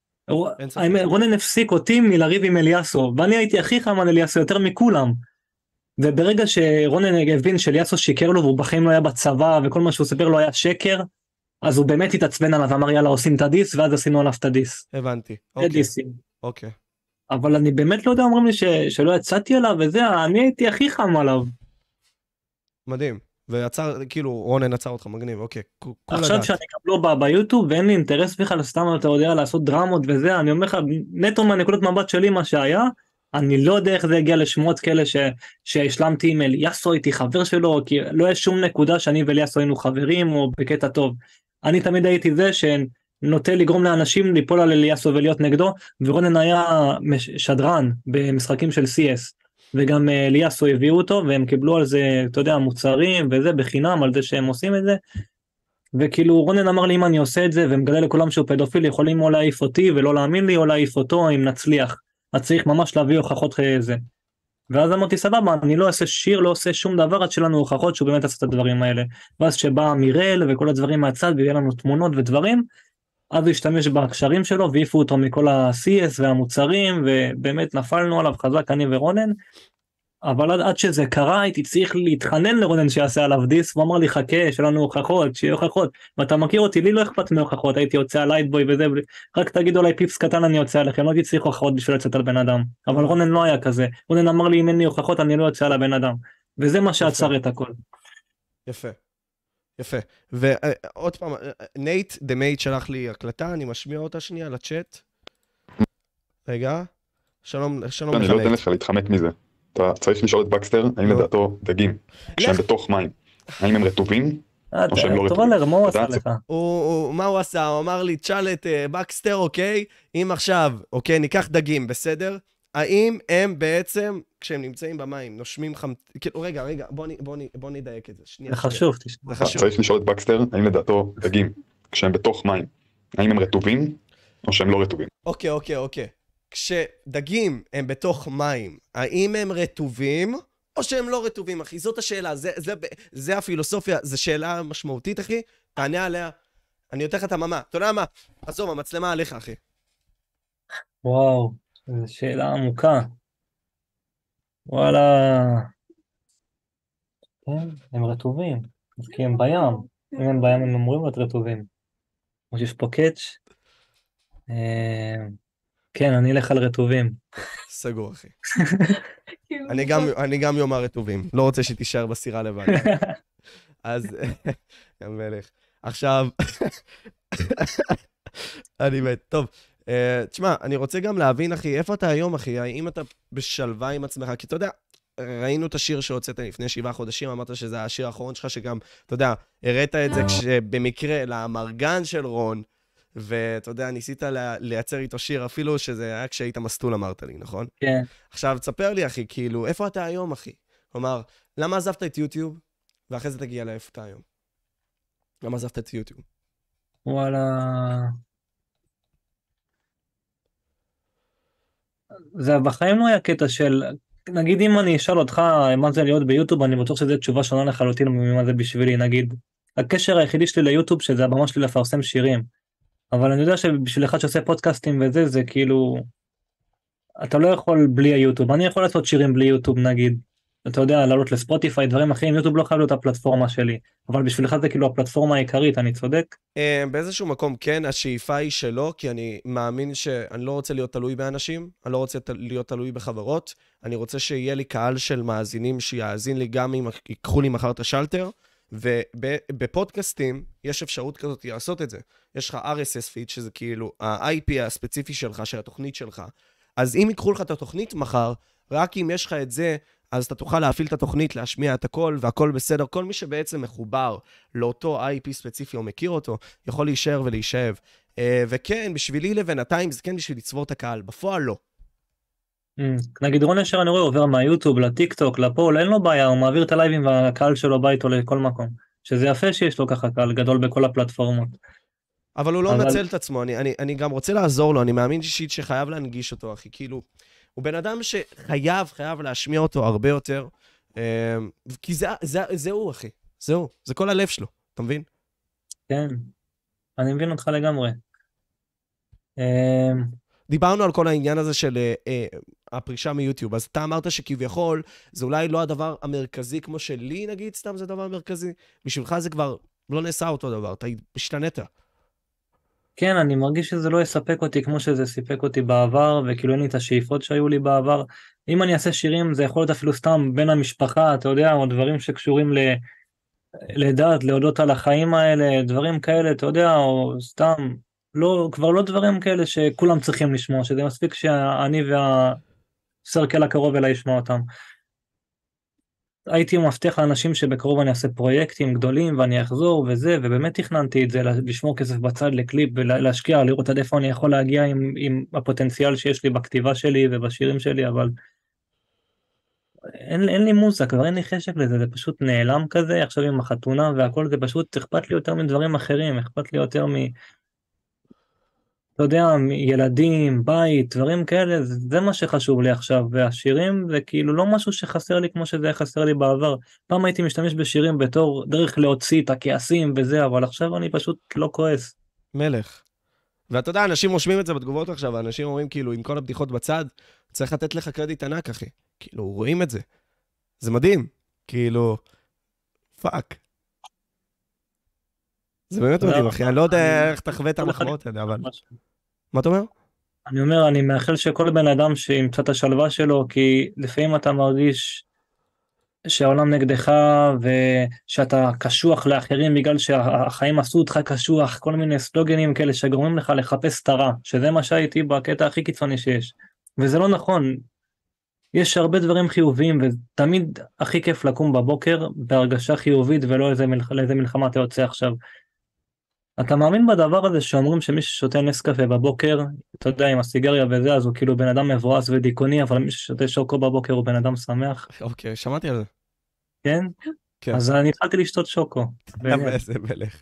רונן הפסיק אותי מלריב עם אליאסו, ואני הייתי הכי חם על אליאסו יותר מכולם. וברגע שרונן הבין שאליאסו שיקר לו, והוא בחיים לא היה בצבא, וכל מה שהוא סיפר לו היה שקר, אז הוא באמת התעצבן עליו, ואמר יאללה עושים את הדיס, ואז עשינו עליו את הדיס. הבנתי, אוקיי. אבל אני באמת לא יודע, אומרים לי שלא יצאתי עליו, וזה, אני הייתי הכי חם עליו. מדהים, ויצר, כאילו רונן עצר אותך, מגניב, אוקיי. עכשיו שאני גם לא ביוטיוב, ואין לי אינטרס בכלל, סתם אתה יודע לעשות דרמות וזה, אני אומר לך, נטו מהנקודת מבט שלי מה שהיה, אני לא יודע איך זה הגיע לשמועות כאלה שהשלמתי עם אליאסו, הייתי חבר שלו, כי לא יש שום נקודה שאני ואליאסו היינו חברים או בקטע טוב. אני תמיד הייתי זה שנוטה לגרום לאנשים ליפול על אליאסו ולהיות נגדו, ורונן היה שדרן במשחקים של CS, וגם אליאסו הביאו אותו, והם קיבלו על זה, אתה יודע, מוצרים וזה בחינם, על זה שהם עושים את זה, וכאילו רונן אמר לי אם אני עושה את זה, ומגלה לכולם שהוא פדופיל, יכולים או להעיף אותי ולא להאמין לי, או להעיף אותו אם נצליח. אז צריך ממש להביא הוכחות זה. ואז אמרתי סבבה, אני לא עושה שיר, לא עושה שום דבר, עד שלנו הוכחות שהוא באמת עשה את הדברים האלה. ואז שבא מירל וכל הדברים מהצד, ויהיה לנו תמונות ודברים, אז הוא השתמש בהקשרים שלו, והעיפו אותו מכל ה-CS והמוצרים, ובאמת נפלנו עליו חזק אני ורונן, אבל עד שזה קרה, הייתי צריך להתחנן לרונן שיעשה עליו דיס, הוא אמר לי חכה, שלנו הוכחות, שיהיה הוכחות, ואתה מכיר אותי, לי לא אכפת מהוכחות, הייתי יוצא על לייטבוי וזה, רק תגיד אולי פיפס קטן אני יוצא עליכם, לא הייתי צריך הוכחות בשביל לצאת על בן אדם, אבל רונן לא היה כזה, רונן אמר לי אם אין לי הוכחות אני לא יוצא על הבן אדם, וזה מה שעצר את הכל. יפה, ועוד פעם, נייט דה מייט שלח לי הקלטה, אני משמיע אותה שנייה לצ'אט, רגע, שלום לך נייט. אני לא אתן לך להתחמק מזה. אתה צריך לשאול את בקסטר, האם לדעתו דגים, כשהם בתוך מים, האם הם רטובים, או שהם לא רטובים. מה הוא עשה לך? מה הוא עשה? הוא אמר לי, תשאל את בקסטר, אוקיי? אם עכשיו, אוקיי, ניקח דגים, בסדר? האם הם בעצם, כשהם נמצאים במים, נושמים כאילו, רגע, בוא נדייק את זה. זה חשוב, אתה צריך לשאול את בקסטר, האם לדעתו דגים, כשהם בתוך מים, האם הם רטובים, או שהם לא רטובים. אוקיי. כשדגים הם בתוך מים, האם הם רטובים או שהם לא רטובים, אחי? זאת השאלה, זה הפילוסופיה, זו שאלה משמעותית, אחי. תענה עליה. אני יותר לך את הממה. אתה יודע מה? עזוב, המצלמה עליך, אחי. וואו, זו שאלה עמוקה. וואלה. כן, הם רטובים. כי הם בים. אם הם בים הם אמורים להיות רטובים. כמו שיש פה קאץ'. כן, אני אלך על רטובים. סגור, אחי. אני גם יאמר רטובים. לא רוצה שתישאר בסירה לבד. אז, גם מלך. עכשיו, אני מת. טוב, תשמע, אני רוצה גם להבין, אחי, איפה אתה היום, אחי? האם אתה בשלווה עם עצמך? כי אתה יודע, ראינו את השיר שהוצאת לפני 7 חודשים, אמרת שזה השיר האחרון שלך, שגם, אתה יודע, הראת את זה כשבמקרה לאמרגן של רון, ואתה יודע, ניסית לייצר איתו שיר, אפילו שזה היה כשהיית מסטול, אמרת לי, נכון? כן. עכשיו, תספר לי, אחי, כאילו, איפה אתה היום, אחי? כלומר, למה עזבת את יוטיוב, ואחרי זה תגיע לאיפה אתה היום? למה עזבת את יוטיוב? וואלה... זה בחיים לא היה קטע של... נגיד, אם אני אשאל אותך מה זה להיות ביוטיוב, אני בטוח שזו תשובה שונה לחלוטין ממה זה בשבילי, נגיד. הקשר היחידי שלי ליוטיוב, שזה הבמה שלי לפרסם שירים. אבל אני יודע שבשביל אחד שעושה פודקאסטים וזה, זה כאילו... אתה לא יכול בלי היוטיוב. אני יכול לעשות שירים בלי יוטיוב, נגיד. אתה יודע, לעלות לספוטיפיי, דברים אחרים, יוטיוב לא חייב להיות הפלטפורמה שלי. אבל בשבילך זה כאילו הפלטפורמה העיקרית, אני צודק? באיזשהו מקום כן, השאיפה היא שלא, כי אני מאמין שאני לא רוצה להיות תלוי באנשים, אני לא רוצה להיות תלוי בחברות, אני רוצה שיהיה לי קהל של מאזינים שיאזין לי גם אם ייקחו לי מחר את השלטר, ובפודקאסטים יש אפשרות כזאת לעשות את זה. יש לך RSS feed, שזה כאילו ה-IP הספציפי שלך, של התוכנית שלך. אז אם יקחו לך את התוכנית מחר, רק אם יש לך את זה, אז אתה תוכל להפעיל את התוכנית, להשמיע את הכל, והכל בסדר. כל מי שבעצם מחובר לאותו IP ספציפי או מכיר אותו, יכול להישאר ולהישאב. וכן, בשבילי לבינתיים, זה כן בשביל לצבור את הקהל. בפועל לא. נגיד רון ישר אני רואה עובר מהיוטיוב לטיק טוק לפול, אין לו בעיה, הוא מעביר את הלייבים והקהל שלו בית או לכל מקום, שזה יפה שיש לו ככה קהל גדול בכל הפלטפורמות. אבל הוא לא מנצל את עצמו, אני גם רוצה לעזור לו, אני מאמין שיט שחייב להנגיש אותו, אחי, כאילו, הוא בן אדם שחייב להשמיע אותו הרבה יותר, כי זה הוא, אחי, זהו, זה כל הלב שלו, אתה מבין? כן, אני מבין אותך לגמרי. דיברנו על כל העניין הזה של הפרישה מיוטיוב, אז אתה אמרת שכביכול זה אולי לא הדבר המרכזי כמו שלי נגיד, סתם זה דבר מרכזי, בשבילך זה כבר לא נעשה אותו דבר, אתה השתנית. כן, אני מרגיש שזה לא יספק אותי כמו שזה סיפק אותי בעבר, וכאילו אין לי את השאיפות שהיו לי בעבר. אם אני אעשה שירים זה יכול להיות אפילו סתם בין המשפחה, אתה יודע, או דברים שקשורים לדעת, להודות על החיים האלה, דברים כאלה, אתה יודע, או סתם... לא, כבר לא דברים כאלה שכולם צריכים לשמוע, שזה מספיק שאני והסרקל הקרוב אליי ישמע אותם. הייתי מבטיח לאנשים שבקרוב אני אעשה פרויקטים גדולים ואני אחזור וזה, ובאמת תכננתי את זה, לשמור כסף בצד לקליפ ולהשקיע, לראות עד איפה אני יכול להגיע עם הפוטנציאל שיש לי בכתיבה שלי ובשירים שלי, אבל אין לי מוזיקה, כבר אין לי חשק לזה, זה פשוט נעלם כזה, עכשיו עם החתונה והכל, זה פשוט אכפת לי יותר מדברים אחרים, אכפת לי יותר אתה יודע, ילדים, בית, דברים כאלה, זה מה שחשוב לי עכשיו, והשירים זה כאילו לא משהו שחסר לי כמו שזה היה חסר לי בעבר. פעם הייתי משתמש בשירים בתור דרך להוציא את הכעסים וזה, אבל עכשיו אני פשוט לא כועס. מלך. ואתה יודע, אנשים רושמים את זה בתגובות עכשיו, האנשים אומרים כאילו, עם כל הבדיחות בצד, צריך לתת לך קרדיט ענק, אחי. כאילו, רואים את זה. זה מדהים. כאילו, פאק. זה באמת מדהים, אחי. אני לא יודע איך תחווה את המחמאות האלה, אבל... מה אתה אומר? אני אומר, אני מאחל שכל בן אדם שימצא את השלווה שלו, כי לפעמים אתה מרגיש שהעולם נגדך, ושאתה קשוח לאחרים בגלל שהחיים עשו אותך קשוח, כל מיני סלוגנים כאלה שגורמים לך לחפש את הרע, שזה מה שהייתי בקטע הכי קיצוני שיש. וזה לא נכון. יש הרבה דברים חיוביים, ותמיד הכי כיף לקום בבוקר בהרגשה חיובית, ולא איזה מלחמה אתה יוצא עכשיו. אתה מאמין בדבר הזה שאומרים שמי ששותה נס קפה בבוקר, אתה יודע, עם הסיגריה וזה, אז הוא כאילו בן אדם מבואס ודיכאוני, אבל מי ששותה שוקו בבוקר הוא בן אדם שמח. אוקיי, שמעתי על זה. כן? כן. אז אני התחלתי לשתות שוקו. איזה מלך.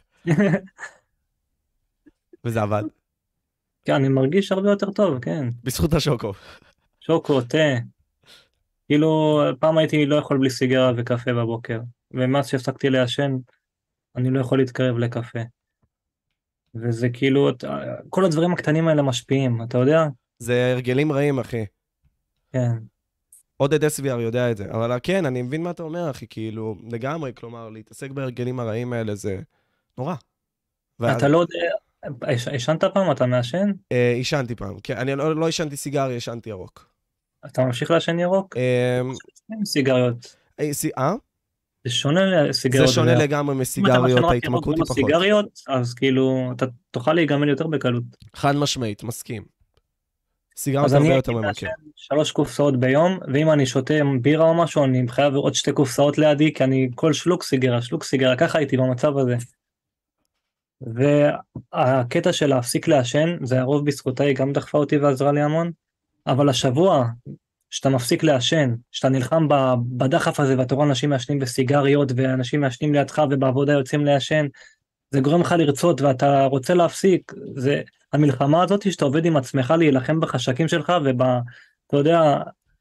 וזה עבד. כן, אני מרגיש הרבה יותר טוב, כן. בזכות השוקו. שוקו, תה. כאילו, פעם הייתי לא יכול בלי סיגריה וקפה בבוקר, ומאז שהפסקתי לעשן, אני לא יכול להתקרב לקפה. וזה כאילו, כל הדברים הקטנים האלה משפיעים, אתה יודע? זה הרגלים רעים, אחי. כן. עודד SVR יודע את זה, אבל כן, אני מבין מה אתה אומר, אחי, כאילו, לגמרי, כלומר, להתעסק בהרגלים הרעים האלה זה נורא. אתה לא יודע, ישנת פעם, אתה מעשן? ישנתי פעם, כן, אני לא ישנתי סיגריה, ישנתי ירוק. אתה ממשיך לעשן ירוק? סיגריות. זה שונה לסיגריות. זה שונה לגמרי מסיגריות, ההתמכרות היא פחות. סיגריות, אז כאילו, אתה תוכל להיגמל יותר בקלות. חד משמעית, מסכים. סיגריות הרבה יותר ממכר. אז אני הייתי 3 קופסאות ביום, ואם אני שותה בירה או משהו, אני חייב עוד 2 קופסאות לידי, כי אני כל שלוק סיגרה, ככה הייתי במצב הזה. והקטע של להפסיק לעשן, זה הרוב בזכותה, היא גם דחפה אותי ועזרה לי המון, אבל השבוע, שאתה מפסיק לעשן, שאתה נלחם בדחף הזה, ואתה רואה אנשים מעשנים בסיגריות, ואנשים מעשנים לידך ובעבודה יוצאים לעשן, זה גורם לך לרצות, ואתה רוצה להפסיק, זה המלחמה הזאת שאתה עובד עם עצמך להילחם בחשקים שלך, אתה יודע,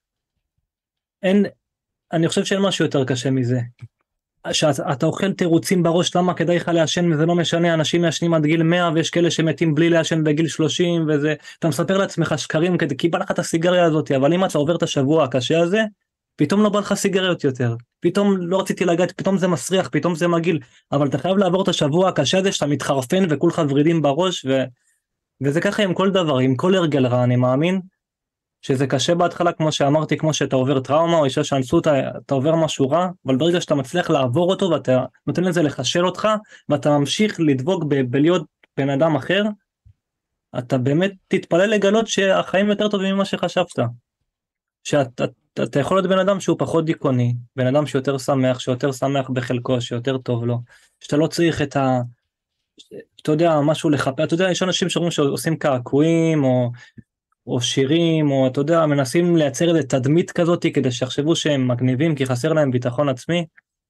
אני חושב שאין משהו יותר קשה מזה. שאתה אוכל תירוצים בראש, למה כדאי לך לעשן, וזה לא משנה, אנשים מעשנים עד גיל 100, ויש כאלה שמתים בלי לעשן בגיל 30, וזה, אתה מספר לעצמך שקרים, כי בא לך את הסיגריה הזאת, אבל אם אתה עובר את השבוע הקשה הזה, פתאום לא בא לך סיגריות יותר, פתאום לא רציתי לגעת, פתאום זה מסריח, פתאום זה מגעיל, אבל אתה חייב לעבור את השבוע הקשה הזה, שאתה מתחרפן וכולך ורידים בראש, וזה ככה עם כל דבר, עם כל הרגל רע, אני מאמין, שזה קשה בהתחלה, כמו שאמרתי, כמו שאתה עובר טראומה, או אישה שאנסו אותה, אתה עובר משהו רע, אבל ברגע שאתה מצליח לעבור אותו, ואתה נותן לזה לחשל אותך, ואתה ממשיך לדבוק בלהיות בן אדם אחר, אתה באמת תתפלל לגלות שהחיים יותר טובים ממה שחשבת. שאתה יכול להיות בן אדם שהוא פחות דיכאוני, בן אדם שיותר שמח, שיותר שמח בחלקו, שיותר טוב לו, שאתה לא צריך את אתה יודע, משהו לחפש, אתה יודע, יש אנשים שאומרים שעושים קעקועים, או שירים, או אתה יודע, מנסים לייצר איזה תדמית כזאת, כדי שיחשבו שהם מגניבים, כי חסר להם ביטחון עצמי,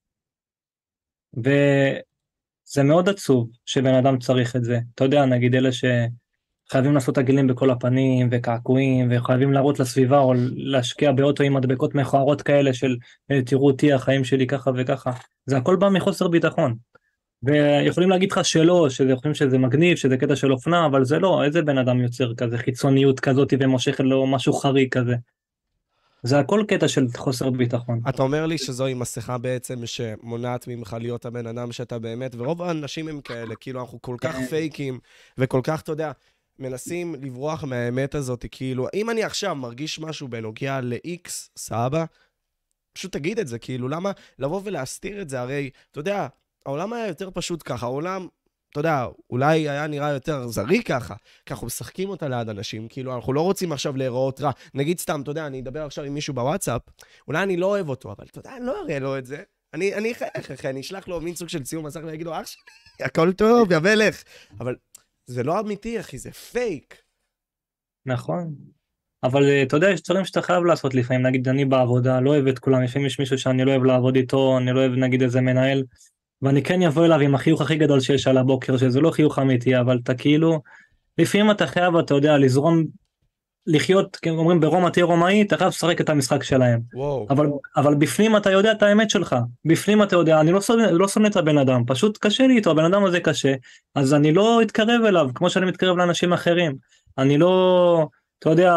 וזה מאוד עצוב, שבן אדם צריך את זה, אתה יודע, נגיד אלה חייבים לעשות עגילים בכל הפנים, וקעקועים, וחייבים להראות לסביבה, או להשקיע באוטו עם מדבקות מכוערות כאלה, של תראו אותי, החיים שלי ככה וככה, זה הכל בא מחוסר ביטחון, ויכולים להגיד לך שלא, חושבים שזה מגניב, שזה קטע של אופנה, אבל זה לא, איזה בן אדם יוצר כזה, חיצוניות כזאת, ומושך לו משהו חריג כזה, זה הכל קטע של חוסר ביטחון. אתה אומר לי שזוהי מסכה בעצם שמונעת ממך להיות הבן אדם שאתה באמת, ורוב האנשים הם כאלה, כאילו אנחנו כל כך פייקים, וכל כך, אתה יודע, מנסים לברוח מהאמת הזאת, כאילו, אם אני עכשיו מרגיש משהו בנוגע ל-X, סבא, פשוט תגיד את זה, כאילו, למה לבוא ולהסתיר את זה? הרי, אתה יודע, העולם היה יותר פשוט ככה, העולם, אתה יודע, אולי היה נראה יותר זרי ככה, כי אנחנו משחקים אותה ליד אנשים, כאילו, אנחנו לא רוצים עכשיו להיראות רע. נגיד סתם, אתה יודע, אני אדבר עכשיו עם מישהו בוואטסאפ, אולי אני לא אוהב אותו, אבל אתה יודע, אני לא אראה לו את זה. אני אחרי, אני אשלח לו מין סוג של ציור מסך ויגיד לו, אח שלי, הכל טוב, יבא לך. אבל זה לא אמיתי, אחי, זה פייק. נכון. אבל אתה יודע, יש דברים שאתה חייב לעשות לפעמים, נגיד אני בעבודה, לא אוהב את כולם, לפעמים יש מישהו שאני לא אוהב לעבוד איתו, אני לא אוהב נגיד איזה מנהל, ואני כן יבוא אליו עם החיוך הכי גדול שיש על הבוקר, שזה לא חיוך אמיתי, אבל אתה כאילו, לפעמים אתה חייב, אתה יודע, לזרום, לחיות, כמו אומרים, ברומא תהיה רומאי, אתה חייב לשחק את המשחק שלהם. אבל בפנים אתה יודע את האמת שלך, בפנים אתה יודע, אני לא שונא את הבן אדם, פשוט קשה לי איתו, הבן אדם הזה קשה, אז אני לא אתקרב אליו, כמו שאני מתקרב לאנשים אחרים, אני לא, אתה יודע,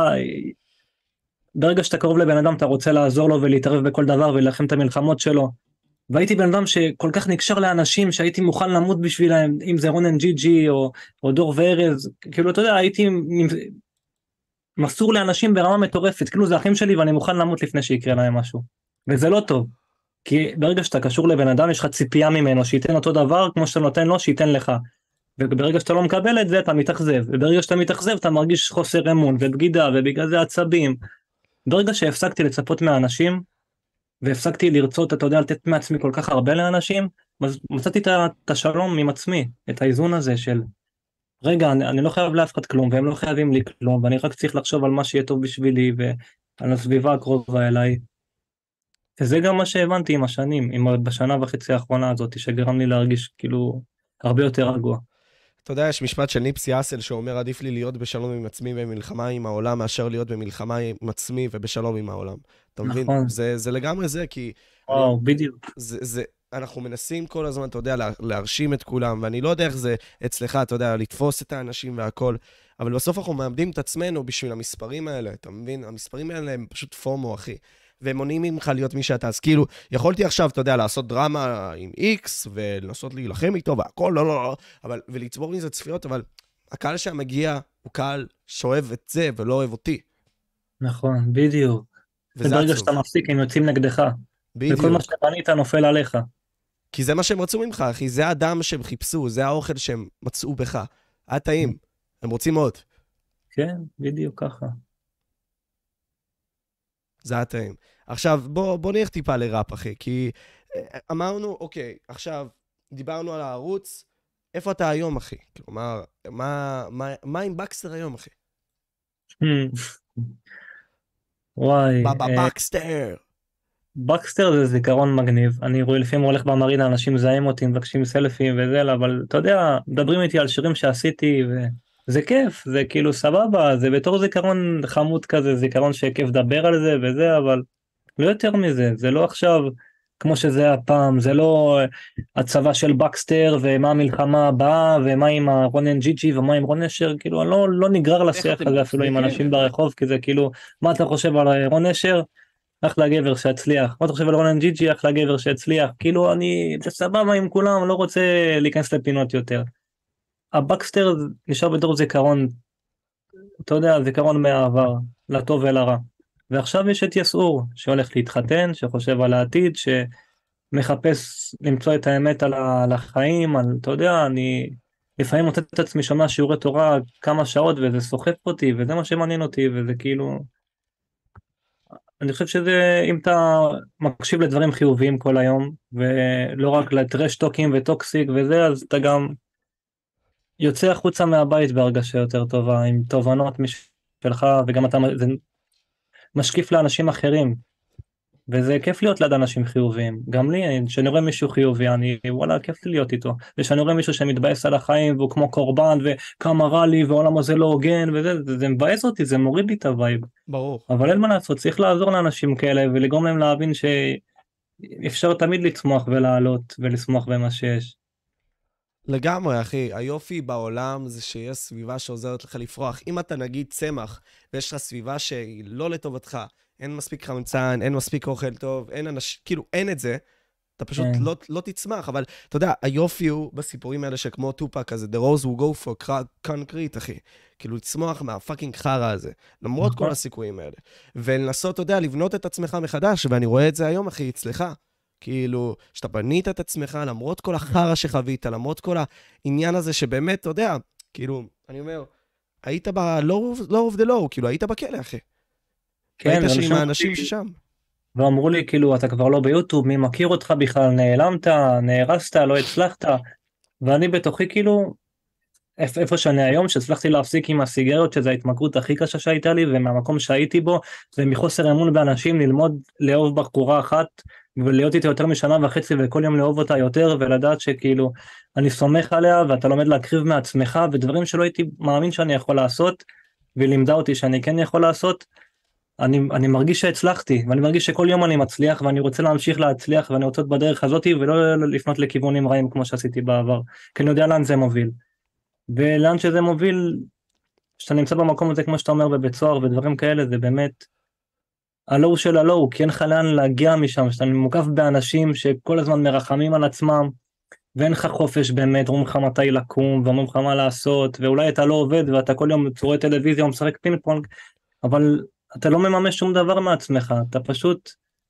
ברגע שאתה קרוב לבן אדם, אתה רוצה לעזור לו ולהתערב בכל דבר ולהילחם את המלחמות שלו, והייתי בן אדם שכל כך נקשר לאנשים שהייתי מוכן למות בשבילהם, אם זה רונן ג'י או דור וארז, כאילו אתה יודע, הייתי מסור לאנשים ברמה מטורפת, כאילו זה אחים שלי ואני מוכן למות לפני שיקרה להם משהו, וזה לא טוב, כי ברגע שאתה קשור לבן אדם יש לך ציפייה ממנו, שייתן אותו דבר כמו שאתה נותן לו, שייתן לך, וברגע שאתה לא מקבל את זה אתה מתאכזב, וברגע שאתה מתאכזב אתה מרגיש חוסר אמון ובגידה ובגלל זה עצבים. ברגע שהפסקתי לצפות מהאנשים, והפסקתי לרצות, אתה יודע, לתת מעצמי כל כך הרבה לאנשים, אז מצאתי את השלום עם עצמי, את האיזון הזה של, רגע, אני לא חייב לאף אחד כלום, והם לא חייבים לי כלום, ואני רק צריך לחשוב על מה שיהיה טוב בשבילי, ועל הסביבה הקרובה אליי. וזה גם מה שהבנתי עם השנים, בשנה וחצי האחרונה הזאת, שגרם לי להרגיש כאילו הרבה יותר רגוע. אתה יודע, יש משפט של ניפסי אסל שאומר, עדיף לי להיות בשלום עם עצמי במלחמה עם העולם, מאשר להיות במלחמה עם עצמי ובשלום עם העולם. אתה מבין? זה לגמרי זה, כי... וואו, בדיוק. אנחנו מנסים כל הזמן, אתה יודע, להרשים את כולם, ואני לא יודע איך זה אצלך, אתה יודע, לתפוס את האנשים והכל, אבל בסוף אנחנו מאבדים את עצמנו בשביל המספרים האלה, אתה מבין? המספרים האלה הם פשוט פומו, אחי. והם מונעים ממך להיות מי שאתה, אז כאילו, יכולתי עכשיו, אתה יודע, לעשות דרמה עם X, ולנסות להילחם איתו, והכל, לא, אבל, ולצבור מזה צפיות, אבל הקהל שמגיע, הוא קהל שאוהב את זה, ולא אוהב אותי. נכון, בדיוק. וברגע שאתה מפסיק, הם יוצאים נגדך. בדיוק. וכל מה שבנית נופל עליך. כי זה מה שהם רצו ממך, אחי, זה האדם שהם חיפשו, זה האוכל שהם מצאו בך. היה טעים, הם רוצים עוד. כן, בדיוק ככה. זה הטעים. עכשיו, בוא נלך טיפה לראפ, אחי, כי אמרנו, אוקיי, עכשיו, דיברנו על הערוץ, איפה אתה היום, אחי? כלומר, מה עם בקסטר היום, אחי? וואי. בקסטר. בקסטר זה זיכרון מגניב, אני רואה לפעמים הולך במרינה, אנשים זהים אותי, מבקשים סלפים וזה, אבל אתה יודע, מדברים איתי על שירים שעשיתי, וזה כיף, זה כאילו סבבה, זה בתור זיכרון חמוד כזה, זיכרון שכיף לדבר על זה וזה, אבל לא יותר מזה, זה לא עכשיו כמו שזה היה פעם, זה לא הצבא של בקסטר, ומה המלחמה הבאה, ומה עם רונן ג'י ומה עם רון נשר, כאילו אני לא נגרר לשיח הזה אפילו עם אנשים ברחוב, כי זה כאילו, מה אתה חושב על רון נשר? אחלה גבר שהצליח, מה אתה חושב על רונן ג'י, אחלה גבר שהצליח, כאילו אני סבבה עם כולם, לא רוצה להיכנס לפינות יותר. הבקסטר נשאר בתור זיכרון אתה יודע, זיכרון מהעבר, לטוב ולרע. ועכשיו יש את יסעור, שהולך להתחתן, שחושב על העתיד, שמחפש למצוא את האמת על החיים, אתה יודע, אני לפעמים מוצא את עצמי שומע שיעורי תורה כמה שעות, וזה סוחף אותי, וזה מה שמעניין אותי, וזה כאילו... אני חושב שזה, אם אתה מקשיב לדברים חיוביים כל היום, ולא רק לטרש טוקים וטוקסיק וזה, אז אתה גם יוצא החוצה מהבית בהרגשה יותר טובה, עם תובנות משלך, וגם אתה זה משקיף לאנשים אחרים, וזה כיף להיות ליד אנשים חיוביים. גם לי, כשאני רואה מישהו חיובי, וואלה, כיף לי להיות איתו. וכשאני רואה מישהו שמתבאס על החיים, והוא כמו קורבן, וכמה רע לי, ועולם הזה לא הוגן, וזה, זה מבאס אותי, זה מוריד לי את הווייב. ברור. אבל אין מה לעשות, צריך לעזור לאנשים כאלה, ולגרום להם להבין שאפשר תמיד לצמוח ולעלות, ולשמוח במה שיש. לגמרי, אחי. היופי בעולם זה שיש סביבה שעוזרת לך לפרוח. אם אתה נגיד צמח, ויש לך סביבה שהיא לא לטובתך, אין מספיק חמצן, אין מספיק אוכל טוב, אין אנשים, כאילו, אין את זה, אתה פשוט לא תצמח. אבל, אתה יודע, היופי הוא בסיפורים האלה שכמו טופק הזה, the rose will go for concrete, אחי. כאילו, לצמוח מהפאקינג חרה הזה, למרות כל הסיכויים האלה. ולנסות, אתה יודע, לבנות את עצמך מחדש, ואני רואה את זה היום, אחי, אצלך. כאילו, שאתה בנית את עצמך, למרות כל החרה שחווית, למרות כל העניין הזה שבאמת, אתה יודע, כאילו, אני אומר, היית ב-low of the low, כאילו, היית בכלא, אחי. כן, היית עם האנשים ששם. ואמרו לי, כאילו, אתה כבר לא ביוטיוב, מי מכיר אותך בכלל, נעלמת, נהרסת, לא הצלחת, ואני בתוכי, כאילו, איפה שאני היום, שהצלחתי להפסיק עם הסיגריות, שזו ההתמכרות הכי קשה שהייתה לי, ומהמקום שהייתי בו, זה מחוסר אמון באנשים, ללמוד לאהוב בחורה אחת, ולהיות איתה יותר משנה וחצי, וכל יום לאהוב אותה יותר, ולדעת שכאילו, אני סומך עליה, ואתה לומד להקריב מעצמך, ודברים שלא הייתי מאמין שאני יכול לעשות, ולימדה אותי שאני כן יכול לעשות, אני מרגיש שהצלחתי, ואני מרגיש שכל יום אני מצליח, ואני רוצה להמשיך להצליח, ואני רוצה בדרך הזאת, ולא לפנות לכיוונים רעים כמו שעשיתי בעבר, כי אני יודע לאן זה מוביל. ולאן שזה מוביל, שאתה נמצא במקום הזה, כמו שאתה אומר, בבית סוהר ודברים כאלה, זה באמת הלואו של הלואו, כי אין לך לאן להגיע משם, שאתה מוקף באנשים שכל הזמן מרחמים על עצמם, ואין לך חופש באמת, אומרים לך מתי לקום, ואומרים לך מה לעשות, ואולי אתה לא עובד, ואתה כל יום רואה טלוויזיה, או משחק פינג פונג, אבל אתה לא מממש שום דבר מעצמך, אתה פשוט...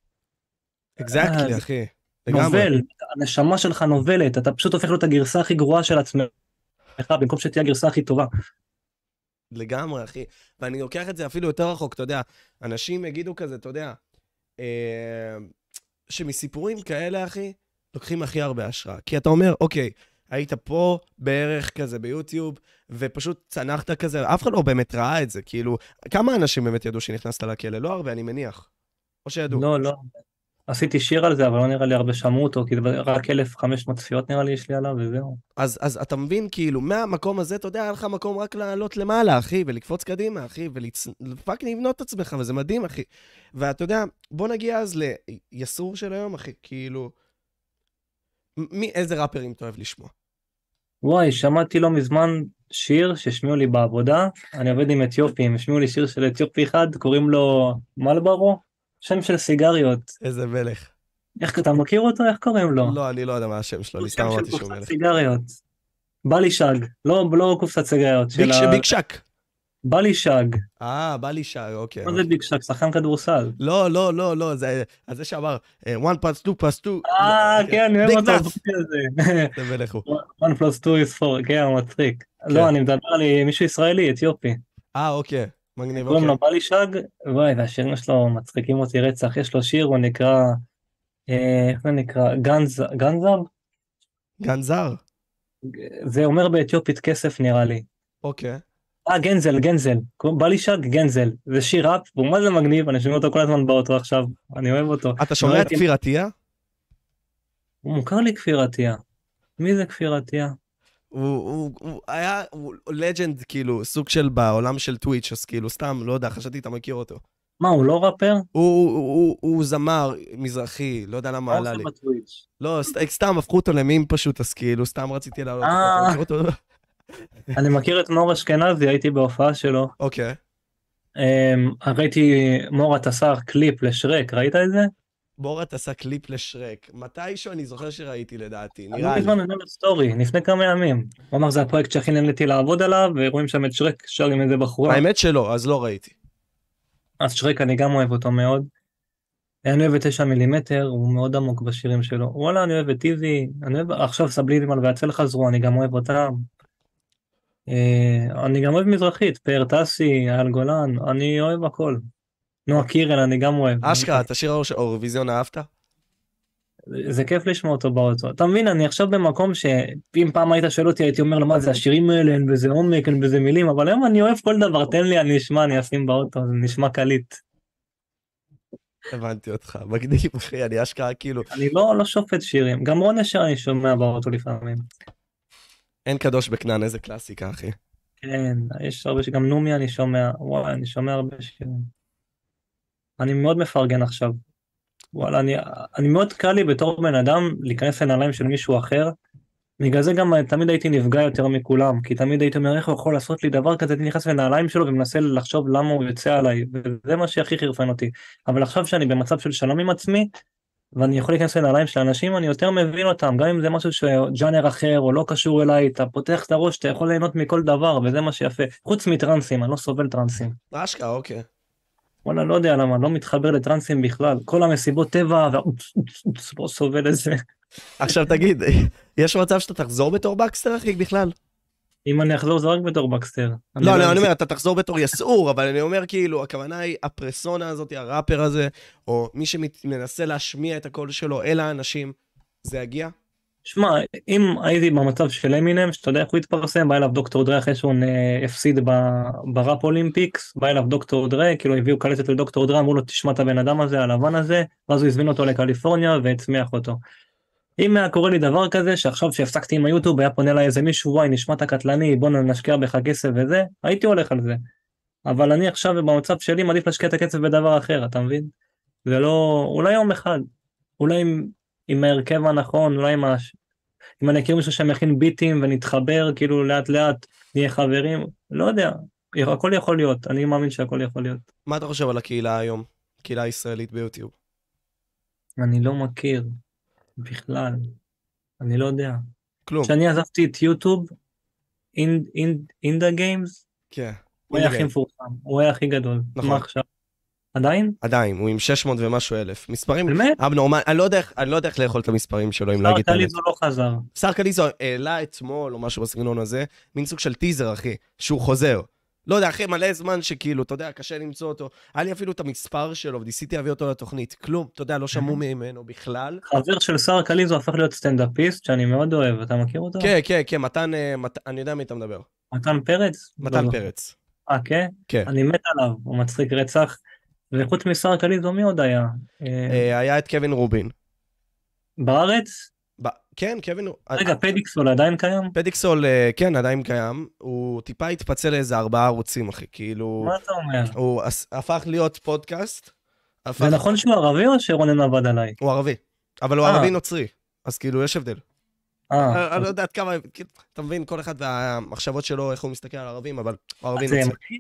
אקזקטלי, אחי. נובל, הנשמה שלך נובלת, אתה פשוט הופך להיות הגרסה הכי גרועה של עצמך, במקום שתהיה הגרסה הכי טובה. לגמרי, אחי. ואני לוקח את זה אפילו יותר רחוק, אתה יודע, אנשים יגידו כזה, אתה יודע, שמסיפורים כאלה, אחי, לוקחים הכי הרבה השראה. כי אתה אומר, אוקיי, היית פה בערך כזה ביוטיוב, ופשוט צנחת כזה, אף אחד לא באמת ראה את זה, כאילו, כמה אנשים באמת ידעו שנכנסת לכלא? לא הרבה, אני מניח. או שידעו. לא, לא. עשיתי שיר על זה, אבל לא נראה לי הרבה שמעו אותו, כי רק 1,500 צפיות נראה לי יש לי עליו, וזהו. אז אתה מבין, כאילו, מהמקום הזה, אתה יודע, היה לך מקום רק לעלות למעלה, אחי, ולקפוץ קדימה, אחי, ולפק לבנות את עצמך, וזה מדהים, אחי. ואתה יודע, בוא נגיע אז ליסור של היום, אחי, כאילו, איזה ראפרים אתה אוהב לשמוע? וואי, שמעתי לא מזמן שיר ששמיעו לי בעבודה, אני עובד עם אתיופים, השמיעו לי שיר של אתיופי אחד, קוראים לו מלברו, שם של סיגריות. איזה מלך. איך אתה מכיר אותו? איך קוראים לו? לא, אני לא יודע מה השם שלו, אני סתם אמרתי שהוא מלך. סיגריות. בלי שג, לא קופסת סיגריות. ביג שק. בלי שג. בלי שג, אוקיי. מה זה ביג שק? שחקן כדורסל. לא, זה שאמר, 1+2+2. כן, אני אוהב אותו. זה מלך הוא. 1+2 is 4, כן, הוא מצחיק. לא, אני מדבר על מישהו ישראלי, אתיופי. אוקיי. מגניב, קוראים לו בלי שג, וואי, והשירים שלו מצחיקים אותי רצח, יש לו שיר, הוא נקרא, איך זה נקרא, גנזר? גנזר? זה אומר באתיופית כסף נראה לי. אוקיי. גנזל, בלי שג, גנזל, זה שיר ראפ, והוא מה זה מגניב, אני שומע אותו כל הזמן באוטו עכשיו, אני אוהב אותו. אתה שומע את כפיר עטיה? הוא מוכר לי כפיר עטיה. מי זה כפיר עטיה? הוא היה לג'נד, כאילו, סוג של בעולם של טוויץ', אז כאילו, סתם, לא יודע, חשבתי, אתה מכיר אותו. מה, הוא לא ראפר? הוא זמר מזרחי, לא יודע למה עלה לי. לא, סתם, הפכו אותו למים פשוט, אז כאילו, סתם רציתי לעלות אותו. אני מכיר את מור אשכנזי, הייתי בהופעה שלו. אוקיי. ראיתי מור אתה שר קליפ לשרק, ראית את זה? בורת עשה קליפ לשרק. מתישהו אני זוכר שראיתי לדעתי, אני נראה לי. בזמן נתן סטורי, לפני כמה ימים. הוא אמר, זה הפרויקט שהכי נהניתי לעבוד עליו, ורואים שם את שרק שר עם איזה בחורה. האמת שלא, אז לא ראיתי. אז שרק אני גם אוהב אותו מאוד. אני אוהב את 9 מילימטר, הוא מאוד עמוק בשירים שלו. וואלה, אני אוהב את טיזי, אני אוהב עכשיו סבליזימל והצל חזרו, אני גם אוהב אותם. אני גם אוהב מזרחית, פאר טסי, אייל גולן, אני אוהב הכל. נועה קירל, אני גם אוהב. אשכרה, את השיר האירוויזיון אהבת? זה כיף לשמוע אותו באוטו. אתה מבין, אני עכשיו במקום שאם פעם היית שואל אותי, הייתי אומר לו, מה זה השירים האלה, אין בזה עומק, אין בזה מילים, אבל היום אני אוהב כל דבר, תן לי, אני אשמע, אני אשים באוטו, זה נשמע קליט. הבנתי אותך, מגניב אחי, אני אשכרה כאילו... אני לא שופט שירים, גם רון אשר אני שומע באוטו לפעמים. אין קדוש בכנען, איזה קלאסיקה אחי. כן, יש הרבה שגם נומי אני שומע, וואי, אני שומע הרבה שירים. אני מאוד מפרגן עכשיו. וואלה, אני מאוד קל לי בתור בן אדם להיכנס לנעליים של מישהו אחר, בגלל זה גם תמיד הייתי נפגע יותר מכולם, כי תמיד הייתי אומר איך הוא יכול לעשות לי דבר כזה, אני נכנס לנעליים שלו ומנסה לחשוב למה הוא יוצא עליי, וזה מה שהכי חרפן אותי. אבל עכשיו שאני במצב של שלום עם עצמי, ואני יכול להיכנס לנעליים של אנשים, אני יותר מבין אותם, גם אם זה משהו שג'אנר אחר או לא קשור אליי, אתה פותח את הראש, אתה יכול ליהנות מכל דבר, וזה מה שיפה. חוץ מטרנסים, אני לא סובל טרנסים. אשכרה, אוקיי. וואלה, לא יודע למה, לא מתחבר לטרנסים בכלל. כל המסיבות טבע, לא סובל את זה. עכשיו תגיד, יש מצב שאתה תחזור בתור בקסטר אחי בכלל? אם אני אחזור זה רק בתור בקסטר. לא, אני אומר, אתה תחזור בתור יסעור, אבל אני אומר כאילו, הכוונה היא הפרסונה הזאת, הראפר הזה, או מי שמנסה להשמיע את הקול שלו אל האנשים, זה יגיע? שמע, אם הייתי במצב של אמינם, שאתה יודע איך הוא התפרסם, בא אליו דוקטור דרי אחרי שהוא הפסיד בראפ אולימפיקס, בא אליו דוקטור דרי, כאילו הביאו קלטת לדוקטור דרי, אמרו לו תשמע את הבן אדם הזה, הלבן הזה, ואז הוא הזמין אותו לקליפורניה והצמיח אותו. אם היה קורה לי דבר כזה, שעכשיו שהפסקתי עם היוטיוב, היה פונה אליי איזה מישהו, וואי, נשמעת הקטלני, בוא נשקיע בך כסף וזה, הייתי הולך על זה. אבל אני עכשיו במצב שלי מעדיף להשקיע את הכסף בדבר אחר, אתה מבין? זה לא, אולי יום אחד, אולי עם ההרכב הנכון, אולי אם אני אכיר מישהו שמכין ביטים ונתחבר, כאילו לאט לאט נהיה חברים, לא יודע, הכל יכול להיות, אני מאמין שהכל יכול להיות. מה אתה חושב על הקהילה היום? קהילה הישראלית ביוטיוב? אני לא מכיר. בכלל, אני לא יודע. כלום. כשאני עזבתי את יוטיוב, אינדה גיימס, כן. הוא היה הכי מפורסם, הוא היה הכי גדול. נכון. מה עכשיו? עדיין? עדיין, הוא עם 600 ומשהו אלף. מספרים... באמת? אבנורמל, אני לא יודע איך לאכול את המספרים שלו, אם לא אגיד את האמת. קליזו לא חזר. שר קליזו העלה אתמול, או משהו בסגנון הזה, מין סוג של טיזר, אחי, שהוא חוזר. לא יודע, אחי, מלא זמן שכאילו, אתה יודע, קשה למצוא אותו. היה לי אפילו את המספר שלו, וניסיתי להביא אותו לתוכנית. כלום, אתה יודע, לא שמעו ממנו בכלל. חבר של שר קליזו הפך להיות סטנדאפיסט, שאני מאוד אוהב, אתה מכיר אותו? כן, כן, כן, אני יודע מי אתה מדבר. מתן פרץ? מתן פרץ. כן? כן. אני מת עליו, הוא מצחיק רצח. וחוץ משר קליזו, מי עוד היה? היה את קווין רובין. בארץ? כן, קווין... רגע, פדיקסול עדיין קיים? פדיקסול, כן, עדיין קיים. הוא טיפה התפצל לאיזה 4 ערוצים, אחי, כאילו... מה אתה אומר? הוא הפך להיות פודקאסט. זה נכון שהוא ערבי או שרונן עבד עליי? הוא ערבי, אבל הוא ערבי נוצרי, אז כאילו יש הבדל. אני לא יודעת כמה, אתה מבין, כל אחד והמחשבות שלו, איך הוא מסתכל על ערבים, אבל הוא ערבי נוצרי.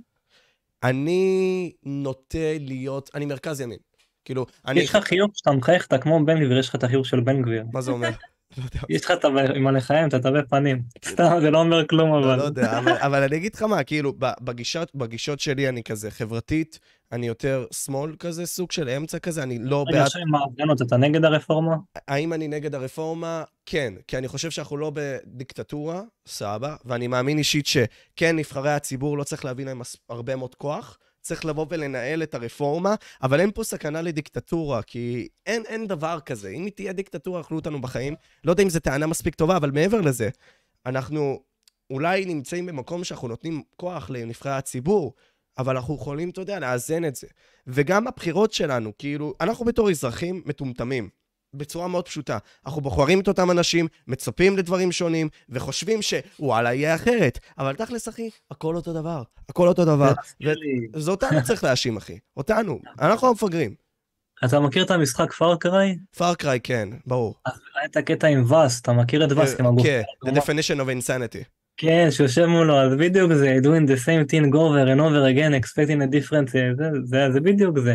אני נוטה להיות, אני מרכז ימין. כאילו, יש לך חיוך שאתה מחייך, אתה כמו בן גביר, יש לך את החיוך של בן גביר. מה זה אומר? יש לך עם הלחיים, אתה תווי פנים. סתם, זה לא אומר כלום, אבל... לא יודע, אבל אני אגיד לך מה, כאילו, בגישות שלי אני כזה חברתית, אני יותר שמאל כזה, סוג של אמצע כזה, אני לא בעד... רגע, עם ההפגנות, אתה נגד הרפורמה? האם אני נגד הרפורמה? כן, כי אני חושב שאנחנו לא בדיקטטורה, סבא, ואני מאמין אישית שכן, נבחרי הציבור לא צריך להביא להם הרבה מאוד כוח, צריך לבוא ולנהל את הרפורמה, אבל אין פה סכנה לדיקטטורה, כי אין דבר כזה. אם היא תהיה דיקטטורה, אכלו אותנו בחיים. לא יודע אם זו טענה מספיק טובה, אבל מעבר לזה, אנחנו אולי נמצאים במקום שאנחנו נותנים כוח לנבחרי הציבור, אבל אנחנו יכולים, אתה יודע, לאזן את זה. וגם הבחירות שלנו, כאילו, אנחנו בתור אזרחים מטומטמים. בצורה מאוד פשוטה. אנחנו בוחרים את אותם אנשים, מצפים לדברים שונים, וחושבים שוואלה יהיה אחרת. אבל תכלס, אחי, הכל אותו דבר. הכל אותו דבר. וזה אותנו צריך להאשים, אחי. אותנו. אנחנו המפגרים. אתה מכיר את המשחק פארקריי? פארקריי, כן, ברור. היה את הקטע עם וס, אתה מכיר את וס? כן, the definition of insanity. כן, שיושב מולו, אז בדיוק זה, doing the same thing over and over again, expecting a different, זה בדיוק זה.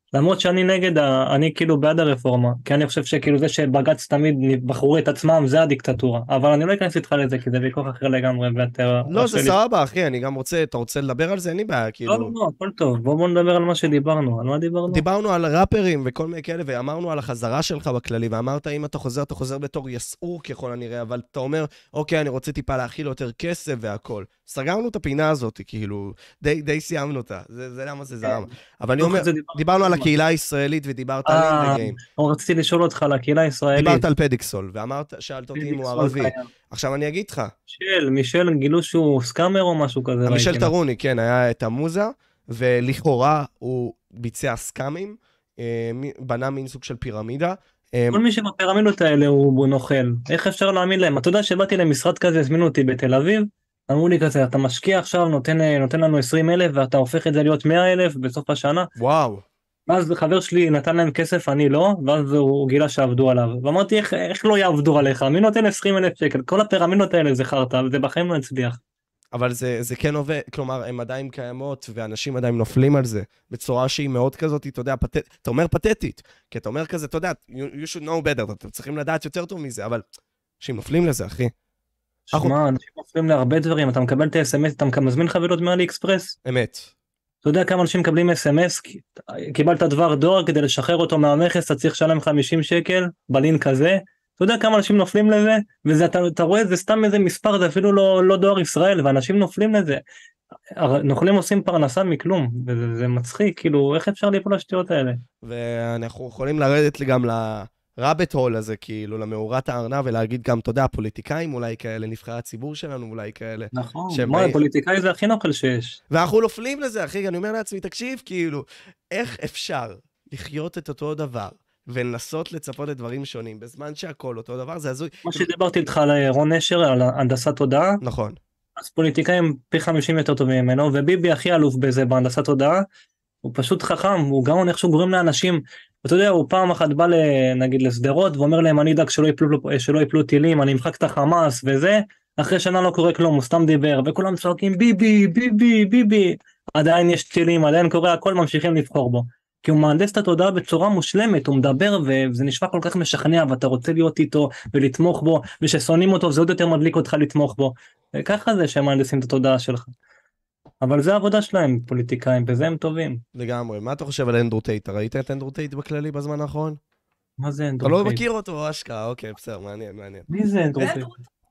למרות שאני נגד, אני כאילו בעד הרפורמה, כי אני חושב שכאילו זה שבג"ץ תמיד בחרו את עצמם, זה הדיקטטורה, אבל אני לא אכנס איתך לזה, כי זה ויכוח אחר לגמרי, לא, זה סבבה, אחי, אני גם רוצה, אתה רוצה לדבר על זה? אין לי בעיה, כאילו. לא, הכל טוב, בואו נדבר על מה שדיברנו, על מה דיברנו? דיברנו על ראפרים וכל מיני כאלה, ואמרנו על החזרה שלך בכללי, ואמרת, אם אתה חוזר בתור יסעור ככל הנראה, אבל אתה אומר, אוקיי, אני רוצה טיפה להכיל יותר כסף והכל. סגרנו את הפינה הזאת, כאילו, די סיימנו אותה, זה למה זה זרם. אבל אני אומר, דיברנו על הקהילה הישראלית, ודיברת על אינדגיים. רציתי לשאול אותך על הקהילה הישראלית. דיברת על פדיקסול, שאלת אותי אם הוא ערבי. עכשיו אני אגיד לך. מישל, גילו שהוא סקאמר או משהו כזה? מישל טרוני, כן, היה את המוזה, ולכאורה הוא ביצע סקאמים, בנה מין סוג של פירמידה. כל מי שבפירמידות האלה הוא נוכל. איך אפשר להאמין להם? אתה יודע שבאתי למשרד כזה, הזמינו אותי בתל אביב, אמרו לי כזה, אתה משקיע עכשיו, נותן לנו 20,000, ואתה הופך את זה להיות 100,000 בסוף השנה. וואו. ואז חבר שלי נתן להם כסף, אני לא, ואז הוא גילה שעבדו עליו. ואמרתי, איך לא יעבדו עליך? מי נותן 20,000 שקל? כל הפירמידות האלה זה חרטא, וזה בחיים לא הצליח. אבל זה כן עובד, כלומר, הן עדיין קיימות, ואנשים עדיין נופלים על זה, בצורה שהיא מאוד כזאת, אתה יודע, אתה אומר פתטית, כי אתה אומר כזה, אתה יודע, you should know better, אתם צריכים לדעת יותר טוב מזה, אבל אנשים נופלים לזה, אחי. שמע, אנשים נופלים להרבה דברים, אתה מקבל את ה-SMS, אתה מזמין חבילות מאלי אקספרס? אמת. אתה יודע כמה אנשים מקבלים SMS, קיבלת דבר דואר, כדי לשחרר אותו מהמכס, אתה צריך לשלם 50 שקל, בלינק כזה, אתה יודע כמה אנשים נופלים לזה, ואתה רואה, זה סתם איזה מספר, זה אפילו לא דואר ישראל, ואנשים נופלים לזה. נוכלים עושים פרנסה מכלום, וזה מצחיק, כאילו, איך אפשר ליפול לשטויות האלה? ואנחנו יכולים לרדת גם לרבט הול הזה, כאילו, למאורת הארנב, ולהגיד גם, אתה יודע, הפוליטיקאים אולי כאלה, נבחרי הציבור שלנו אולי כאלה. נכון, מה, הפוליטיקאי זה הכי נוכל שיש. ואנחנו נופלים לזה, אחי, אני אומר לעצמי, תקשיב, כאילו, איך אפשר לחיות את אותו דבר? ולנסות לצפות לדברים שונים, בזמן שהכל אותו דבר, זה הזוי. מה שדיברתי איתך על רון נשר, על הנדסת תודעה. נכון. אז פוליטיקאים פי 50 יותר טובים ממנו, וביבי הכי אלוף בזה בהנדסת תודעה, הוא פשוט חכם, הוא גאון איך שהוא גורם לאנשים, אתה יודע, הוא פעם אחת בא נגיד לסדרות, ואומר להם, אני אדאג שלא יפלו טילים, אני אמחק את החמאס וזה, אחרי שנה לא קורה כלום, הוא סתם דיבר, וכולם צועקים, ביבי, ביבי, ביבי, עדיין יש טילים, עדיין קורה, הכל ממשיכים לבחור בו. כי הוא מהנדס את התודעה בצורה מושלמת, הוא מדבר וזה נשמע כל כך משכנע, ואתה רוצה להיות איתו ולתמוך בו, וששונאים אותו, זה עוד יותר מדליק אותך לתמוך בו. ככה זה שהם מהנדסים את התודעה שלך. אבל זה העבודה שלהם, פוליטיקאים, בזה הם טובים. לגמרי. מה אתה חושב על אנדרו טייט? ראית את אנדרו טייט בכללי בזמן האחרון? מה זה אנדרו טייט? אתה לא מכיר אותו, אשכרה, אוקיי, בסדר, מעניין. מי זה אנדרו טייט?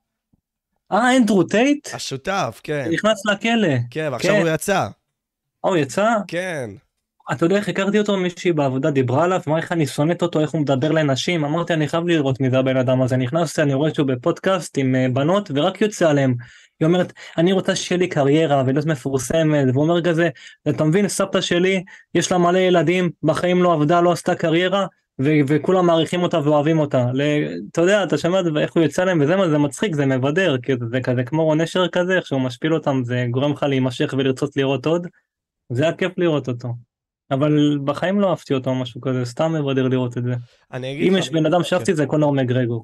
אנדרו טייט? השותף, כן. נכנס לכלא. כן, ועכשיו הוא יצא. הוא יצא? כן. אתה יודע איך הכרתי אותו, מישהי בעבודה דיברה עליו, מה איך אני שונאת אותו, איך הוא מדבר לנשים, אמרתי אני חייב לראות מי זה הבן אדם הזה, נכנסתי, אני רואה שהוא בפודקאסט עם בנות ורק יוצא עליהם, היא אומרת אני רוצה שיהיה לי קריירה ולהיות מפורסמת, והוא אומר כזה, אתה מבין, סבתא שלי יש לה מלא ילדים, בחיים לא עבדה, לא עשתה קריירה, וכולם מעריכים אותה ואוהבים אותה, אתה יודע, אתה שמעת איך הוא יוצא עליהם, וזה מצחיק, זה מבדר, זה כזה כמו רון נשר כזה, איך שהוא משפיל אותם, זה גורם לך להימשך ולרצות לראות עוד, זה היה כיף לראות אותו. אבל בחיים לא אהבתי אותו או משהו כזה, סתם מבדר לראות את זה. אם יש בן אדם שאהבתי זה קונור מגרגור.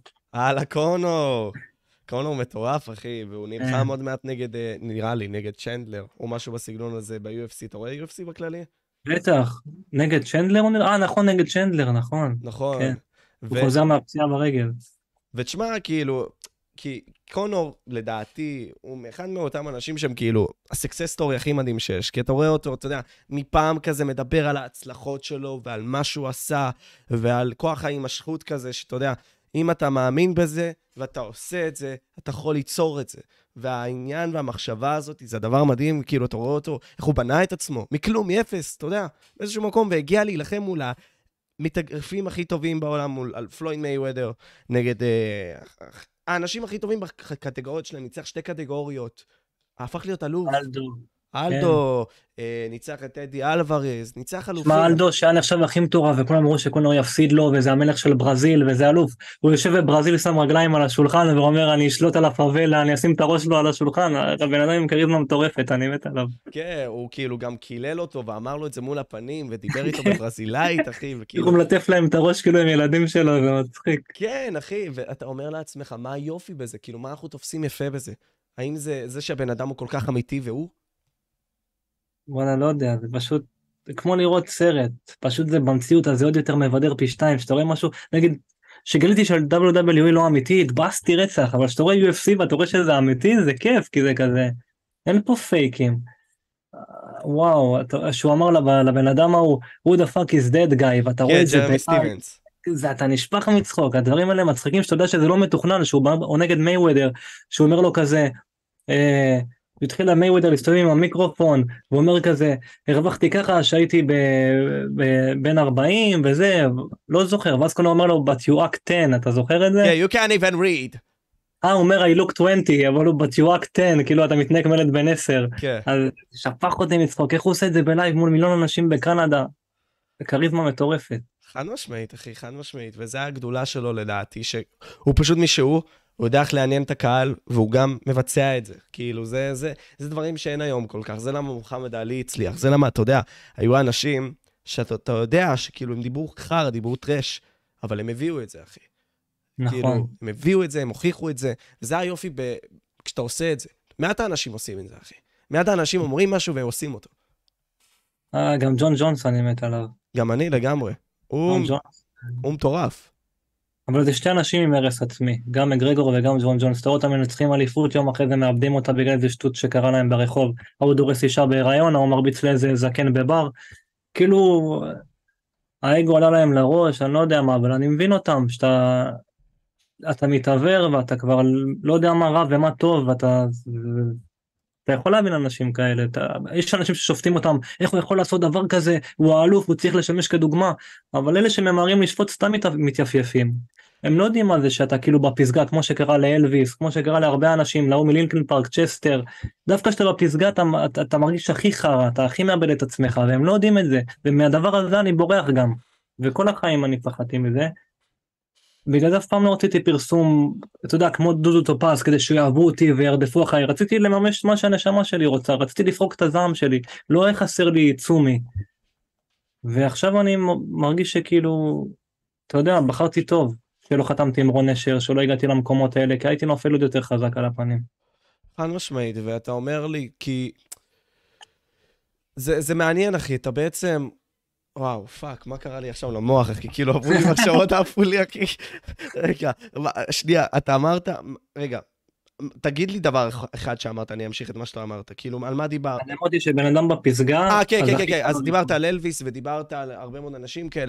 קונור מטורף אחי, והוא נלחם עוד מעט נגד, נראה לי, נגד צ'נדלר, או משהו בסגנון הזה ב-UFC, אתה רואה UFC בכללי? בטח, נגד צ'נדלר הוא נראה? נכון, נגד צ'נדלר, נכון. נכון. הוא חוזר מהפציעה ברגל. ותשמע, כאילו, כי קונור, לדעתי, הוא אחד מאותם אנשים שהם כאילו, הסקסס סטורי הכי מדהים שיש, כי אתה רואה אותו, אתה יודע, מפעם כזה מדבר על ההצלחות שלו, ועל מה שהוא עשה, ועל כוח ההימשכות כזה, שאתה יודע, אם אתה מאמין בזה, ואתה עושה את זה, אתה יכול ליצור את זה. והעניין והמחשבה הזאת, זה הדבר מדהים, כאילו, אתה רואה אותו, איך הוא בנה את עצמו, מכלום, מאפס, אתה יודע, באיזשהו מקום, והגיע להילחם מול המתאגרפים הכי טובים בעולם, מול פלויד מייוודר, נגד האנשים הכי טובים בקטגוריות שלהם, ניצח 2 קטגוריות, הפך להיות אלוף. אלדו, ניצח את אדי אלוורז, ניצח אלופים. שמע, אלדו שהיה נחשב הכי מטורף, וכולם אמרו שקונור יפסיד לו, וזה המלך של ברזיל, וזה אלוף. הוא יושב בברזיל, שם רגליים על השולחן, ואומר, אני אשלוט על הפאבלה, אני אשים את הראש שלו על השולחן, הבן אדם עם כריזמה מטורפת, אני מת עליו. כן, הוא כאילו גם קילל אותו, ואמר לו את זה מול הפנים, ודיבר איתו בברזילאית, אחי, וכאילו... הוא מלטף להם את הראש כאילו עם ילדים שלו, זה מצחיק. כן, אחי, ואתה אומר לעצמך, מה היופי בזה? כאילו, מה אנחנו תופסים יפה בזה? האם זה שהבן אדם הוא כל כך אמיתי והוא? וואלה, לא יודע, זה פשוט, כמו לראות סרט, פשוט זה במציאות, אז זה עוד יותר מבדר פי 2, שאתה רואה משהו, נגיד, שגליתי של WWE לא אמיתי, התבאסתי רצח, אבל שאתה רואה UFC ואתה רואה שזה אמיתי, זה כיף, כי זה כזה, אין פה פייקים. וואו, שהוא אמר לבן אדם ההוא, who the fuck is that guy, ואתה רואה את זה, אתה נשפך מצחוק, הדברים האלה מצחיקים, שאתה יודע שזה לא מתוכנן, שהוא בא, או נגד מייוודר, שהוא אומר לו כזה, התחיל המייוודר להסתובב עם המיקרופון, הוא אומר כזה, הרווחתי ככה שהייתי בין 40 וזה, לא זוכר, ואז כנו אומר לו, but you act 10, אתה זוכר את זה? Yeah, you can't even read. הוא אומר, I look 20, אבל הוא but you act 10, כאילו אתה מתנהג מלד בן 10. כן. אז שפך אותי מצחוק, איך הוא עושה את זה בלייב מול מיליון אנשים בקנדה? כריזמה מטורפת. חד משמעית, אחי, חד משמעית, וזה הגדולה שלו לדעתי, שהוא פשוט מישהו, הוא יודע איך לעניין את הקהל, והוא גם מבצע את זה. כאילו, זה דברים שאין היום כל כך. זה למה מוחמד עלי הצליח. זה למה, אתה יודע, היו אנשים שאתה יודע שכאילו הם דיברו חר, דיברו טרש, אבל הם הביאו את זה, אחי. נכון. כאילו, הם הביאו את זה, הם הוכיחו את זה, וזה היופי כשאתה עושה את זה. מעט האנשים עושים את זה, אחי. מעט האנשים אומרים משהו והם עושים אותו. גם ג'ון ג'ונס אני מת עליו. גם אני לגמרי. הוא מטורף. אבל זה שתי אנשים עם הרס עצמי, גם מגרגור וגם ג'ון ג'ונס, תראו אותם מנצחים אליפות, יום אחרי זה מאבדים אותה בגלל איזה שטות שקרה להם ברחוב, הוא דורס אישה בהיריון, הוא מרביץ לאיזה זקן בבר, כאילו, האגו עלה להם לראש, אני לא יודע מה, אבל אני מבין אותם, שאתה מתעבר ואתה כבר לא יודע מה רע ומה טוב, ואתה יכול להבין אנשים כאלה, יש אנשים ששופטים אותם, איך הוא יכול לעשות דבר כזה, הוא האלוף, הוא צריך לשמש כדוגמה, אבל אלה שממהרים לשפוט סתם מתייפייפים, הם לא יודעים על זה שאתה כאילו בפסגה, כמו שקרה לאלוויס, כמו שקרה להרבה אנשים, להוא מלינקן פארק, צ'סטר, דווקא שאתה בפסגה אתה מרגיש הכי חרא, אתה הכי מאבד את עצמך, והם לא יודעים את זה, ומהדבר הזה אני בורח גם, וכל החיים אני פחדתי מזה, בגלל זה אף פעם לא רציתי פרסום, אתה יודע, כמו דודו טופס, כדי שיאהבו אותי וירדפו אחרי, רציתי לממש מה שהנשמה שלי רוצה, רציתי לפרוק את הזעם שלי, לא היה חסר לי צומי, ועכשיו אני מרגיש שכאילו, אתה יודע, בחרתי טוב, שלא חתמתי עם רון נשר, שלא הגעתי למקומות האלה, כי הייתי נופל עוד יותר חזק על הפנים. חד משמעית, ואתה אומר לי, כי זה מעניין, אחי, אתה בעצם, וואו, פאק, מה קרה לי עכשיו למוח, אחי, כאילו, עברו לי מחשבות, עפו לי, אחי. רגע, שנייה, אתה אמרת, רגע, תגיד לי דבר אחד שאמרת, אני אמשיך את מה שאתה אמרת, כאילו, על מה דיבר? אני אמרתי שבן אדם בפסגה... כן, אז דיברת על אלוויס, ודיברת על הרבה מאוד אנשים כאלה,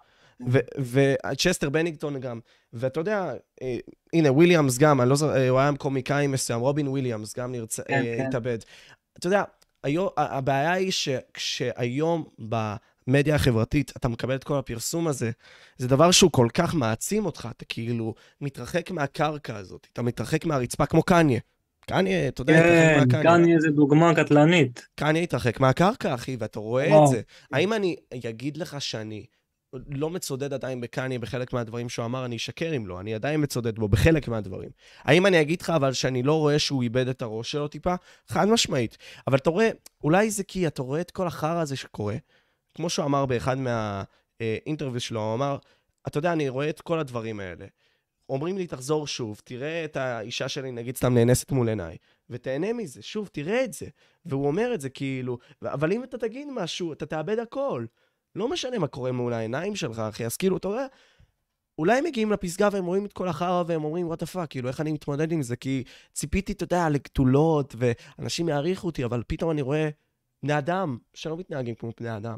וצ'סטר בנינגטון גם, ואתה יודע, הנה, וויליאמס גם, הוא היה קומיקאי מסוים, רובין וויליאמס גם התאבד. אתה יודע, הבעיה היא שכשהיום במדיה החברתית אתה מקבל את כל הפרסום הזה, זה דבר שהוא כל כך מעצים אותך, אתה כאילו מתרחק מהקרקע הזאת, אתה מתרחק מהרצפה כמו קניה. קניה, אתה יודע, התרחק מהקניה. קניה זה דוגמה קטלנית. קניה התרחק מהקרקע, אחי, ואתה רואה את זה. האם אני אגיד לך שאני לא מצודד עדיין בקניה בחלק מהדברים שהוא אמר, אני אשקר אם לא, אני עדיין מצודד בו בחלק מהדברים. האם אני אגיד לך אבל שאני לא רואה שהוא איבד את הראש שלו טיפה? חד משמעית. אבל אתה רואה, אולי זה כי אתה רואה את כל החרא הזה שקורה, כמו שהוא אמר באחד מהאינטרוויז שלו, הוא אמר, אתה יודע, אני רואה את כל הדברים האלה. אומרים לי, תחזור שוב, תראה את האישה שלי, נגיד סתם נאנסת מול עיניי, ותהנה מזה, שוב, תראה את זה. והוא אומר את זה כאילו, אבל אם אתה תגיד משהו, אתה תאבד הכל. לא משנה מה קורה מול העיניים שלך, אחי, אז כאילו, אתה רואה, אולי הם מגיעים לפסגה והם רואים את כל החרא והם אומרים, what the fuck, כאילו, איך אני מתמודד עם זה? כי ציפיתי, אתה יודע, לגדולות, ואנשים יעריכו אותי, אבל פתאום אני רואה בני אדם שלא מתנהגים כמו בני אדם.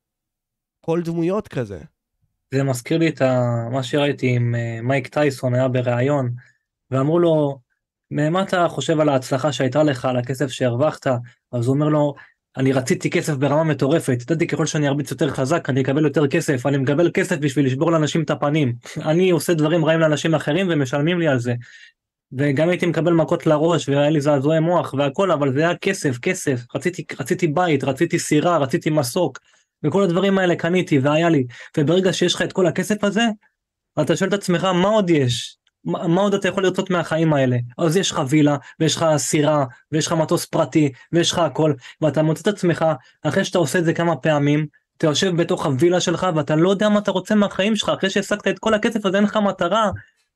כל דמויות כזה. זה מזכיר לי את מה שראיתי עם מייק טייסון, היה בראיון, ואמרו לו, מה אתה חושב על ההצלחה שהייתה לך, על הכסף שהרווחת? אז הוא אומר לו, אני רציתי כסף ברמה מטורפת, ידעתי ככל שאני ארביץ יותר חזק, אני אקבל יותר כסף, אני מקבל כסף בשביל לשבור לאנשים את הפנים, אני עושה דברים רעים לאנשים אחרים ומשלמים לי על זה, וגם הייתי מקבל מכות לראש, והיה לי זעזועי מוח והכל, אבל זה היה כסף, רציתי בית, רציתי סירה, רציתי מסוק, וכל הדברים האלה קניתי והיה לי, וברגע שיש לך את כל הכסף הזה, אתה שואל את עצמך, מה עוד יש? מה עוד אתה יכול לרצות מהחיים האלה? אז יש לך וילה, ויש לך סירה, ויש לך מטוס פרטי, ויש לך הכל, ואתה מוצא את עצמך, אחרי שאתה עושה את זה כמה פעמים, אתה יושב בתוך הווילה שלך, ואתה לא יודע מה אתה רוצה מהחיים שלך, אחרי שהשגת את כל הכסף הזה, אין לך מטרה,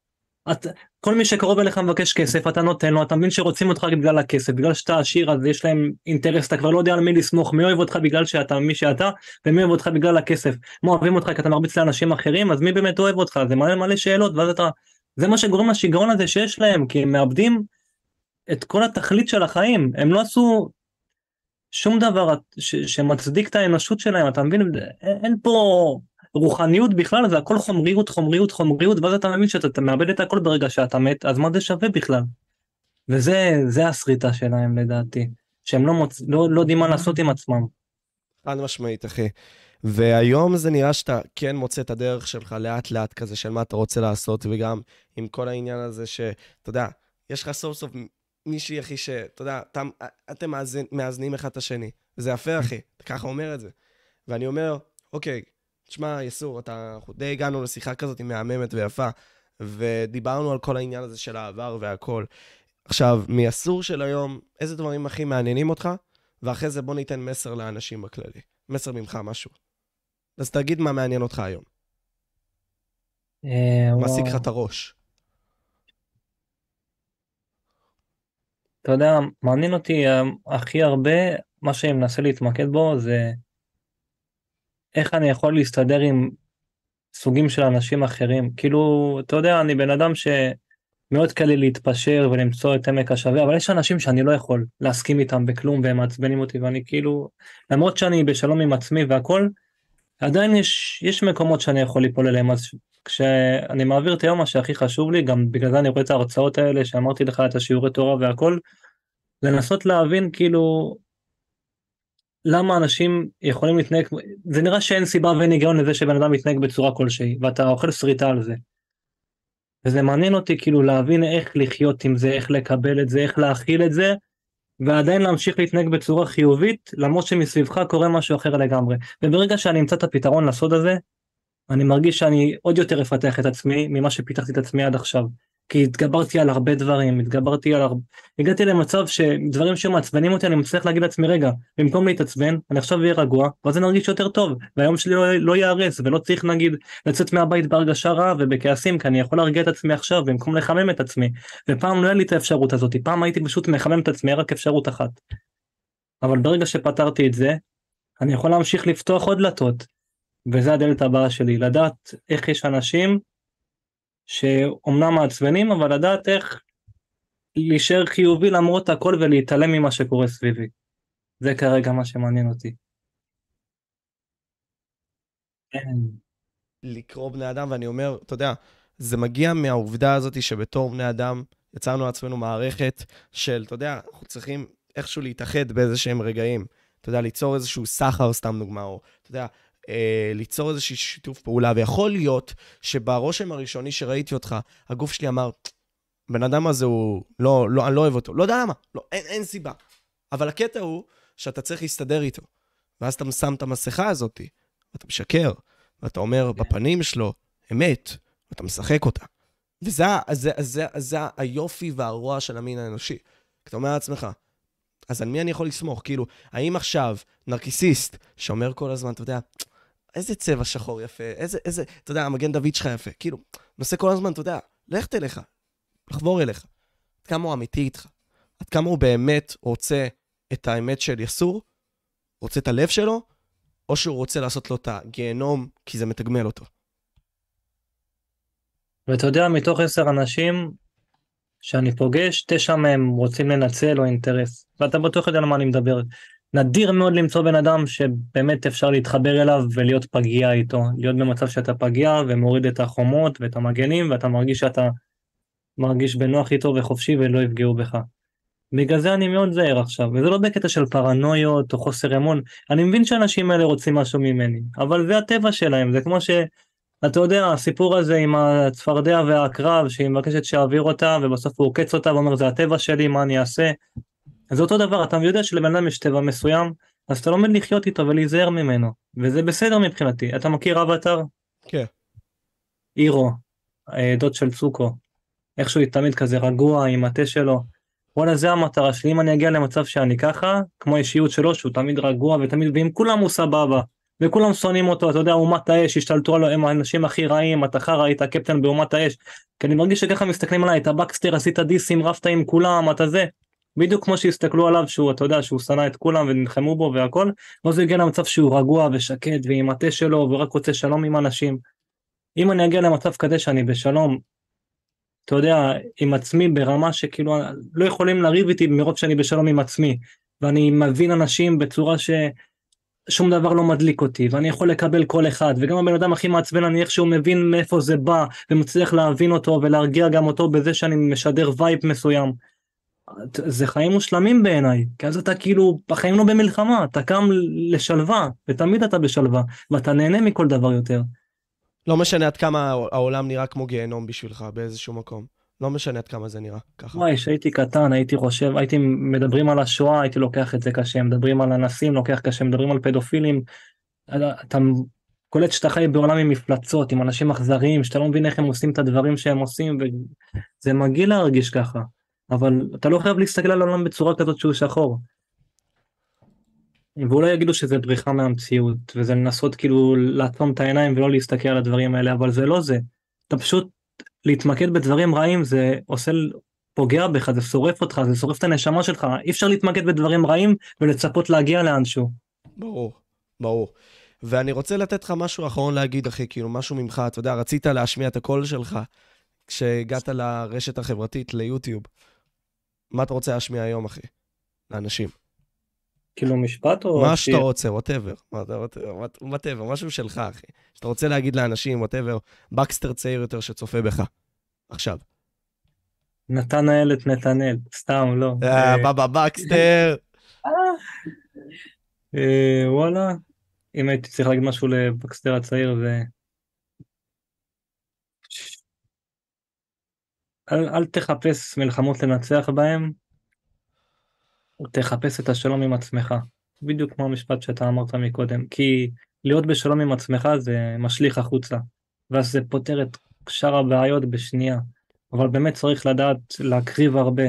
כל מי שקרוב אליך מבקש כסף, אתה נותן לו, אתה מבין שרוצים אותך בגלל הכסף, בגלל שאתה עשיר, אז יש להם אינטרס, אתה כבר לא יודע על מי לסמוך, מי אוהב אותך בגלל שאתה מי שאתה, ומי אוהב אותך בגלל הכסף. מה אוהבים אותך כי אתה מרביץ לאנשים אחרים, אז מי באמת אוהב אותך? זה מלא שאלות, ואז זה מה שגורם לשיגעון הזה שיש להם, כי הם מאבדים את כל התכלית של החיים, הם לא עשו שום דבר שמצדיק את האנושות שלהם, אתה מבין? אין פה רוחניות בכלל, זה הכל חומריות, ואז אתה מבין שאתה מאבד את הכל ברגע שאתה מת, אז מה זה שווה בכלל? וזה הסריטה שלהם לדעתי, שהם לא יודעים מה לעשות עם עצמם. חד משמעית, אחי. והיום זה נראה שאתה כן מוצא את הדרך שלך לאט לאט כזה, של מה אתה רוצה לעשות, וגם עם כל העניין הזה שאתה יודע, יש לך סוף סוף מישהי, אחי, שאתה יודע, אתם מאזנים אחד את השני. וזה יפה, אחי, אתה ככה אומר את זה. ואני אומר, אוקיי, תשמע, יסור, אנחנו די הגענו לשיחה כזאת מהממת ויפה, ודיברנו על כל העניין הזה של העבר והכל. עכשיו, מיסור של היום, איזה דברים הכי מעניינים אותך? ואחרי זה בוא ניתן מסר לאנשים בכללי. מסר ממך משהו. אז תגיד מה מעניין אותך היום. מעסיק לך את הראש. אתה יודע, מעניין אותי הכי הרבה, מה שאני מנסה להתמקד בו זה איך אני יכול להסתדר עם סוגים של אנשים אחרים. כאילו, אתה יודע, אני בן אדם שמאוד קל לי להתפשר ולמצוא את עמק השווה, אבל יש אנשים שאני לא יכול להסכים איתם בכלום, והם מעצבנים אותי, ואני כאילו, למרות שאני בשלום עם עצמי והכל, עדיין יש מקומות שאני יכול ליפול אליהם, אז כשאני מעביר את היום, מה שהכי חשוב לי, גם בגלל זה אני רואה את ההרצאות האלה, שאמרתי לך את השיעורי תורה והכל, לנסות להבין כאילו, למה אנשים יכולים להתנהג, זה נראה שאין סיבה ואין היגיון לזה שבן אדם מתנהג בצורה כלשהי, ואתה אוכל שריטה על זה. וזה מעניין אותי כאילו להבין איך לחיות עם זה, איך לקבל את זה, איך להכיל את זה, ועדיין להמשיך להתנהג בצורה חיובית, למרות שמסביבך קורה משהו אחר לגמרי. וברגע שאני אמצא את הפתרון לסוד הזה, אני מרגיש שאני עוד יותר אפתח את עצמי, ממה שפיתחתי את עצמי עד עכשיו. כי התגברתי על הרבה דברים, הגעתי למצב שדברים שמעצבנים אותי, אני מצליח להגיד לעצמי, רגע, במקום להתעצבן, אני עכשיו אהיה רגוע, ואז אני ארגיש יותר טוב, והיום שלי לא יערס, ולא צריך נגיד לצאת מהבית בהרגשה רעה ובכעסים, כי אני יכול להרגיע את עצמי עכשיו, במקום לחמם את עצמי, ופעם לא היה לי את האפשרות הזאת, פעם הייתי פשוט מחמם את עצמי, רק אפשרות אחת. אבל ברגע שפתרתי את זה, אני יכול להמשיך לפתוח עוד דלתות, וזה הדלת הבאה שלי, לדעת איך יש אנשים שאומנם מעצבנים, אבל לדעת איך להישאר חיובי למרות הכל ולהתעלם ממה שקורה סביבי. זה כרגע מה שמעניין אותי. לקרוא בני אדם, ואני אומר, אתה יודע, זה מגיע מהעובדה הזאת שבתור בני אדם יצרנו לעצמנו מערכת של, אתה יודע, אנחנו צריכים איכשהו להתאחד באיזה שהם רגעים. אתה יודע, ליצור איזשהו סחר, סתם דוגמה, או אתה יודע, ליצור איזושהי שיתוף פעולה, ויכול להיות שברושם הראשוני שראיתי אותך, הגוף שלי אמר, בן אדם הזה הוא, אני לא אוהב אותו, לא יודע למה, אין סיבה. אבל הקטע הוא שאתה צריך להסתדר איתו, ואז אתה שם את המסכה הזאת, ואתה משקר, ואתה אומר בפנים שלו, אמת, ואתה משחק אותה. וזה היופי והרוע של המין האנושי. אתה אומר לעצמך, אז על מי אני יכול לסמוך? כאילו, האם עכשיו נרקיסיסט שאומר כל הזמן, אתה יודע, איזה צבע שחור יפה, איזה, אתה יודע, המגן דוד שלך יפה, כאילו, נושא כל הזמן, אתה יודע, לכת אליך, לחבור אליך. עד כמה הוא אמיתי איתך? עד כמה הוא באמת רוצה את האמת של יסור? רוצה את הלב שלו? או שהוא רוצה לעשות לו את הגיהנום, כי זה מתגמל אותו? ואתה יודע, מתוך 10 אנשים שאני פוגש, 9 מהם רוצים לנצל או אינטרס. ואתה בטוח יודע על מה אני מדבר. נדיר מאוד למצוא בן אדם שבאמת אפשר להתחבר אליו ולהיות פגיע איתו. להיות במצב שאתה פגיע ומוריד את החומות ואת המגנים, ואתה מרגיש שאתה מרגיש בנוח איתו וחופשי ולא יפגעו בך. בגלל זה אני מאוד זהיר עכשיו, וזה לא בקטע של פרנויות או חוסר אמון. אני מבין שאנשים האלה רוצים משהו ממני, אבל זה הטבע שלהם. זה כמו אתה יודע, הסיפור הזה עם הצפרדע והקרב, שהיא מבקשת שיעביר אותה, ובסוף הוא עוקץ אותה, ואומר, זה הטבע שלי, מה אני אעשה? אז זה אותו דבר, אתה יודע שלבן אדם יש טבע מסוים, אז אתה לומד לחיות איתו ולהיזהר ממנו, וזה בסדר מבחינתי. אתה מכיר אבטר? כן. אירו, דוד של צוקו, איכשהו תמיד כזה רגוע עם התה שלו, וואלה, זה המטרה שלי, אם אני אגיע למצב שאני ככה, כמו האישיות שלו, שהוא תמיד רגוע ותמיד, ועם כולם הוא סבבה, וכולם שונאים אותו, אתה יודע, אומת האש, השתלטו עליו, הם האנשים הכי רעים, אתה חרא, היית קפטן באומת האש, כי אני מרגיש שככה מסתכלים עליי, אתה בקסטר, עשית דיסים, רבת עם כולם, אתה זה, בדיוק כמו שהסתכלו עליו, שהוא, אתה יודע, שהוא שנא את כולם ונלחמו בו והכל, ואז הוא הגיע למצב שהוא רגוע ושקט, ועם התה שלו, ורק רוצה שלום עם אנשים. אם אני אגיע למצב כזה שאני בשלום, אתה יודע, עם עצמי ברמה שכאילו לא יכולים לריב איתי מרוב שאני בשלום עם עצמי, ואני מבין אנשים בצורה ששום דבר לא מדליק אותי, ואני יכול לקבל כל אחד, וגם הבן אדם הכי מעצבן, אני איכשהו מבין מאיפה זה בא, ומצליח להבין אותו ולהרגיע גם אותו בזה שאני משדר וייב מסוים. זה חיים מושלמים בעיניי, כי אז אתה כאילו, החיים לא במלחמה, אתה קם לשלווה, ותמיד אתה בשלווה, ואתה נהנה מכל דבר יותר. לא משנה עד כמה העולם נראה כמו גיהנום בשבילך באיזשהו מקום. לא משנה עד כמה זה נראה ככה. וואי, שהייתי קטן, הייתי חושב, הייתי מדברים על השואה, הייתי לוקח את זה קשה, מדברים על אנסים, לוקח קשה, מדברים על פדופילים, אתה קולט שאתה חי בעולם עם מפלצות, עם אנשים אכזריים, שאתה לא מבין איך הם עושים את הדברים שהם עושים, וזה מגעיל להרגיש ככה, אבל אתה לא חייב להסתכל על העולם בצורה כזאת שהוא שחור. ואולי יגידו שזה בריחה מהמציאות, וזה לנסות כאילו לעצום את העיניים ולא להסתכל על הדברים האלה, אבל זה לא זה. אתה פשוט להתמקד בדברים רעים, זה עושה, פוגע בך, זה שורף אותך, זה שורף את הנשמה שלך. אי אפשר להתמקד בדברים רעים ולצפות להגיע לאנשהו. ברור, ברור. ואני רוצה לתת לך משהו אחרון להגיד, אחי, כאילו משהו ממך, אתה יודע, רצית להשמיע את הקול שלך, כשהגעת לרשת החברתית, ליוטיוב. מה אתה רוצה להשמיע היום, אחי? לאנשים. כאילו משפט או... מה שאתה רוצה, whatever, משהו שלך, אחי. שאתה רוצה להגיד לאנשים, whatever, בקסטר צעיר יותר שצופה בך. עכשיו. נתנאל את נתנאל, סתם, לא. בבא בקסטר. וואלה, אם הייתי צריך להגיד משהו לבקסטר הצעיר, זה... אל תחפש מלחמות לנצח בהם, תחפש את השלום עם עצמך, בדיוק כמו המשפט שאתה אמרת מקודם, כי להיות בשלום עם עצמך זה משליך החוצה, ואז זה פותר את שאר הבעיות בשנייה, אבל באמת צריך לדעת להקריב הרבה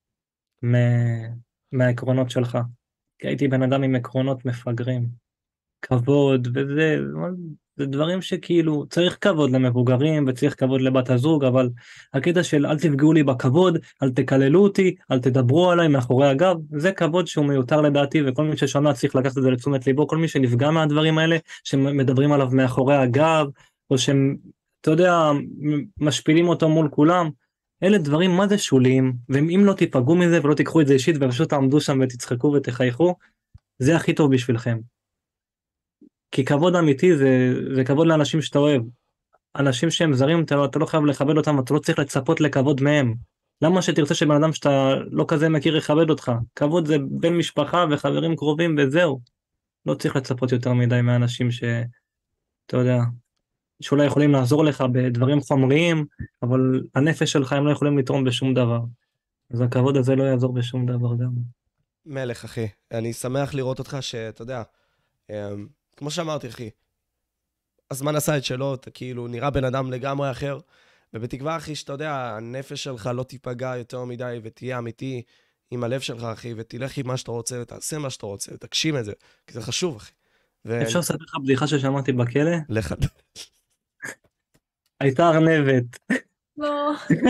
מהעקרונות שלך, כי הייתי בן אדם עם עקרונות מפגרים, כבוד וזה, זה דברים שכאילו צריך כבוד למבוגרים וצריך כבוד לבת הזוג, אבל הקטע של אל תפגעו לי בכבוד, אל תקללו אותי, אל תדברו עליי מאחורי הגב, זה כבוד שהוא מיותר לדעתי, וכל מי ששומע צריך לקחת את זה לתשומת ליבו, כל מי שנפגע מהדברים האלה שמדברים עליו מאחורי הגב, או שהם, אתה יודע, משפילים אותו מול כולם, אלה דברים מה זה שוליים, ואם לא תיפגעו מזה ולא תיקחו את זה אישית ופשוט תעמדו שם ותצחקו ותחייכו, זה הכי טוב בשבילכם. כי כבוד אמיתי זה כבוד לאנשים שאתה אוהב. אנשים שהם זרים, אתה לא חייב לכבד אותם, אתה לא צריך לצפות לכבוד מהם. למה שתרצה שבן אדם שאתה לא כזה מכיר יכבד אותך? כבוד זה בין משפחה וחברים קרובים וזהו. לא צריך לצפות יותר מדי מאנשים אתה יודע, שאולי יכולים לעזור לך בדברים חומריים, אבל הנפש שלך הם לא יכולים לתרום בשום דבר. אז הכבוד הזה לא יעזור בשום דבר גם. מלך, אחי. אני שמח לראות אותך שאתה יודע, כמו שאמרתי, אחי, הזמן עשה את שלו, אתה כאילו נראה בן אדם לגמרי אחר, ובתקווה, אחי, שאתה יודע, הנפש שלך לא תיפגע יותר מדי, ותהיה אמיתי עם הלב שלך, אחי, ותלך עם מה שאתה רוצה, ותעשה מה שאתה רוצה, ותגשים את זה, כי זה חשוב, אחי. אפשר לספר לך בדיחה ששמעתי בכלא? לך. הייתה ארנבת. לא.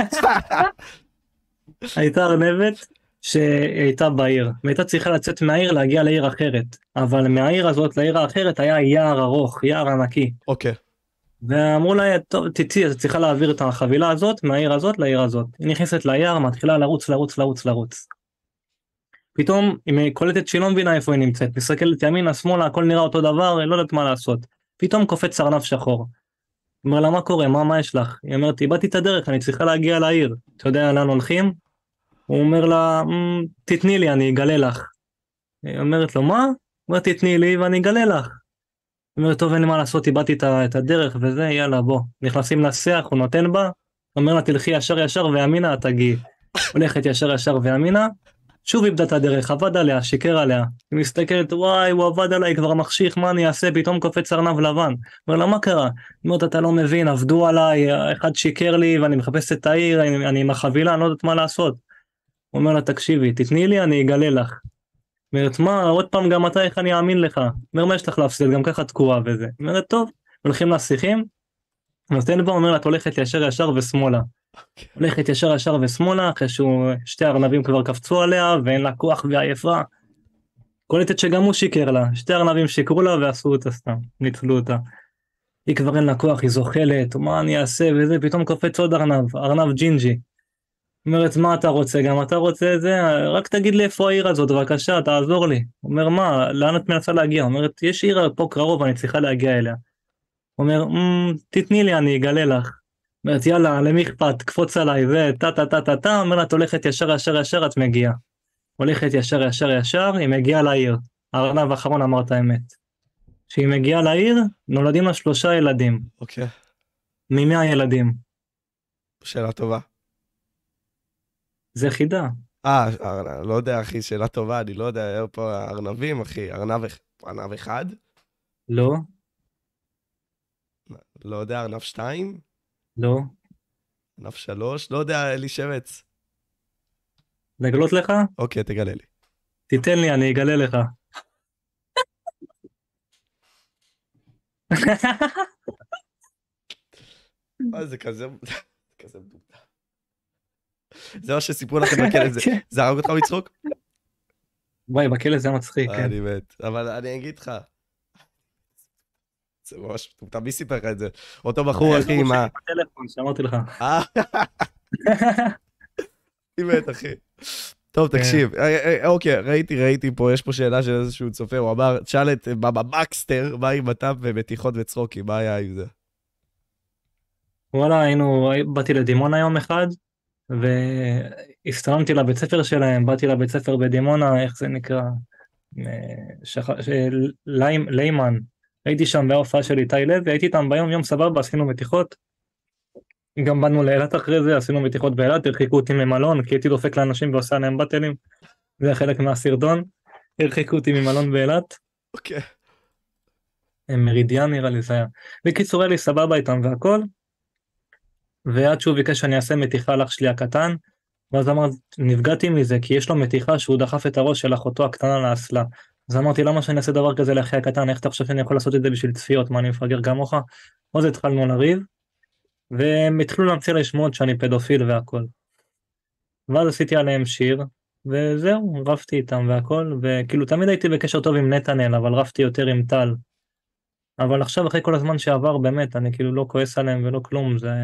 הייתה ארנבת שהייתה בעיר, והייתה צריכה לצאת מהעיר להגיע לעיר אחרת, אבל מהעיר הזאת לעיר האחרת היה יער ארוך, יער ענקי. אוקיי. ואמרו לה, טוב, תצאי, אז צריכה להעביר את החבילה הזאת מהעיר הזאת לעיר הזאת. היא נכנסת ליער, מתחילה לרוץ. פתאום היא קולטת שהיא לא מבינה איפה היא נמצאת, מסתכלת ימינה, שמאלה, הכל נראה אותו דבר, לא יודעת מה לעשות. פתאום קופץ ארנב שחור. היא אומר לה, מה קורה? מה יש לך? היא אומרת, איבדתי את הדרך, אני צריכה להגיע לעיר. אתה יודע לאן הולכים? הוא אומר לה, תתני לי, אני אגלה לך. היא אומרת לו, מה? הוא אומר, תתני לי ואני אגלה לך. היא אומרת, טוב, אין לי מה לעשות, איבדתי את הדרך וזה, יאללה, בוא. נכנסים לשיח, הוא נותן בה, אומר לה, תלכי ישר וימינה, תגיעי. הולכת ישר וימינה, שוב איבדה את הדרך, עבד עליה, שיקר עליה. היא מסתכלת, וואי, הוא עבד עליי, כבר מחשיך, מה אני אעשה? פתאום קופץ ארנב לבן. אומר לה, מה קרה? היא אומרת, אתה לא מבין, עבדו עליי, אחד שיקר לי, ואני מחפש את העיר, אני עם החבילה, אני לא יודעת מה לעשות. הוא אומר לה, תקשיבי, תתני לי, אני אגלה לך. אומרת, מה, עוד פעם גם אתה, איך אני אאמין לך? אומר, מה יש לך להפסיד, גם ככה תקועה וזה. אומרת, טוב, הולכים לשיחים, נותן בה, אומר לה, את הולכת ישר ושמאלה. הולכת ישר ושמאלה, אחרי שתי ארנבים כבר קפצו עליה, ואין לה כוח ועייפה. קולטת שגם הוא שיקר לה, שתי ארנבים שיקרו לה ועשו אותה סתם, ניצלו אותה. היא כבר אין לה כוח, היא זוחלת, מה אני אעשה וזה, פתאום קופץ עוד ארנב ג'ינג'י. אומרת, מה אתה רוצה, גם אתה רוצה את זה, רק תגיד לי איפה העיר הזאת, בבקשה, תעזור לי. אומר, מה, לאן את מנסה להגיע? אומרת, יש עיר פה קרוב, אני צריכה להגיע אליה. אומר, תתני לי, אני אגלה לך. אומרת, יאללה, למי אכפת, קפוץ עליי, טה, אומר לה, את הולכת ישר, את מגיעה. הולכת ישר, היא מגיעה לעיר. הארנב האחרון אמר את האמת. כשהיא מגיעה לעיר, נולדים לה 3 ילדים. אוקיי. מ100 ילדים. שאלה טובה. זה חידה. לא יודע, אחי, שאלה טובה, אני לא יודע, היה פה ארנבים, אחי, ארנב אחד? לא. לא יודע, ארנב 2? לא. ארנב 3? לא יודע, אלי שבץ. לגלות לך? אוקיי, תגלה לי. תיתן לי, אני אגלה לך. זה כזה מדובר. זה מה שסיפרו לכם בכלא, זה הרג אותך מצחוק? וואי, בכלא זה מצחיק. אני מת, אבל אני אגיד לך. זה ממש, מי סיפר לך את זה? אותו בחור, אחי, עם ה... בטלפון, שאמרתי לך. אני מת, אחי. טוב, תקשיב. אוקיי, ראיתי פה, יש פה שאלה של איזשהו צופה, הוא אמר, תשאל את בקסטר, מה עם מטאפ ומתיחות וצחוקים, מה היה עם זה? וואלה, באתי לדימונה יום אחד, והסתרמתי לבית ספר שלהם, באתי לבית ספר בדימונה, איך זה נקרא? לימן. הייתי שם בהופעה של איתי לב, והייתי איתם ביום, יום סבבה, עשינו מתיחות. גם באנו לאילת אחרי זה, עשינו מתיחות באילת, הרחיקו אותי ממלון, כי הייתי דופק לאנשים ועושה להם בטלים. זה היה חלק מהסרטון. הרחיקו אותי ממלון באילת. אוקיי. מרידיאן נראה לי זה היה. בקיצור, היה לי סבבה איתם והכל. ועד שהוא ביקש שאני אעשה מתיחה לאח שלי הקטן, ואז אמרתי, נפגעתי מזה, כי יש לו מתיחה שהוא דחף את הראש של אחותו הקטנה לאסלה. אז אמרתי, למה שאני אעשה דבר כזה לאחי הקטן, איך אתה חושב שאני יכול לעשות את זה בשביל צפיות, מה אני מפגר כמוך? אז התחלנו לריב, והם התחילו להמציא לי שמועות שאני פדופיל והכל. ואז עשיתי עליהם שיר, וזהו, רבתי איתם והכל, וכאילו תמיד הייתי בקשר טוב עם נתנאל, אבל רבתי יותר עם טל. אבל עכשיו אחרי כל הזמן שעבר באמת, אני כאילו לא כועס עליהם ולא כלום, זה...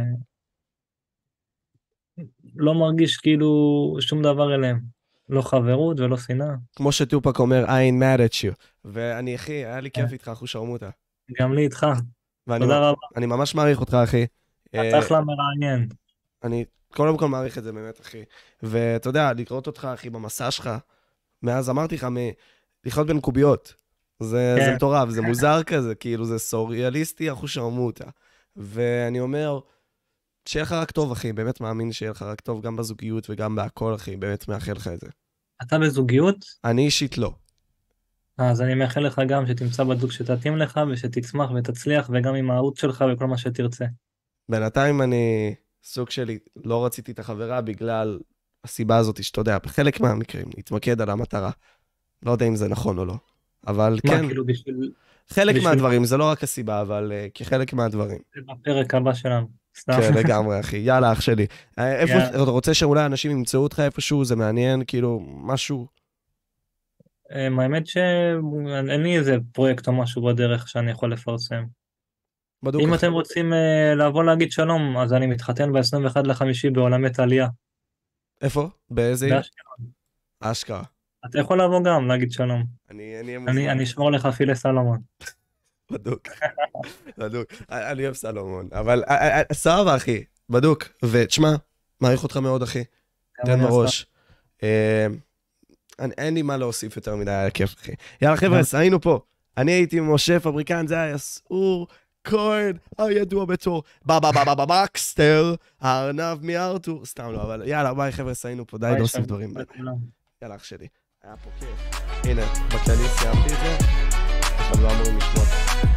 לא מרגיש כאילו שום דבר אליהם. לא חברות ולא שנאה. כמו שטופק אומר, I ain't mad at you. ואני, אחי, היה לי כיף איתך, אחו שרמוטה. גם לי איתך. תודה רבה. אני ממש מעריך אותך, אחי. אתה אחלה מרעניין. אני קודם כל מעריך את זה באמת, אחי. ואתה יודע, לקרות אותך, אחי, במסע שלך, מאז אמרתי לך, לחיות בין קוביות. זה מטורף, זה מוזר כזה, כאילו, זה סוריאליסטי, אחו שרמוטה. ואני אומר... שיהיה לך רק טוב, אחי, באמת מאמין שיהיה לך רק טוב, גם בזוגיות וגם בהכל, אחי, באמת מאחל לך את זה. אתה בזוגיות? אני אישית לא. אז אני מאחל לך גם שתמצא בזוג שתתאים לך, ושתצמח ותצליח, וגם עם הערוץ שלך וכל מה שתרצה. בינתיים אני, סוג שלי, לא רציתי את החברה בגלל הסיבה הזאת, שאתה יודע, בחלק מהמקרים, להתמקד על המטרה. לא יודע אם זה נכון או לא, אבל כן. מה, כאילו בשביל... חלק מהדברים, זה לא רק הסיבה, אבל כחלק מהדברים. זה בפרק הבא שלנו. כן, לגמרי, אחי. יאללה, אח שלי. איפה, אתה רוצה שאולי אנשים ימצאו אותך איפשהו? זה מעניין, כאילו, משהו? האמת שאין לי איזה פרויקט או משהו בדרך שאני יכול לפרסם. אם אתם רוצים לבוא להגיד שלום, אז אני מתחתן ב-21/5 בעולמת עלייה. איפה? באיזה? באשקלון. אשכרה. אתה יכול לבוא גם להגיד שלום. אני אשמור לך פילה סלומון. בדוק, אני אוהב סלומון, אבל סבבה אחי, בדוק, ותשמע, מעריך אותך מאוד אחי, תן בראש, אין לי מה להוסיף יותר מדי, היה כיף אחי, יאללה חבר'ה, היינו פה, אני הייתי משה פבריקנט, זה היה סעור כהן, הידוע בתור בקסטר, הארנב מארתור, סתם לא, אבל יאללה ביי חבר'ה, היינו פה, די להוסיף דברים, יאללה אח שלי, היה פה כיף, הנה, בכללי סיימתי את זה, עכשיו לא אמורים לשמוע.